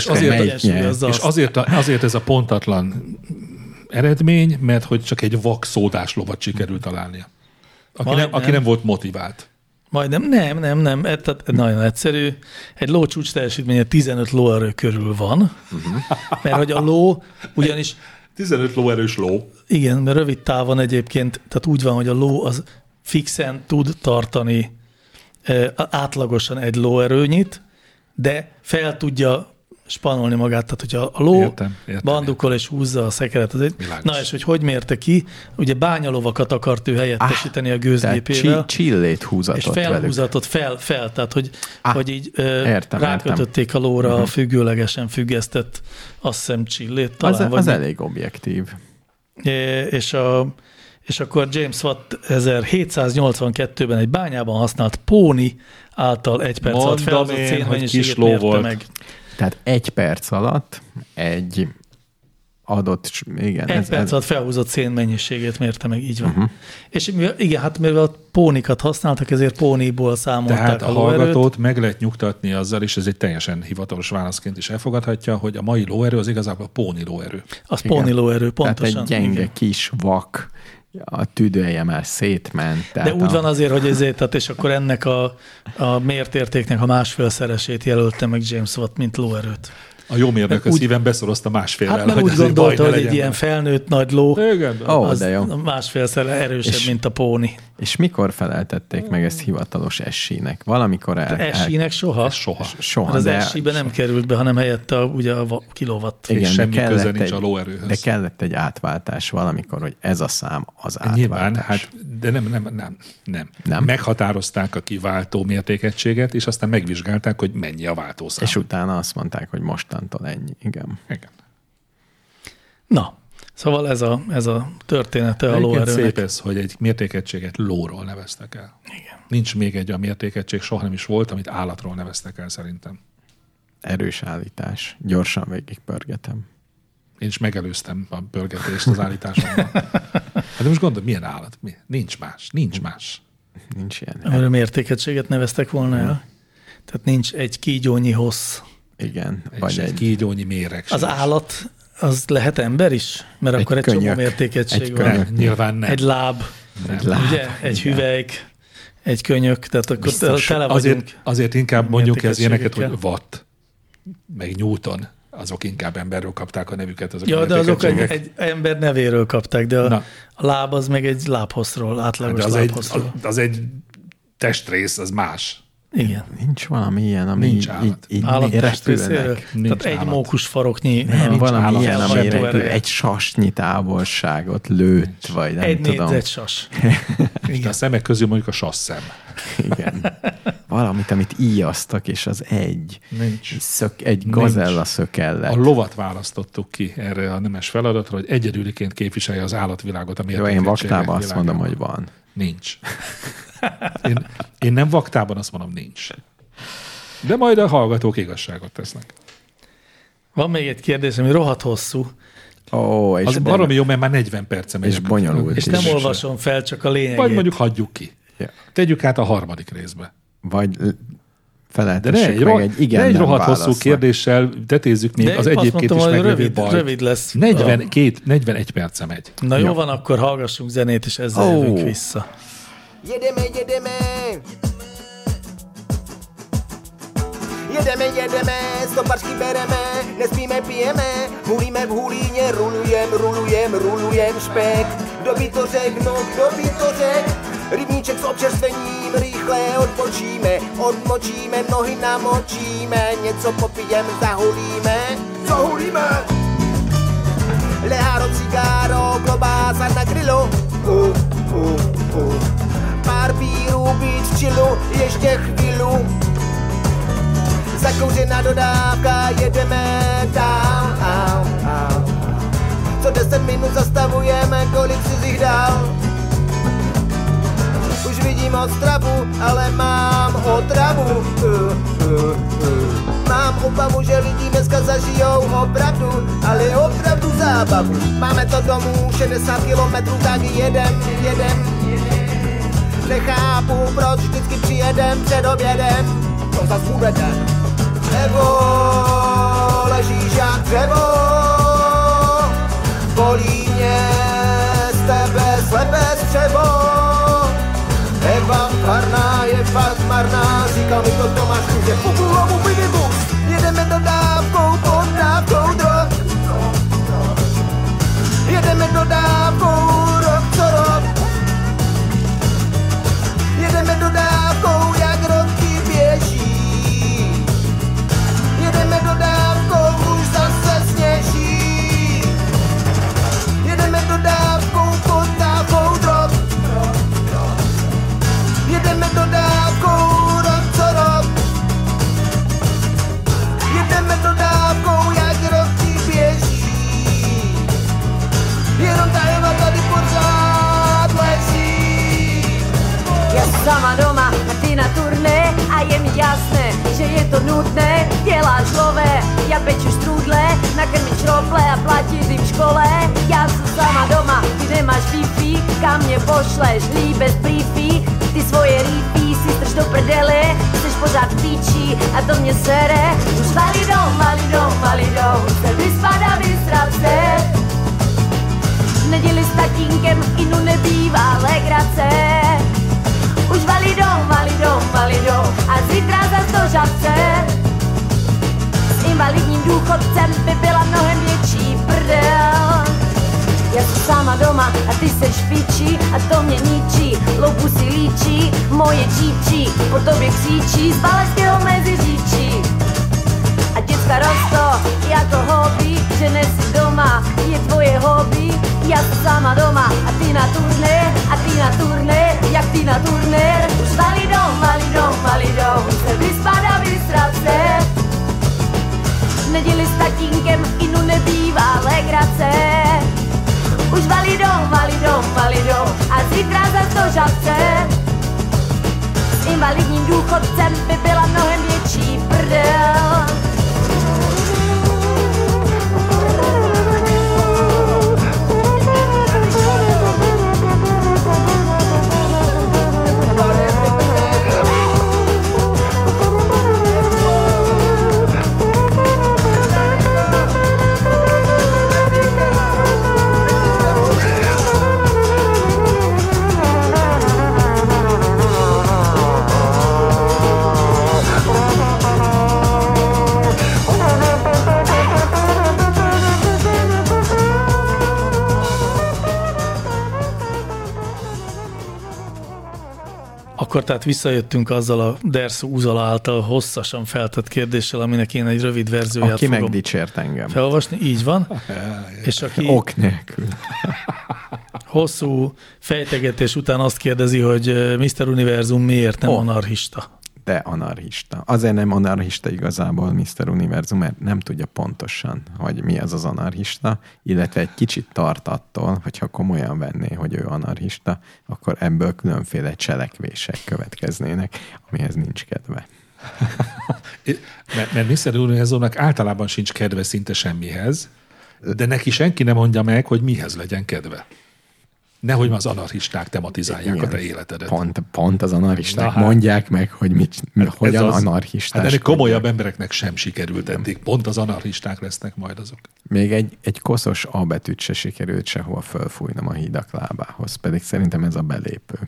azért ez a pontatlan eredmény, mert hogy csak egy vak szódás lovat sikerült találnia. Aki nem volt motivált. Majdnem, nem. Tehát nagyon egyszerű. Egy ló csúcs teljesítménye 15 lóerő körül van, mert hogy a ló ugyanis... 15 lóerős ló. Igen, mert rövid távon egyébként, tehát úgy van, hogy a ló az fixen tud tartani átlagosan egy lóerőnyit, de fel tudja spanolni magát, tehát hogyha a ló bandukol és húzza a szekeret. Na és hogy mérte ki? Ugye bányalovakat akart ő helyettesíteni a gőzgépével. Csillét húzatott és felhúzatott fel, tehát hogy így rákötötték a lóra a függőlegesen függesztett, azt hiszem csillét talán. Az elég objektív. És akkor James Watt 1782-ben egy bányában használt Pony által 1 perc alatt felhozott szénmennyiségét mérte meg. Tehát 1 perc alatt egy adott... Igen, 1 perc alatt felhúzott szénmennyiségét mérte meg, így van. És igen, hát mivel a pónikat használtak, ezért póniból számolták tehát a lóerőt. hallgatót meg lehet nyugtatni azzal, és ez egy teljesen hivatalos válaszként is elfogadhatja, hogy a mai lóerő az igazából póni lóerő. Az póni lóerő, pontosan. Tehát egy gyenge kis vak, a tüdője már szétment. De úgy van azért, hogy ezért, és akkor ennek a mért értéknek a másfélszeresét jelölte meg James Watt, mint lóerőt. A jó mérnök a szíven beszorozta másfélrel. Hát mert úgy gondolta, hogy egy ilyen felnőtt nagy ló az másfélszer erősebb, mint a póni. És mikor feleltették meg ezt hivatalos SI-nek? Valamikor SI-nek soha? Soha. Az SI-be nem került be, hanem helyette ugye a kilowatt. Igen, és semmi köze nincs a lóerőhöz. De kellett egy átváltás valamikor, hogy ez a szám az átváltás. Nyilván, de nem. Meghatározták a kiváltó mértékegységet, és aztán megvizsgálták, hogy mennyi a váltószám. És utána azt mondták, hogy mostantól ennyi. Igen. Na, szóval ez a története a lóerőnek. Szép ez, hogy egy mértékegységet lóról neveztek el. Igen. Nincs még egy olyan mértékegység, soha nem is volt, amit állatról neveztek el szerintem. Erős állítás. Gyorsan végigpörgetem. Én is megelőztem a pörgetést az állításomban. Hát de most gondolj, milyen állat? Nincs más. Nincs ilyen. Amiről mértékegységet neveztek volna el. Tehát nincs egy kígyónyi hossz. Igen. Vagy egy kígyónyi méreg. Az állat, az lehet ember is? Mert egy akkor egy csomó mértékegység van. Nem, nyilván nem. Egy láb. Ugye? Egy hüvelyk. Egy könyök. Tehát akkor tele vagyunk. Azért inkább mondjuk ez ilyeneket, hogy watt, meg Newton. Azok inkább emberről kapták a nevüket. De azok egy ember nevéről kapták, de a láb az meg egy lábhosszról, átlagos lábhosszról. Az egy testrész, az más. Igen. Nincs valami ilyen, ami nincs állat. így repülnek. Tehát egy mókus faroknyi. Nem, valami ilyen, ami repül, egy sasnyi távolságot lőtt, vagy nem egy tudom. Egy négyzet sas. A szemek közül mondjuk a sasszem. Igen. Valamit, amit íjasztak, és az egy. Nincs. Egy gazella szökellet. A lovat választottuk ki erre a nemes feladatra, hogy egyedüliként képviselje az állatvilágot, ami én vaktában azt mondom, hogy van. Nincs. Én nem vaktában azt mondom, nincs. De majd a hallgatók igazságot tesznek. Van még egy kérdés, ami rohadt hosszú. És az baromi jó, mert már 40 percem. És bonyolult. És nem olvasom fel, csak a lényegét. Vagy mondjuk hagyjuk ki. Ja. Tegyük át a harmadik részbe. Vagy feleltessük meg egy igen egy nem rohadt válasznak. hosszú kérdéssel tetézzük még az egyébként is meglévő bajt. Rövid lesz. 41 perce megy. Na jó van, akkor hallgassunk zenét, és ezzel jövünk vissza. Jedeme, stopačky bereme, nespíme, pijeme, hulíme v hulíně, rulujem špek. Kdo by to řek, rybníček s občerstvením, rychle odmočíme, nohy namočíme, něco popijem, zahulíme. Leháro, cigáro, klobása na grilu, pár pírů, být v čilu, ještě chvílu. Zakouřená dodávka, jedeme dál. Co 10 minut zastavujeme, kolik cizích dál. Už vidím Ostravu, ale mám otravu. Mám obavu, že lidi dneska zažijou opravdu, ale opravdu zábavu. Máme to domů 60 kilometrů, tak jedem. Nechápu, proč vždycky přijedem před obědem. To zas bude den. Dřevo, ležíš jak dřevo, bolí mě z tebe slepé střevo. Eva farná je fakt marná, říkal mi to Tomáš Kůže, Fukulovu minibus. Jedeme dodávkou pod dávkou drog. Jedeme dodávkou rok co rok. Jedeme dodávkou, jak roky běží. Jedeme dodávkou, už zase sněží. Jedeme dodávkou pod dávkou drog. Jedeme dodávkou rok co rok. Jedeme dodávkou, jak roky běží. Jenom ta Eva tady pořád leží. Já sama doma a ty na turné a je mi jasné, že je to nutné. Děláš lové, já peču strůdle, nakrmiť šroble a platit jim v škole. Já jsem sama doma, ty nemáš Wi-Fi, kam mě pošleš, líp bez briefy. Ty svoje rýpy si strž do prdele, chceš pořád v píči a to mě sere. Už validou, se vyspadá vysrat se. V neděli s tatínkem inu nebývá legrace. Už validou a zítra zas do žabce. S invalidním důchodcem by byla mnohem větší prdel. Já jsem sama doma a ty seš v piči a to mě ničí. Loupu si líčí, moje čípčí, po tobě křičí, z Balašského Meziříčí. A děcka rostou jako hobby, že nesi doma, je tvoje hobby. Já jsem sama doma a ty na turné, jak ty na turnér. Už validou, se vyspadá vysrat se. V neděli s tatínkem inu nebývá legrace. Už validou a zítra zas do žabce. S invalidním důchodcem by byla mnohem větší prdel. Akkor tehát visszajöttünk azzal a Derszó Uzala által hosszasan feltett kérdéssel, aminek én egy rövid verzióját aki fogom megdicsért engem. Felolvasni, így van. És aki ok nélkül. hosszú fejtegetés után azt kérdezi, hogy Mr. Univerzum miért nem anarchista? De anarchista. Azért nem anarchista igazából Mr. Univerzum, mert nem tudja pontosan, hogy mi az anarchista, illetve egy kicsit tart attól, hogyha komolyan venné, hogy ő anarchista, akkor ebből különféle cselekvések következnének, amihez nincs kedve. Mert Mr. Univerzumnak általában sincs kedve szinte semmihez, de neki senki nem mondja meg, hogy mihez legyen kedve. Nehogy az anarchisták tematizálják a te életedet. Pont az anarchisták mondják meg, hogy hogyan anarchisták. Hát ennek komolyabb embereknek sem sikerült eddig. Pont az anarchisták lesznek majd azok. Még egy koszos A betűt se sikerült sehol fölfújnom a hídak lábához, pedig szerintem ez a belépő.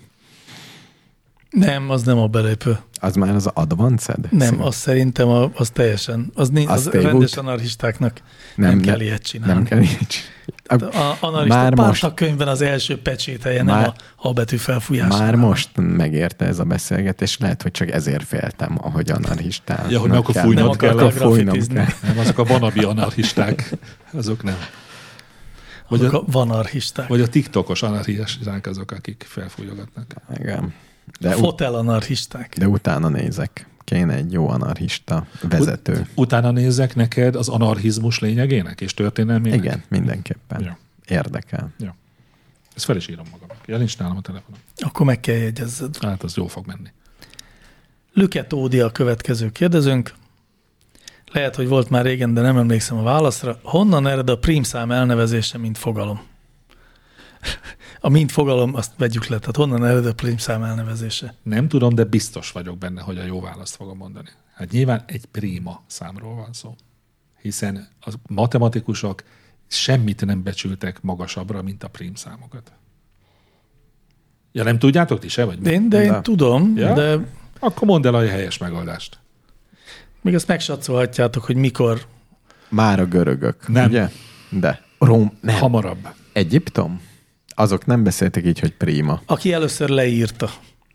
Nem, az nem a belépő. Az már az advanced? Nem, az szerintem az teljesen. Az rendes anarchistáknak nem kell ilyet csinálni. Nem kell ilyet csinálni. A anarchista pártkönyvben az első pecsételje, nem a A betű felfújása. Már most megérte ez a beszélgetés, lehet, hogy csak ezért féltem, ahogy anarchistának. Ja, hogy akkor fújnod kell. Akkor fújnom kell. Nem, azok a vanabi anarchisták, azok nem. Vagy a vanarchisták. Vagy a TikTokos anarchisták azok, akik felfújogatnak. Igen. Fotel anarchisták. De utána nézek. Kéne egy jó anarchista vezető. Utána nézzek neked az anarchizmus lényegének és történelmének? Igen, mindenképpen. Ja. Érdekel. Ja. Ezt fel is írom magam. Ja, nincs nálam a telefonom. Akkor meg kell jegyezzed. Hát az jó fog menni. Lüket Ódi a következő kérdezőnk. Lehet, hogy volt már régen, de nem emlékszem a válaszra. Honnan ered a prímszám elnevezése, mint fogalom? A mint fogalom, azt vegyük le. Tehát honnan ered a prímszám elnevezése? Nem tudom, de biztos vagyok benne, hogy a jó választ fogom mondani. Hát nyilván egy príma számról van szó. Hiszen a matematikusok semmit nem becsültek magasabbra, mint a prímszámokat. Ja, nem tudjátok ti se? Vagy én tudom, ja? De... Akkor mondd el a helyes megoldást. Még azt megsatszolhatjátok, hogy mikor... Már a görögök, nem. Ugye? De. Nem. Hamarabb. Egyiptom? Azok nem beszéltek így, hogy príma. Aki először leírta.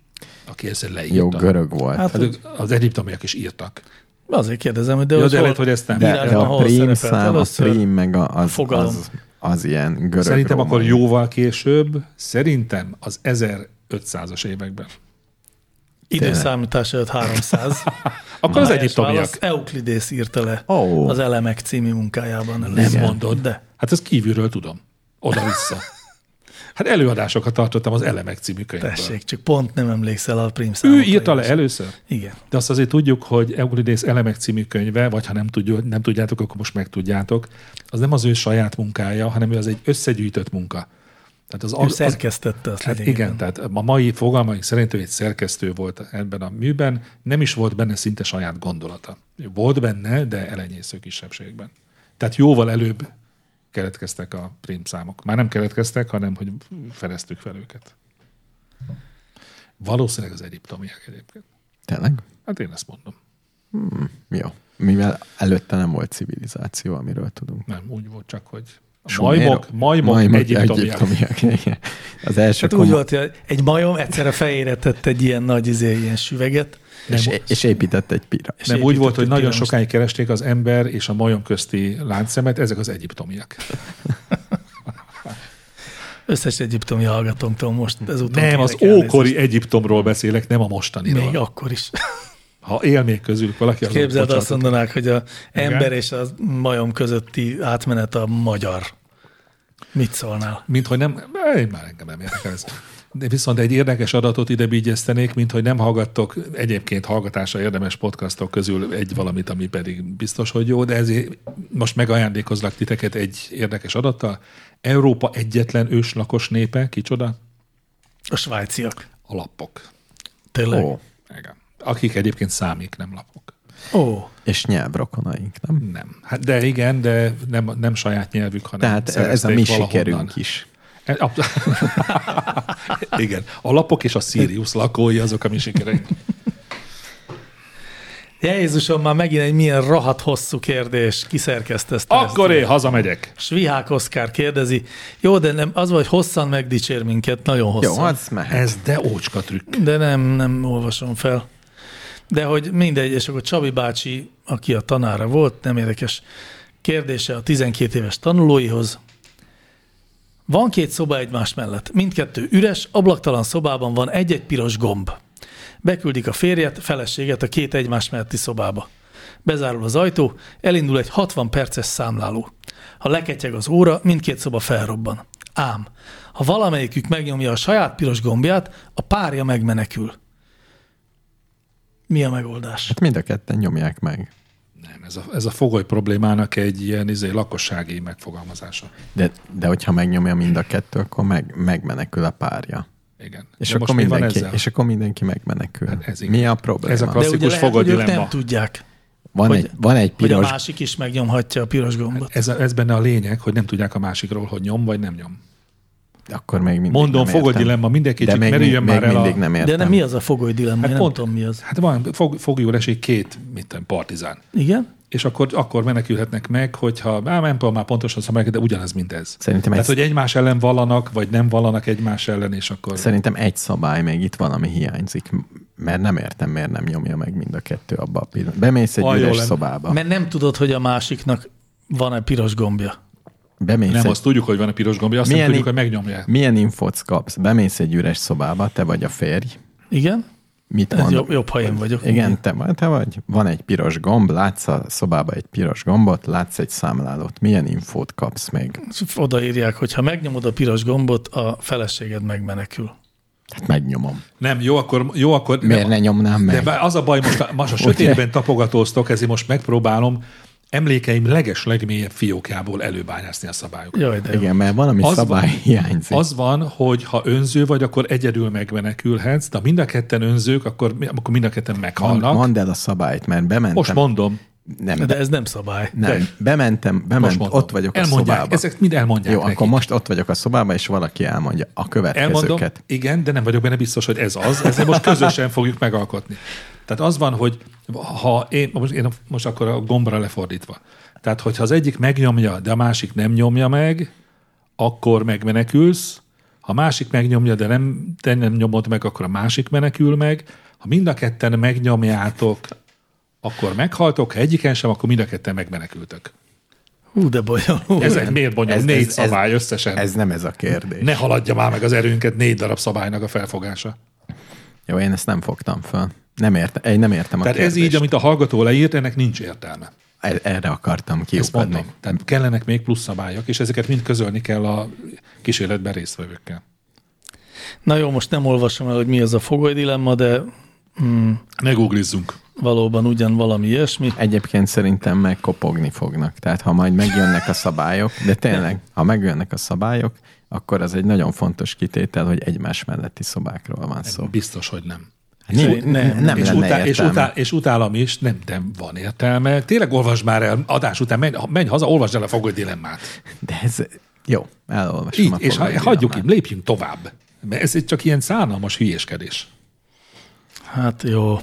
Jó, görög volt. Hát az egyiptomiak is írtak. Azért kérdezem, hogy de lehet, hogy ezt nem. De a prímszám, a prím meg az ilyen görög. Szerintem akkor jóval később, szerintem az 1500-as években. Időszámítás előtt 300. Akkor az egyiptomiak. Az Euklidész írta le az Elemek című munkájában. Nem mondod. De. Hát ezt kívülről tudom. Oda-vissza. Hát előadásokat tartottam az Elemek című könyvből. Tessék, csak pont nem emlékszel a prímszámokra. Ő írta le először? Igen. De azt azért tudjuk, hogy Euklidész Elemek című könyve, vagy ha nem tudjátok, akkor most megtudjátok, az nem az ő saját munkája, hanem az egy összegyűjtött munka. Tehát ő szerkesztette azt. Hát igen, tehát a mai fogalmaink szerint ő egy szerkesztő volt ebben a műben, nem is volt benne szinte saját gondolata. Volt benne, de elenyésző kisebbségben. Tehát jóval előbb keletkeztek a prímszámok. Már nem keletkeztek, hanem hogy fedeztük fel őket. Valószínűleg az egyiptomiak egyébként. Tényleg? Hát én ezt mondom. Jó. Mivel előtte nem volt civilizáció, amiről tudunk. Nem, úgy volt csak, hogy majmok egyiptomiak. Az első hát úgy volt, hogy egy majom egyszerre fejére tett egy ilyen nagy ilyen süveget. És épített egy piramist. Nem, úgy volt, hogy nagyon sokáig keresték az ember és a majom közti láncszemet, ezek az egyiptomiak. Összes egyiptomi hallgatónktól most ezúton. Nem, az ókori Egyiptomról beszélek, nem a mostaniról. Még akkor is. Ha él még közülük valaki... Képzeld, azt mondanák, hogy az ember és a majom közötti átmenet a magyar. Mit szólnál? Mint hogy nem... Én már engem nem érdekel ez. De viszont egy érdekes adatot ide bígyesztenék, mint hogy nem hallgattok egyébként hallgatásra érdemes podcastok közül egy valamit, ami pedig biztos, hogy jó, de ezért most megajándékozlak titeket egy érdekes adattal. Európa egyetlen őslakos népe, kicsoda? A svájciak. A lappok. Tényleg? Igen. Akik egyébként számik, nem lapok. És nyelvrokonaink, nem? Nem. Hát de igen, de nem saját nyelvük, hanem tehát ez a mi sikerünk is. Igen. A lapok és a Sirius lakói azok a mi sikereink. Jézusom, már megint egy milyen rahat hosszú kérdés. Kiszerkezte ezt. Akkor én hazamegyek. Svihák Oszkár kérdezi. Jó, de nem, az vagy hosszan megdicsér minket, nagyon hosszan. Jó, az mehet. Ez de ócska trükk. De nem olvasom fel. De hogy mindegy, és akkor Csabi bácsi, aki a tanára volt, nem érdekes kérdése a 12 éves tanulóihoz. Van 2 szoba egymás mellett. Mindkettő üres, ablaktalan szobában van egy-egy piros gomb. Beküldik a férjet, feleséget a 2 egymás melletti szobába. Bezárul az ajtó, elindul egy 60 perces számláló. Ha leketyeg az óra, mindkét szoba felrobban. Ám, ha valamelyikük megnyomja a saját piros gombját, a párja megmenekül. Mi a megoldás? Hát mind a ketten nyomják meg. Nem, ez a fogoly problémának egy ilyen lakossági megfogalmazása. De hogyha megnyomja mind a kettő, akkor megmenekül a párja. Igen. És akkor mindenki megmenekül. Hát mi a probléma? Ez a klasszikus de ugye fogoly lehet, dilemma. nem tudják. Van egy piros... Hogy a másik is megnyomhatja a piros gombot. Ez benne a lényeg, hogy nem tudják a másikról, hogy nyom vagy nem nyom. Akkor még mindig mondom, fogoly dilemma, mindenki csak merüljön már el mindig nem értem. De nem mi az a fogoly dilemma? Hát én nem tudom, mi az. Hát van, foglyul esik két partizán. Igen? És akkor menekülhetnek meg, hogyha nem tudom már pontosan szabályokat, de ugyanaz, mint ez. Szerintem tehát, hogy egymás ellen vallanak, vagy nem vallanak egymás ellen, és akkor... Szerintem egy szabály még itt valami hiányzik, mert nem értem, miért nem nyomja meg mind a kettő abba a pillanatban. Bemész egy üres szobába. Mert nem tudod, hogy a másiknak van-e piros gombja. Azt tudjuk, hogy van a piros gombja, azt nem tudjuk, hogy megnyomják. Milyen infót kapsz? Bemész egy üres szobába, te vagy a férj. Igen? Mit mond? Jobb, ha én vagyok. Igen, te vagy. Van egy piros gomb, látsz a szobába egy piros gombot, látsz egy számlálót. Milyen infót kapsz még? Odaírják, hogy ha megnyomod a piros gombot, a feleséged megmenekül. Hát megnyomom. Nem, jó, akkor miért ne nyomnám meg? De az a baj, most a sötétben tapogatóztok, ezért most megpróbálom emlékeim legmélyebb fiókjából előbányászni a szabályokat. Jaj, de igen, mert valami szabály hiányzik. Az van, hogy ha önző vagy, akkor egyedül megmenekülhetsz, de mind a ketten önzők, akkor mind a ketten meghalnak. Mondd el a szabályt, mert bementem. Most mondom. Nem, de ez nem szabály. Nem, bementem, ott vagyok elmondják, a szobában. Ezek mind elmondják. Jó, nekik. akkor most ott vagyok a szobában, és valaki elmondja a következőket. Elmondom, igen, de nem vagyok benne biztos, hogy ez az. Ezért most közösen fogjuk megalkotni. Tehát az van, hogy ha én most akkor a gombra lefordítva. Tehát, hogyha az egyik megnyomja, de a másik nem nyomja meg, akkor megmenekülsz. Ha a másik megnyomja, de te nem nyomod meg, akkor a másik menekül meg. Ha mind a ketten megnyomjátok, akkor meghaltok, ha egyiken sem, akkor mind a ketten megmenekültök. De bonyolult. Ez miért bonyolult? 4 szabály összesen. Ez nem ez a kérdés. Ne haladja már meg az erőnket 4 darab szabálynak a felfogása. Jó, én ezt nem fogtam fel. Nem értem a Tehát kérdést. ez így, amit a hallgató leírt, ennek nincs értelme. Erre akartam kiukadni. Tehát kellenek még plusz szabályok, és ezeket mind közölni kell a kísérletben résztvevőkkel. Na jó, most nem olvasom el, hogy mi az a fogoly dilemma, de... Ne googlizzunk. Valóban ugyan valami ilyesmi. Egyébként szerintem megkopogni fognak. Tehát ha majd megjönnek a szabályok, de tényleg, ha megjönnek a szabályok, akkor az egy nagyon fontos kitétel, hogy egymás melletti szobákról van szó. Biztos, hogy nem. Nem lenne értelme. És utálom is, nem van értelme. Tényleg olvasd már el, adás után menj haza, olvasd el a fogoly dilemmát. De ez jó, elolvasom így, és hagyjuk így, lépjünk tovább. Mert ez csak ilyen szánalmas hülyéskedés. Hát jó.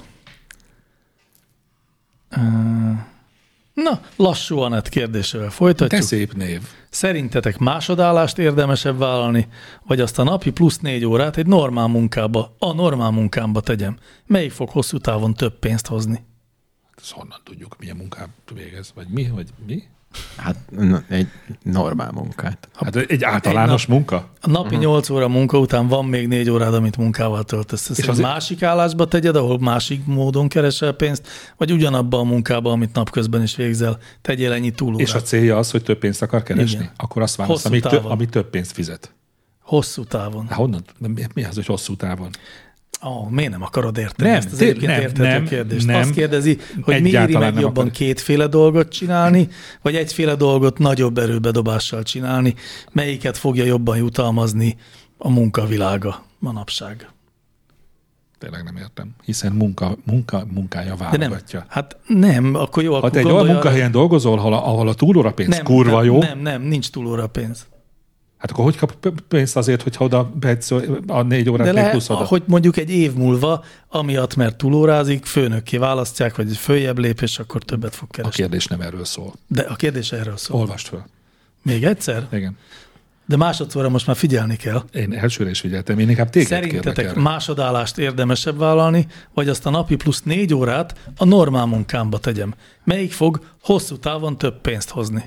Na, lassú Anett kérdésével folytatjuk. Te szép név. Szerintetek másodállást érdemesebb vállalni, vagy azt a napi plusz 4 órát egy normál munkámba tegyem? Melyik fog hosszú távon több pénzt hozni? Ezt honnan tudjuk, milyen munkát végez? Vagy mi? Hát egy normál munkát. Hát egy általános munka? A napi 8 óra munka után van még 4 órád, amit munkával töltesz. És az másik állásba tegyed, ahol másik módon keresel pénzt, vagy ugyanabban a munkában, amit napközben is végzel, tegyél ennyi túlórát. És a célja az, hogy több pénzt akar keresni? Igen. Akkor azt válasz, ami több pénzt fizet. Hosszú távon. Hát honnan? Mi az, hogy hosszú távon? Miért nem akarod érteni ezt az egyébként érthető kérdést? Azt kérdezi, hogy mi éri meg jobban kétféle dolgot csinálni, vagy egyféle dolgot nagyobb erőbedobással csinálni, melyiket fogja jobban jutalmazni a munkavilága manapság. Tényleg nem értem, hiszen munkája válogatja. Hát nem, akkor jó, akkor te egy olyan munkahelyen dolgozol, ahol a túlórapénz kurva jó. Nem, nincs túlórapénz. Hát akkor hogy kap pénzt azért, hogyha oda a 4 órát még plusz oda? Hogy mondjuk egy év múlva, amiatt mert túlórázik, főnökké választják, vagy egy följebb lépés, akkor többet fog keresni. A kérdés nem erről szól. De a kérdés erről szól. Olvasd fel. Még egyszer? Igen. De másodszorra most már figyelni kell. Én elsőre is figyeltem, én inkább téged Szerintetek másodállást érdemesebb vállalni, vagy azt a napi plusz 4 órát a normál munkámba tegyem? Melyik fog hosszú távon több pénzt hozni?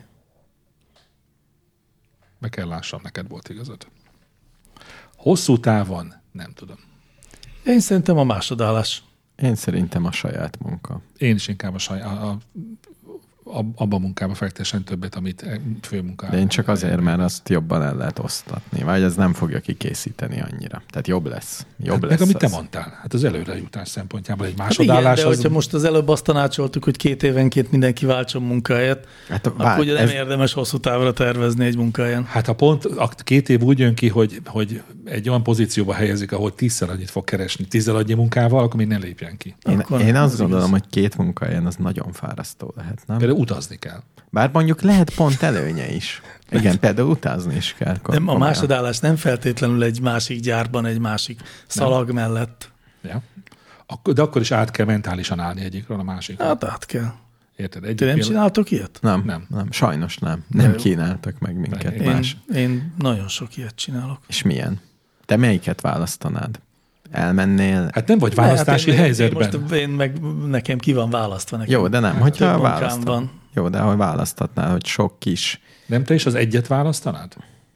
Be kell lássam, neked volt igazad. Hosszú távon nem tudom. Én szerintem a másodállás. Én szerintem a saját munka. Én is inkább a abban a munkába fektessen többet, amit főmunkában. De én csak azért, mert azt jobban el lehet osztatni, vagy ez nem fogja kikészíteni annyira. Tehát jobb lesz. Meg amit te mondtál, hát az előrejutás szempontjából egy másodállás. Igen, de hogyha most az előbb azt tanácsoltuk, hogy 2 évenként mindenki váltson munkahelyet, akkor ugye nem érdemes hosszú távra tervezni egy munkahelyen. Hát ha pont a 2 év úgy jön ki, hogy egy olyan pozícióba helyezik, ahol 10-szer annyit fog keresni 10-szer annyi munkával, akkor még ne lépjen ki. Én azt gondolom, hogy 2 munkahelyen az nagyon fárasztó lehet, nem? Például utazni kell. Bár mondjuk lehet pont előnye is. Igen, például utazni is kell. Nem, a másodállás nem feltétlenül egy másik gyárban, egy másik szalag mellett. Ja. De akkor is át kell mentálisan állni egyikről a másikra. Hát át kell. Érted? Te nem csináltok ilyet? Nem. Sajnos nem. Nem kínáltak meg minket más. Én nagyon sok ilyet csinálok. És milyen? Te melyiket választanád? Elmennél? Hát nem vagy választási helyzetben. Én meg nekem ki van választva. Nekem. Jó, de nem. Hogyha választod. Jó, de ha választhatnál, hogy sok kis... Nem te is az egyet választanád?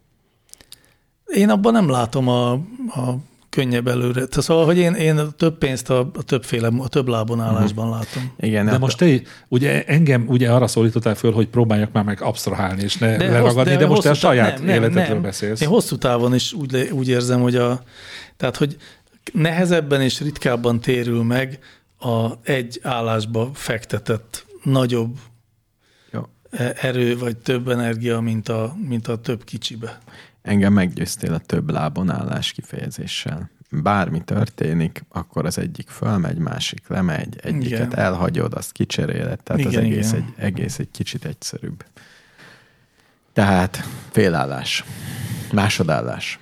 Én abban nem látom a könnyebb előre. Szóval, hogy én több pénzt a több lábon állásban látom. Igen, de most te ugye engem ugye arra szólítottál föl, hogy próbáljak már meg absztrahálni és ne leragadni, de most te a saját életedről beszélsz. Én hosszú távon is úgy érzem, hogy hogy nehezebben és ritkábban térül meg egy állásba fektetett nagyobb erő vagy több energia, mint a több kicsibe. Engem meggyőztél a több lábon állás kifejezéssel. Bármi történik, akkor az egyik fölmegy, másik lemegy, egyiket elhagyod, azt kicseréled. Tehát igen, az egész egy kicsit egyszerűbb. Tehát félállás, másodállás.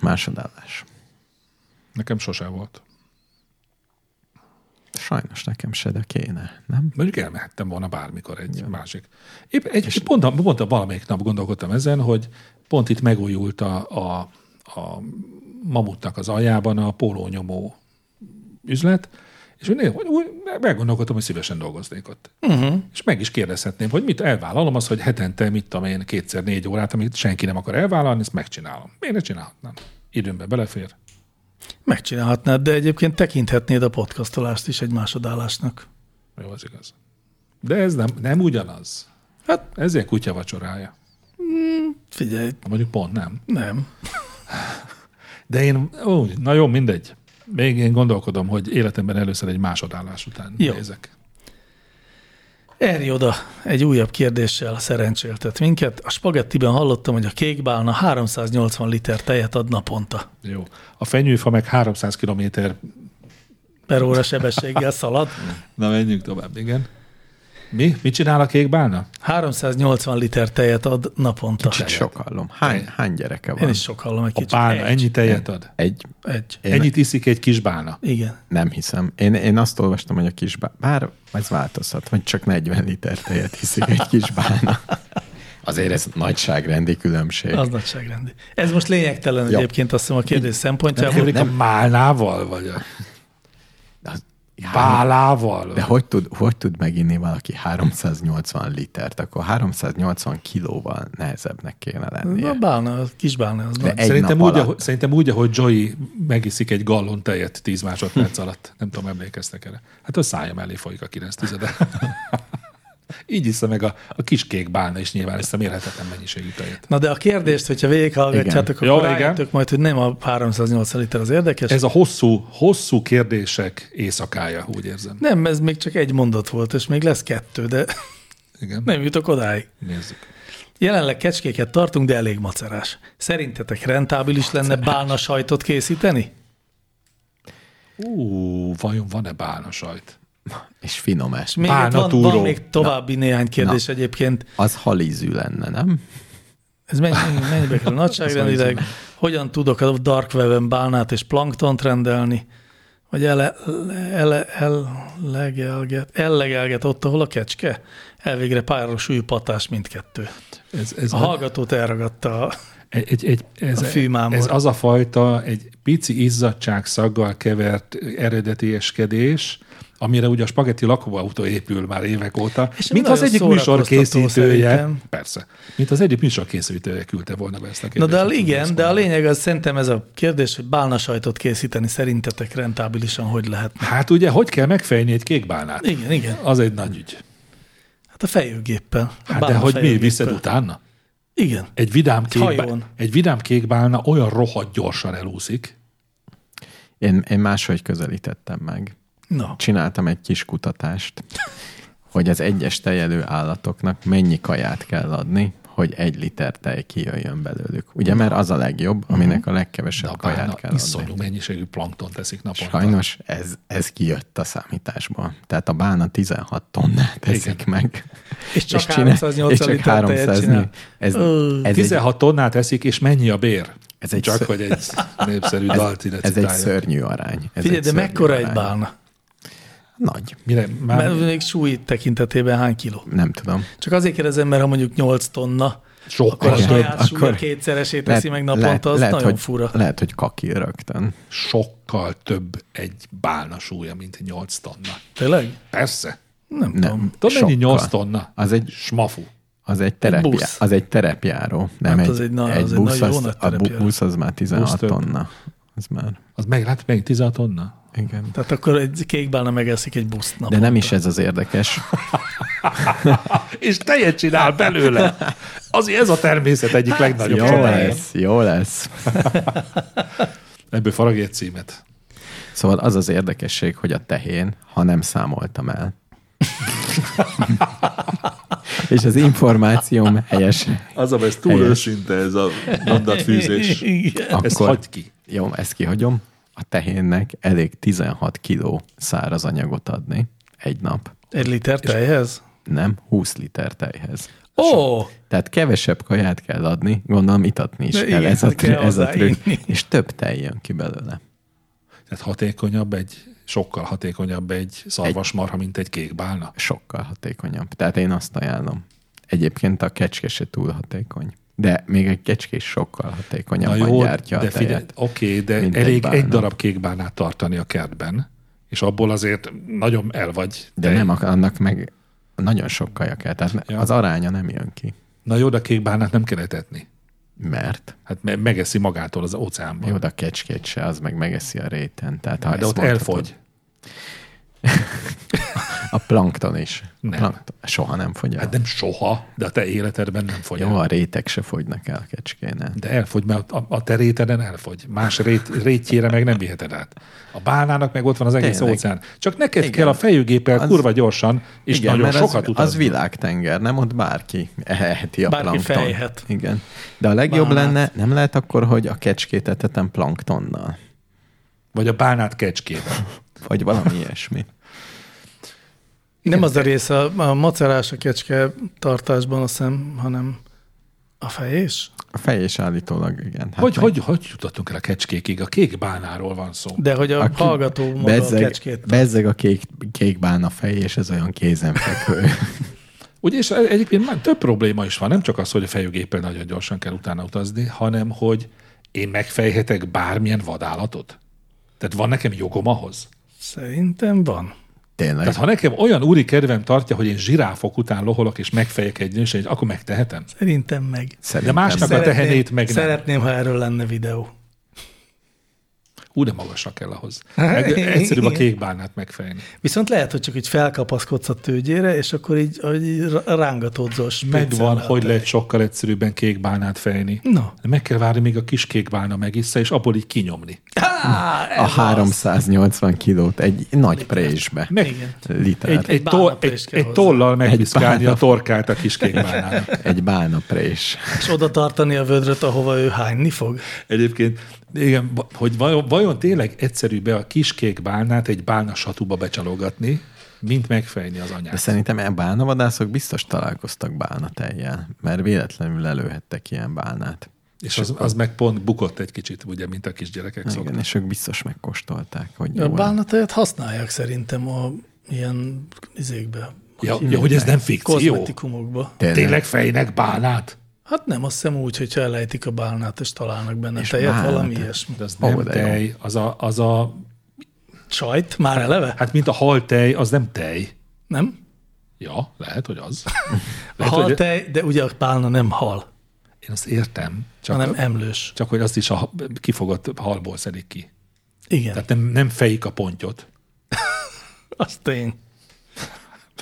Nekem sose volt. Sajnos nekem se, de kéne, nem? Mondjuk elmehettem volna bármikor egy másik. Pont valamelyik nap gondolkodtam ezen, hogy pont itt megújult a Mamutnak az aljában a pólónyomó üzlet, és meggondolkodtam, hogy szívesen dolgoznék ott. És meg is kérdezhetném, hogy mit elvállalom, az, hogy hetente, 2x4 órát, amit senki nem akar elvállalni, ezt megcsinálom. Miért ne csinálhatnám? Időmbe belefér. Megcsinálhatnád, de egyébként tekinthetnéd a podcastolást is egy másodállásnak. Jó, az igaz. De ez nem ugyanaz. Hát ez ilyen kutyavacsorája. Figyelj. Mondjuk pont nem. Nem. De na jó, mindegy. Még én gondolkodom, hogy életemben először egy másodállás után nézek. Erj oda, egy újabb kérdéssel szerencséltet minket. A spagettiben hallottam, hogy a kékbálna 380 liter tejet ad naponta. Jó. A fenyőfa meg 300 km per óra sebességgel szalad. Na, menjünk tovább, igen. Mit csinál a kékbálna? 380 liter tejet ad naponta. Kicsit sok hallom. Hány gyereke van? Én is sok hallom egy kicsit. A bálna ennyi tejet ad? Egy. Ennyit iszik egy kis bálna? Igen. Nem hiszem. Én azt olvastam, hogy a kis bálna, bár ez változhat, hogy csak 40 liter tejet iszik egy kis bálna. Azért ez nagyságrendi különbség. Az nagyságrendi. Ez most lényegtelen egyébként, azt hiszem a kérdés szempontjából. Nem málnával vagy bálával? De hogy tud meginni valaki 380 litert? Akkor 380 kilóval nehezebbnek kéne lennie. A bálna, a kis bálna. Az szerintem úgy, ahogy Joey megiszik egy gallon tejet 10 másodperc alatt. Nem tudom, emlékeztek erre. Hát a szája mellé folyik a 9/10. Így iszza meg a kis kék bálna is nyilván ezt a mérhetetlen mennyiségű tejet. Na de a kérdést, hogyha végighallgatjátok, akkor rájöttök majd, hogy nem a 380 liter az érdekes. Ez a hosszú kérdések éjszakája, úgy érzem. Nem, ez még csak egy mondat volt, és még lesz 2, de igen. Nem jutok odáig. Nézzük. Jelenleg kecskéket tartunk, de elég macerás. Szerintetek rentábilis lenne bálna sajtot készíteni? Vajon van-e bálna sajt? És finomás. Van még további néhány kérdés egyébként. Az halízű lenne, nem? Ez mennyibe kell nagyságrendileg? Hogyan tudok a dark web-en bálnát és planktont rendelni? Vagy ellegelget ott, ahol a kecske? Elvégre páros súlyú patás mindkettő. A hallgatót elragadta a fűmámor. Ez az a fajta, egy pici izzadságszaggal kevert eredetieskedés, amire ugye a spagetti lakóautó épül már évek óta. Mint az egyik műsorkészítője, persze, mint az egyik műsorkészítője küldte volna be ezt a kérdést. Na de igen, de a lényeg az szerintem ez a kérdés, hogy bálna sajtot készíteni szerintetek rentábilisan hogy lehetne? Hát ugye, hogy kell megfejni egy kék bálnát? Igen. Az egy nagy ügy. Hát a fejőgéppel. Hát de hogy mi viszed utána? Igen. Egy vidám kék bálna olyan rohadt gyorsan elúszik. Én máshogy közelítettem meg. No. Csináltam egy kis kutatást, hogy az egyes tejelő állatoknak mennyi kaját kell adni, hogy 1 liter tej kijöjjön belőlük. Ugye, mert az a legjobb, aminek a legkevesebb kaját kell adni. Iszonyú mennyiségű plankton teszik naponta. Sajnos ez kijött a számításból. Tehát a bálna 16 tonnát teszik meg. És csak 380 liter tejet csinál. Ez 16 tonnát eszik, és mennyi a bér? Ez egy csak hogy egy népszerű dalt ide ez egy szörnyű arány. Figyelj, de mekkora egy bálna? Nagy. Mert még súly tekintetében hány kiló? Nem tudom. Csak azért kérdezem, mert ha mondjuk 8 tonna, sokkal akkor a saját súlya kétszeresét teszi meg naponta, az nagyon fura. Lehet, hogy kakil rögtön. Sokkal több egy bálna súlya, mint 8 tonna. Tényleg? Persze. Nem tudom. Tudod, mennyi 8 tonna? Az egy smafu. Az egy terepjáró. Nem hát egy busz, a busz az már 16 tonna. Az meg 16 tonna? Igen. Tehát akkor egy kék bálna megeszik egy buszt naponta. De nem is ez az érdekes. És tejet csinál belőle. Azért ez a természet egyik legnagyobb csodája. Jó lesz. Ebből faragj egy címet. Szóval az az érdekesség, hogy a tehén, ha nem számoltam el, és az információm helyes. Ez túl őszinte, ez a mondatfűzés. Ezt hagyd ki. Jó, ezt kihagyom. A tehénnek elég 16 kiló száraz anyagot adni egy nap. 1 liter tejhez? Nem, 20 liter tejhez. Tehát kevesebb kaját kell adni, gondolom itatni is kell. Ez a trükk. És több tej jön ki belőle. Tehát sokkal hatékonyabb egy szarvasmarha, mint egy kék bálna? Sokkal hatékonyabb. Tehát én azt ajánlom. Egyébként a kecske se túl hatékony. De még egy kecske is sokkal hatékonyabban gyártja a tejet. Oké, de elég egy darab kék bálnát tartani a kertben, és abból azért nagyon elvagy. De nem, annak meg nagyon sok kaja kell, tehát az aránya nem jön ki. Na jó, de a kék bálnát nem kell etetni. Mert? Hát megeszi magától az óceánban. Jó, de a kecskét se, az meg megeszi a réten. Tehát, de ott elfogy. A plankton is. Nem. Plankton soha nem fogy el. Hát nem soha, de a te életedben nem fogy el. Jó, a rétek se fogynak el kecskénél. De elfogy, mert a te réteden elfogy. Más rétjére meg nem viheted át. A bálnának meg ott van az egész óceán. Csak neked kell a fejőgéppel kurva gyorsan, és nagyon sokat utazni. Az világtenger, nem? Ott bárki eheti a plankton. Bárki fejhet. Igen. De a legjobb lenne, nem lehet akkor, hogy a kecskét etetem planktonnal. Vagy a bálnát kecskével. Vagy valami ilyesmi. Nem az a része a macerás a kecske tartásban, azt hiszem, hanem a fejés? A fejés állítólag, igen. Hát hogy jutottunk el a kecskékig? A kék bálnáról van szó. De hogy a hallgató maga a kecskét. Bezzeg a kék bálna fejés, ez olyan kézenfekvő. Ugye, és egyébként már több probléma is van. Nem csak az, hogy a fejőgéppel nagyon gyorsan kell utána utazni, hanem hogy én megfejhetek bármilyen vadállatot. Tehát van nekem jogom ahhoz? Szerintem van. Tényleg. Tehát ha nekem olyan úri kedvem tartja, hogy én zsiráfok után loholok és megfejek egy nősényt, akkor megtehetem? Szerintem meg. De másnak a tehenét meg nem. Szeretném, ha erről lenne videó. De magasra kell ahhoz. Egyszerűbb a kék bálnát megfejni. Viszont lehet, hogy csak így felkapaszkodsz a tőgyére, és akkor így rángatódzós. Megvan, hogy lehet sokkal egyszerűbben kék bálnát fejni. No. De meg kell várni, míg a kis kék bálna megissza, és abból így kinyomni. A 380 kilót egy nagy présbe. Liter. Egy tollal megviszkálni a torkát a kis kék bálnának. Egy bálna prés. És oda tartani a vödröt, ahova ő hányni fog? Egyébként, igen, hogy vajon tényleg egyszerűbb a kis kék bálnát egy bálna satuba becsalogatni, mint megfejni az anyát. De szerintem bálnavadászok biztos találkoztak bálna tejjel, mert véletlenül előhettek ilyen bálnát. És az meg pont bukott egy kicsit, ugye, mint a kisgyerekek szoktak. Igen, és ők biztos megkóstolták. Hogy a bálnatejet használják szerintem a ilyen izékbe. Hogy ez nem fikció? Kozmetikumokba. Tényleg fejnek bálnát? Hát nem, azt hiszem úgy, hogyha elejtik a bálnát, és találnak benne tejet, valami ilyesmi. De az nem tej, az a... Sajt? Már eleve? Hát mint a haltej, az nem tej. Nem? Ja, lehet, hogy az. Lehet, a haltej, de ugye a bálna nem hal. Én azt értem. Hanem emlős. Csak hogy azt is a kifogott halból szedik ki. Igen. Tehát nem fejik a pontyot. Az tény.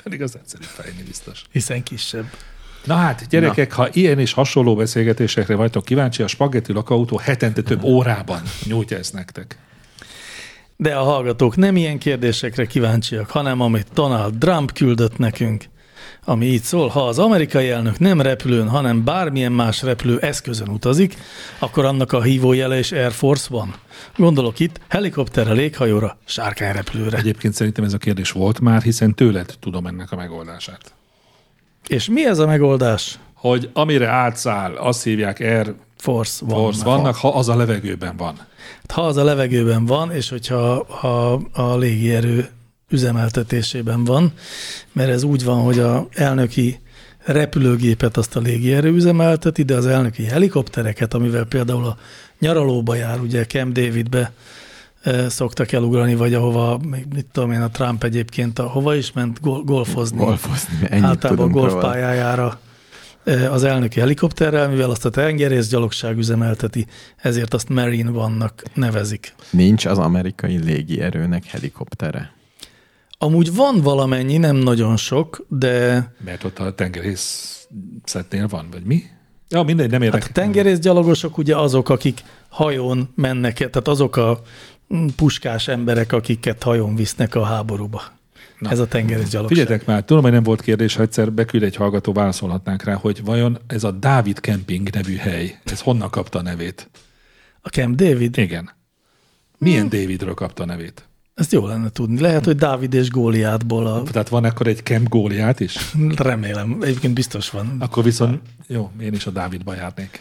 Pedig az egyszerű fejni biztos. Hiszen kisebb. Na hát, gyerekek, ha ilyen és hasonló beszélgetésekre vagytok kíváncsi, a Spaghetti Lakóautó hetente több órában nyújtja ezt nektek. De a hallgatók nem ilyen kérdésekre kíváncsiak, hanem amit Donald Trump küldött nekünk, ami így szól, ha az amerikai elnök nem repülőn, hanem bármilyen más repülő eszközön utazik, akkor annak a hívójele is Air Force van. Gondolok itt helikopterre, léghajóra, sárkányrepülőre. Egyébként szerintem ez a kérdés volt már, hiszen tőled tudom ennek a megoldását. És mi ez a megoldás? Hogy amire átszáll, azt hívják Air Force vannak, ha az a levegőben van. Ha az a levegőben van, és hogyha a légierő üzemeltetésében van, mert ez úgy van, hogy az elnöki repülőgépet azt a légierő üzemelteti, de az elnöki helikoptereket, amivel például a nyaralóba jár, ugye Camp Davidbe szoktak elugrani, vagy ahova, mit tudom én, a Trump egyébként hova is ment golfozni. Általában a golfpályájára az elnöki helikopterrel, mivel azt a tengerészgyalogság üzemelteti, ezért azt Marine One-nak nevezik. Nincs az amerikai légierőnek helikoptere. Amúgy van valamennyi, nem nagyon sok, de... Mert ott a tengerészetnél van, vagy mi? Ja, mindegy, nem érdekel. Hát a tengerészgyalogosok ugye azok, akik hajón mennek, tehát azok a puskás emberek, akiket hajón visznek a háborúba. Na. Ez a tengerészgyalogság. Figyeljetek már, tudom, hogy nem volt kérdés, ha egyszer beküld egy hallgató, válaszolhatnánk rá, hogy vajon ez a Dávid Camping nevű hely, ez honnan kapta a nevét? A Camp David? Igen. Milyen Davidről kapta a nevét? Ezt jó lenne tudni. Lehet, hogy Dávid és Góliátból. Tehát van akkor egy Camp Góliát is? Remélem. Egyébként biztos van. Akkor viszont, jó, én is a Dávidba járnék.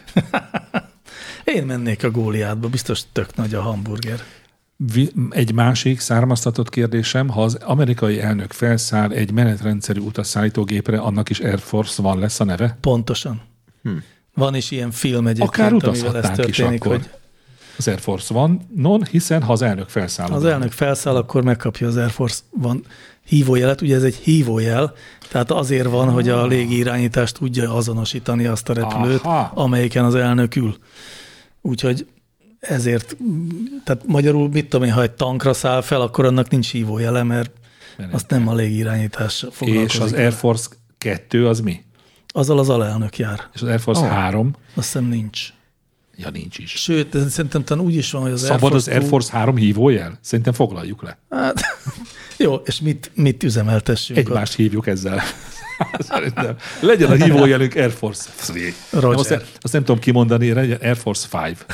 Én mennék a Góliátba. Biztos tök nagy a hamburger. Egy másik származtatott kérdésem, ha az amerikai elnök felszáll egy menetrendszerű utasszállítógépre, annak is Air Force One lesz a neve? Pontosan. Van is ilyen film egyébként, akár amivel ez történik, is hogy az Air Force One-non, hiszen ha az elnök felszáll. Az elnök felszáll, akkor megkapja az Air Force One hívójelet. Ugye ez egy hívójel, tehát azért van, hogy a légirányítás tudja azonosítani azt a repülőt, amelyiken az elnök ül. Úgyhogy ezért, tehát magyarul, mit tudom én, ha egy tankra száll fel, akkor annak nincs hívójele, mert azt nem a légirányítás foglalkozik. És az Air Force 2 az mi? Azzal az alelnök jár. És az Air Force 3? Azt hiszem nincs. Ja, nincs is. Sőt, szerintem talán úgy is van, hogy az Szabad Air Force az Air Force 3 hívójel? Szerintem foglaljuk le. Hát, jó, és mit üzemeltessünk? Egymást hívjuk ezzel. Szerintem. Legyen a hívójelünk Air Force 3. Azt nem tudom kimondani, legyen Air Force 5.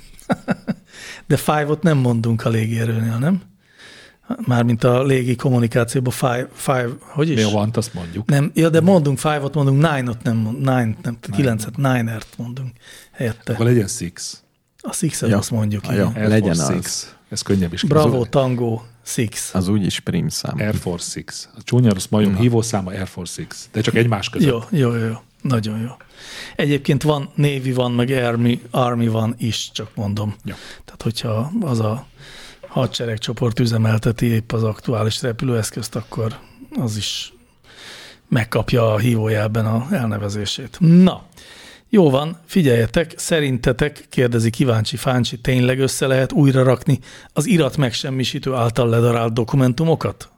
De 5-ot nem mondunk a légierőnél, nem? Mármint a légi kommunikációban 5, hogy is? Mi a van, azt mondjuk. Nem, ja, de mondunk 5-ot, mondunk 9-ot, nem 9-et, 9-ert mondunk helyette. Akkor legyen 6. A 6-et azt mondjuk. Ja, legyen az. Ez könnyebb is. Bravo, Tango, 6. Az úgyis prim szám. Air Force 6. A csúnya rossz majom hívószáma Air Force 6. De csak egymás között. Jó. Nagyon jó. Egyébként van Navy van, meg Army van is, csak mondom. Ja. Tehát, hogyha az a hadseregcsoport üzemelteti épp az aktuális repülőeszközt, akkor az is megkapja a hívójelben a elnevezését. Na, jó van, figyeljetek, szerintetek, kérdezi kíváncsi Fáncsi, tényleg össze lehet újra rakni az irat megsemmisítő által ledarált dokumentumokat?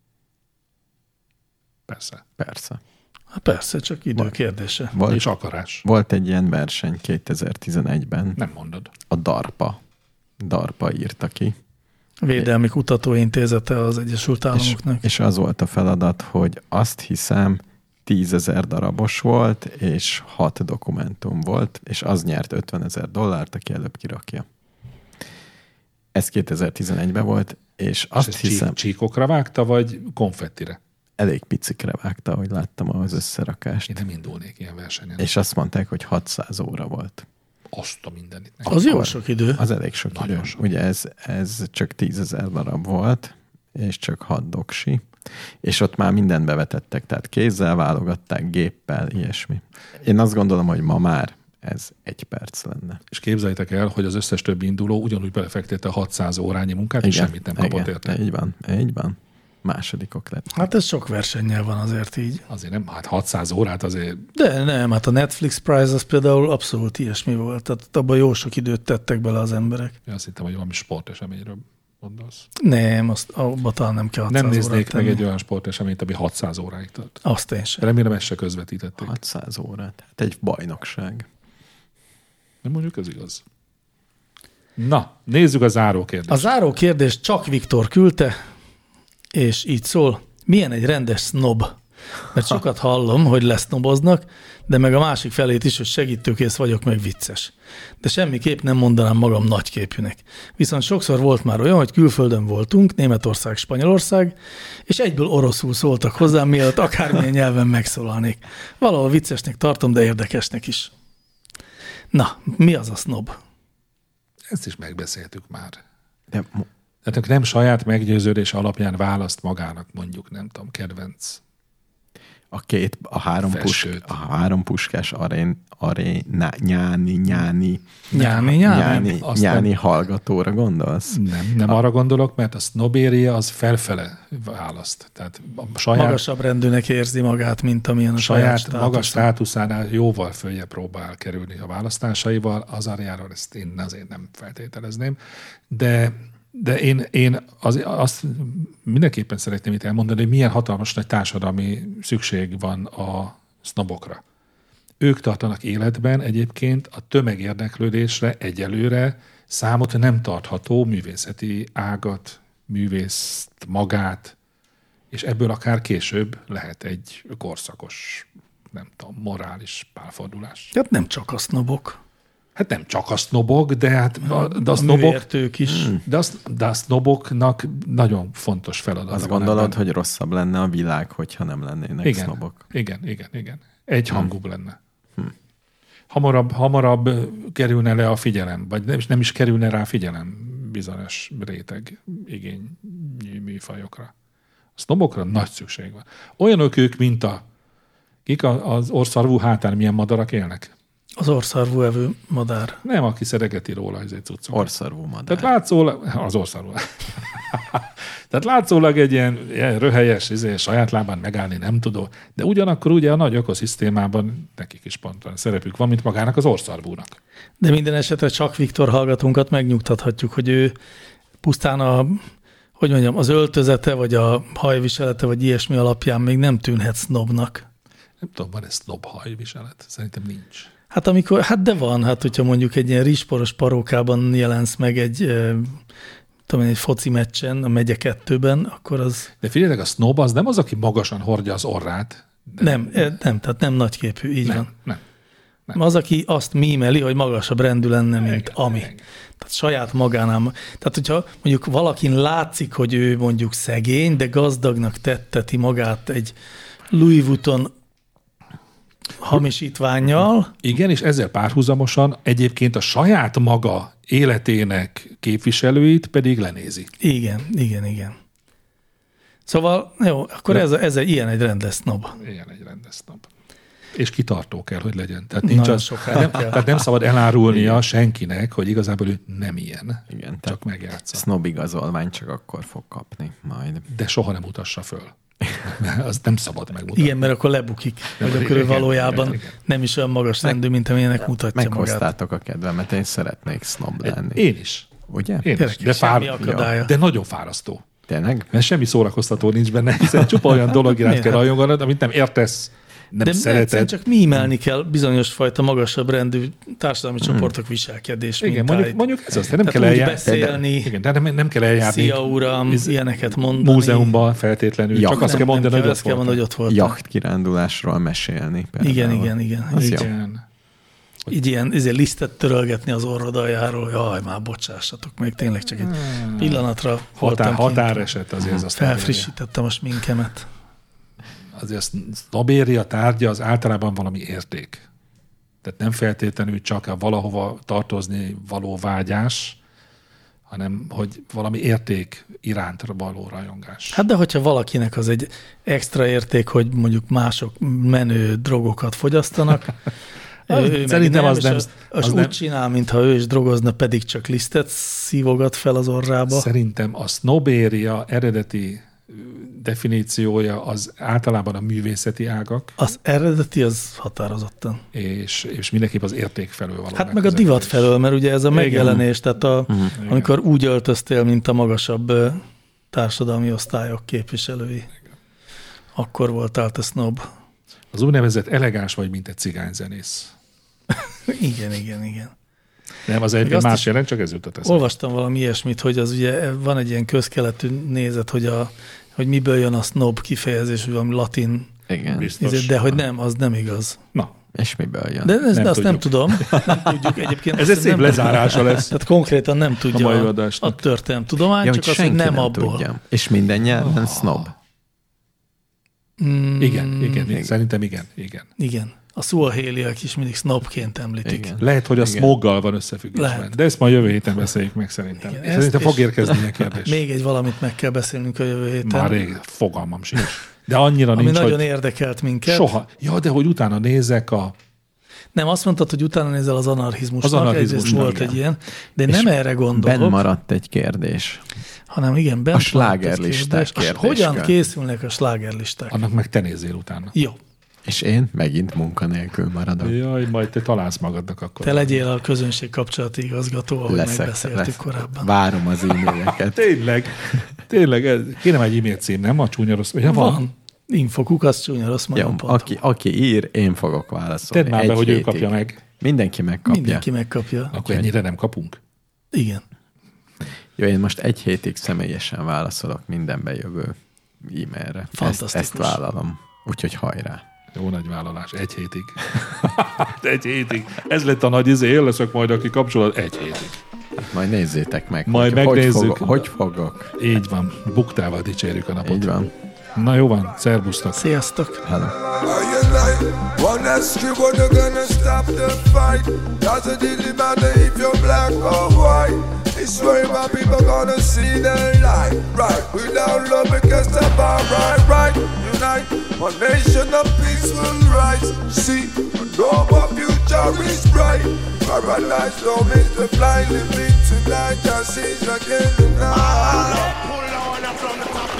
Persze. Hát persze, csak idő kérdése. És akarás. Volt egy ilyen verseny 2011-ben. Nem mondod. A DARPA írta ki. Védelmi Kutatóintézete az Egyesült Államoknak. És az volt a feladat, hogy azt hiszem 10 000 darabos volt, és 6 dokumentum volt, és az nyert $50,000, aki előbb kirakja. Ez 2011-ben volt, és azt hiszem... Csíkokra vágta, vagy konfettire? Elég picikre vágta, ahogy láttam az összerakást. Én nem indulnék ilyen versenyen. És azt mondták, hogy 600 óra volt. Azt a mindenit. Az jó sok idő. Az elég sok idő. Sok. Ugye ez csak 10 000 darab volt, és csak 6 doksi. És ott már mindent bevetettek, tehát kézzel válogatták, géppel, ilyesmi. Én azt gondolom, hogy ma már ez 1 perc lenne. És képzeljétek el, hogy az összes többi induló ugyanúgy belefektette a 600 órányi munkát, és semmit nem kapott érte. Így van. Másodikok lett. Hát ez sok versennyel van azért így. Azért nem, hát 600 órát azért... De nem, hát a Netflix Prize az például abszolút ilyesmi volt. Tehát abban jó sok időt tettek bele az emberek. Én azt hittem, hogy valami sporteseményről. gondolsz? Nem, abba talán nem kell 600 nem néznék tenni. meg egy olyan sporteseményt, ami 600 óráig tart. Azt én sem. Remélem, ezt se közvetítették. 600 órát. Hát egy bajnokság. Nem mondjuk, ez igaz. Na, nézzük a záró kérdést. A záró kérdést csak Viktor küldte, és így szól. Milyen egy rendes sznob? Mert sokat hallom, hogy lesznoboznak, de meg a másik felét is, hogy segítőkész vagyok, meg vicces. De semmiképp nem mondanám magam nagyképűnek. Viszont sokszor volt már olyan, hogy külföldön voltunk, Németország, Spanyolország, és egyből oroszul szóltak hozzám, mielőtt akármilyen nyelven megszólalnék. Valahol viccesnek tartom, de érdekesnek is. Na, mi az a sznob? Ezt is megbeszéltük már. De Tehát nem saját meggyőződés alapján választ magának, mondjuk, nem tudom, kedvenc. a három puskás nyáni hallgatóra gondolsz? Nem arra gondolok, mert a sznobéria az felfele választ. Tehát a saját, magasabb rendűnek érzi magát, mint amilyen a saját magas státuszánál jóval följebb próbál kerülni a választásaival, az arjáról ezt én azért nem feltételezném, de én azt mindenképpen szeretném itt elmondani, hogy milyen hatalmas nagy társadalmi szükség van a sznobokra. Ők tartanak életben egyébként a tömegérdeklődésre egyelőre számot nem tartható művészeti ágat, művészt magát, és ebből akár később lehet egy korszakos, nem tudom, morális pálfordulás. Hát nem csak a sznobok. Hát nem csak a sznobok, de hát a sznobok is. De a sznoboknak nagyon fontos feladat. Azt gondolod, hogy rosszabb lenne a világ, hogyha nem lennének sznobok? Igen. Egy hangúbb lenne. Hamarabb kerülne le a figyelem, vagy nem is kerülne rá figyelem bizonyos réteg igényű műfajokra. A sznobokra nagy szükség van. Olyanok ők, mint kik az orrszarvú hátán milyen madarak élnek? Az orrszarvú evő madár. Nem, aki szeregeti róla az egy cuccok. Orrszarvú madár. Tehát látszólag, az orrszarvú. Tehát látszólag egy ilyen röhelyes, saját lábán megállni nem tudó, de ugyanakkor ugye a nagy ökoszisztémában nekik is pont olyan szerepük van, mint magának az orrszarvúnak. De minden esetre csak Viktor hallgatónkat megnyugtathatjuk, hogy ő pusztán az öltözete, vagy a hajviselete, vagy ilyesmi alapján még nem tűnhet sznobnak. Nem tudom, van-e sznob hajviselet? Szerintem nincs. Hát de van, hogyha mondjuk egy ilyen rizsporos parókában jelensz meg egy foci meccsen, a megye 2-ben, akkor az... De figyeljetek, a sznob az nem az, aki magasan hordja az orrát. Nem, tehát nem nagyképű, így van. Nem. Az, aki azt mímeli, hogy magasabb rendű lenne, mint ami. Tehát saját magánál. Tehát, hogyha mondjuk valakin látszik, hogy ő mondjuk szegény, de gazdagnak tetteti magát egy Louis Vuitton hamisítvánnyal. Igen, és ezzel párhuzamosan egyébként a saját maga életének képviselőit pedig lenézi. Igen. Szóval, jó, akkor ez ilyen egy rendes sznob. Ilyen egy rendes sznob. És kitartó kell, hogy legyen. Tehát, nincs tehát nem szabad elárulnia senkinek, hogy igazából ő nem ilyen. Igen, csak megjátsza. Sznob igazolvány csak akkor fog kapni majd. De soha nem mutassa föl. Az nem szabad megmutatni. Igen, mert akkor lebukik. Vagy akkor ő valójában nem is olyan magas rendű, mint amilyenek mutatja magát. Meghoztátok a kedvemet, én szeretnék sznob lenni. Én is. Ugye? Én is. De nagyon fárasztó. Tényleg? Mert semmi szórakoztató nincs benne, hiszen csupa olyan dolog iránt kell rajonganod, amit nem értesz, nem szereted. Csak mímelni kell bizonyos fajta magasabb rendű társadalmi csoportok viselkedés mintáit. Igen, mondjuk ez az, de nem kell eljárni. Beszélni, igen, de nem kell eljárni. Szia uram, ilyeneket mondani. Múzeumban feltétlenül. Csak azt kell mondani, hogy ott voltam. Jacht kirándulásról mesélni. Igen. Így ilyen lisztet törölgetni az orrod aljáról, jaj, már bocsássatok meg, tényleg csak egy pillanatra voltam határeset azért azt felfrissítettem a sminkemet. Azért a sznobéria tárgya az általában valami érték. Tehát nem feltétlenül csak a valahova tartozni való vágyás, hanem hogy valami érték iránt való rajongás. Hát de hogyha valakinek az egy extra érték, hogy mondjuk mások menő drogokat fogyasztanak, szerintem az úgy csinál, mintha ő is drogozna, pedig csak lisztet szívogat fel az orrába. Szerintem a sznobéria eredeti definíciója az általában a művészeti ágak. Az eredeti az határozottan. És mindenképp az érték felől való. Hát meg a divat felől, mert ugye ez a megjelenés, tehát amikor úgy öltöztél, mint a magasabb társadalmi osztályok képviselői, akkor voltál te sznob. Az úgynevezett elegáns vagy, mint egy cigányzenész. Igen. Nem, az egy más jelent, csak ez jutott eszembe. Olvastam valami ilyesmit, hogy az ugye van egy ilyen közkeletű nézet, hogy miből jön a sznob kifejezés, hogy valami latin. Igen. Biztos. De hogy nem, az nem igaz. Na. És miből jön? De azt nem tudom. Nem tudjuk egyébként. Ez egy szép lezárása lesz. Tehát konkrétan nem tudja a történelem tudomány, csak az, hogy nem abból. Tudja. És minden nyelven sznob. Igen. Szerintem igen. Igen. A szuahéliak is mindig sznobként említik. Igen. Lehet, hogy a smoggal van összefüggésben. De ezt majd jövő héten beszéljük meg szerintem. Igen, szerintem fog érkezni ilyen kérdés. Még egy valamit meg kell beszélnünk a jövő héten. Már rég fogalmam sincs. De annyira nincs, nagyon érdekelt minket. Soha. Ja, de hogy utána nézek Nem, azt mondtad, hogy utána nézel az anarchizmusnak. Egyrészt volt egy ilyen, de nem erre gondolok. benn maradt egy kérdés. Hanem igen, a slágerlisták kérdéske. Hogyan készülnek a slágerlisták? Annak meg te nézzél utána. Jó. És én megint munkanélkül maradok. Jaj, majd te találsz magadnak akkor. Te legyél a közönségkapcsolati igazgató, ahogy megbeszéltük korábban. Várom az e-maileket. Tényleg. Kéne egy e-mail cím, nem? A csúnya rossz. Ja, van. Info@csúnyarosszmagyaron.hu. Aki ír, én fogok válaszolni. Tedd már be, hogy ő kapja meg. Mindenki megkapja. Akkor ennyire nem kapunk? Igen. Jó, én most egy hétig személyesen válaszolok minden bejövő e-mailre. Ezt vállalom. Úgyhogy hajrá. Jó nagy vállalás. Egy hétig. Egy hétig. Ez lett a nagy én leszek majd, aki kapcsolat. Egy hétig. Hát majd nézzétek meg. Majd megnézzük. Hogy fogok. Így van. Buktával dicsérjük a napot. Így van. Na jó van. Szerbusztok. Sziasztok. Hello. It's where my people gonna see their light, right? Without love, we can't stop our right. Unite, one nation of peaceful rights. See, no more future is bright. Paradise don't miss the fly, living tonight. Just seize again tonight. Pull on from the top,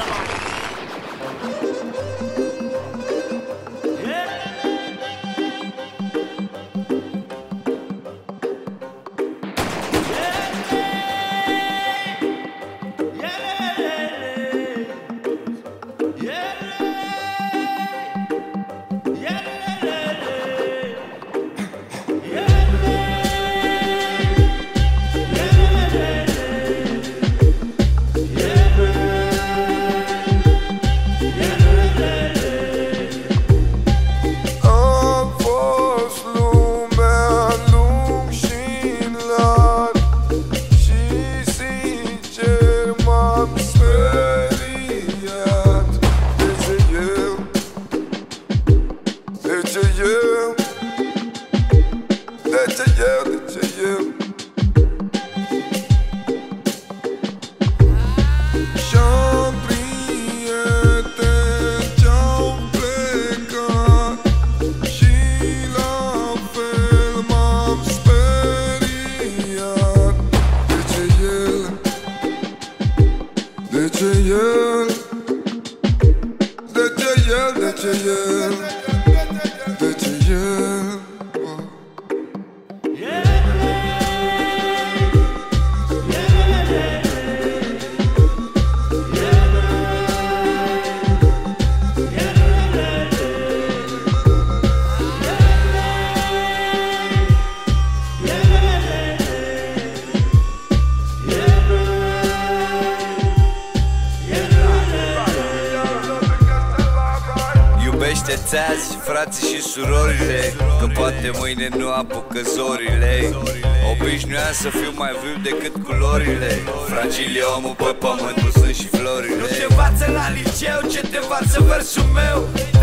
Iubește-ți azi frații și surorile, că poate mâine nu apucă zorile. Obișnuiam să fiu mai viu decât culorile. Fragil e omul pe pământ, nu sunt și florile. Nu te învață la liceu, ce te învață versul meu.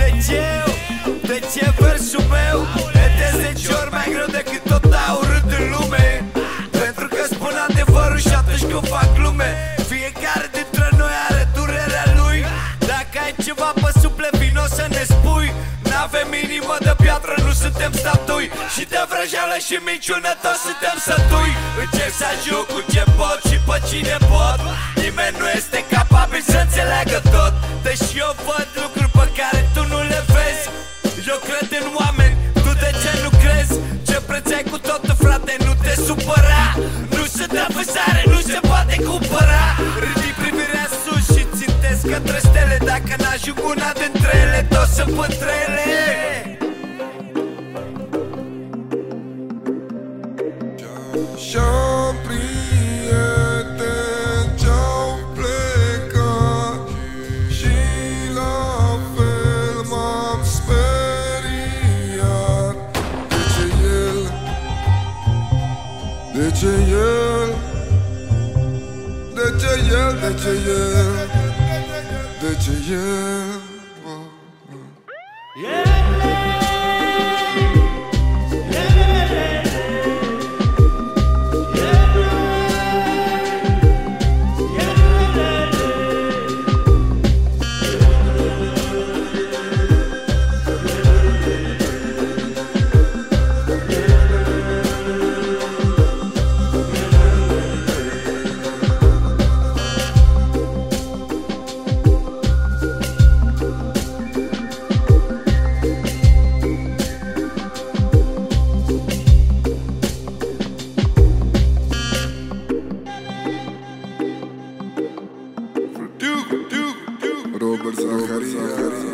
De ce versul meu e de 10 ori mai greu decât tot aurât în lume. Pentru că spun adevărul și atunci când fac glume. Fiecare dintre noi are durerea lui. Dacă ai ceva pe suflet, vino să ne spui. N-avem inimă de piatră noastră nu suntem statui și de vrăjeală și minciună toți suntem sătui. Încerc să ajung cu ce pot și pe cine pot. Nimeni nu este capabil să înțeleagă tot. Deși eu văd lucruri pe care tu nu le vezi. Eu cred în oameni, tu de ce nu crezi? Ce preț ai cu totul, frate, nu te supăra. Nu se dă vânzare, nu se poate cumpăra. Ridic privirea sus și țintesc către stele. Dacă n-ajung una dintre ele, toți sunt pătrele. Și-am prieteni ce-au plecat și la fel m-am speriat. De ce el? De ce el? De ce el? De ce el? De ce el? Robert Zacharia.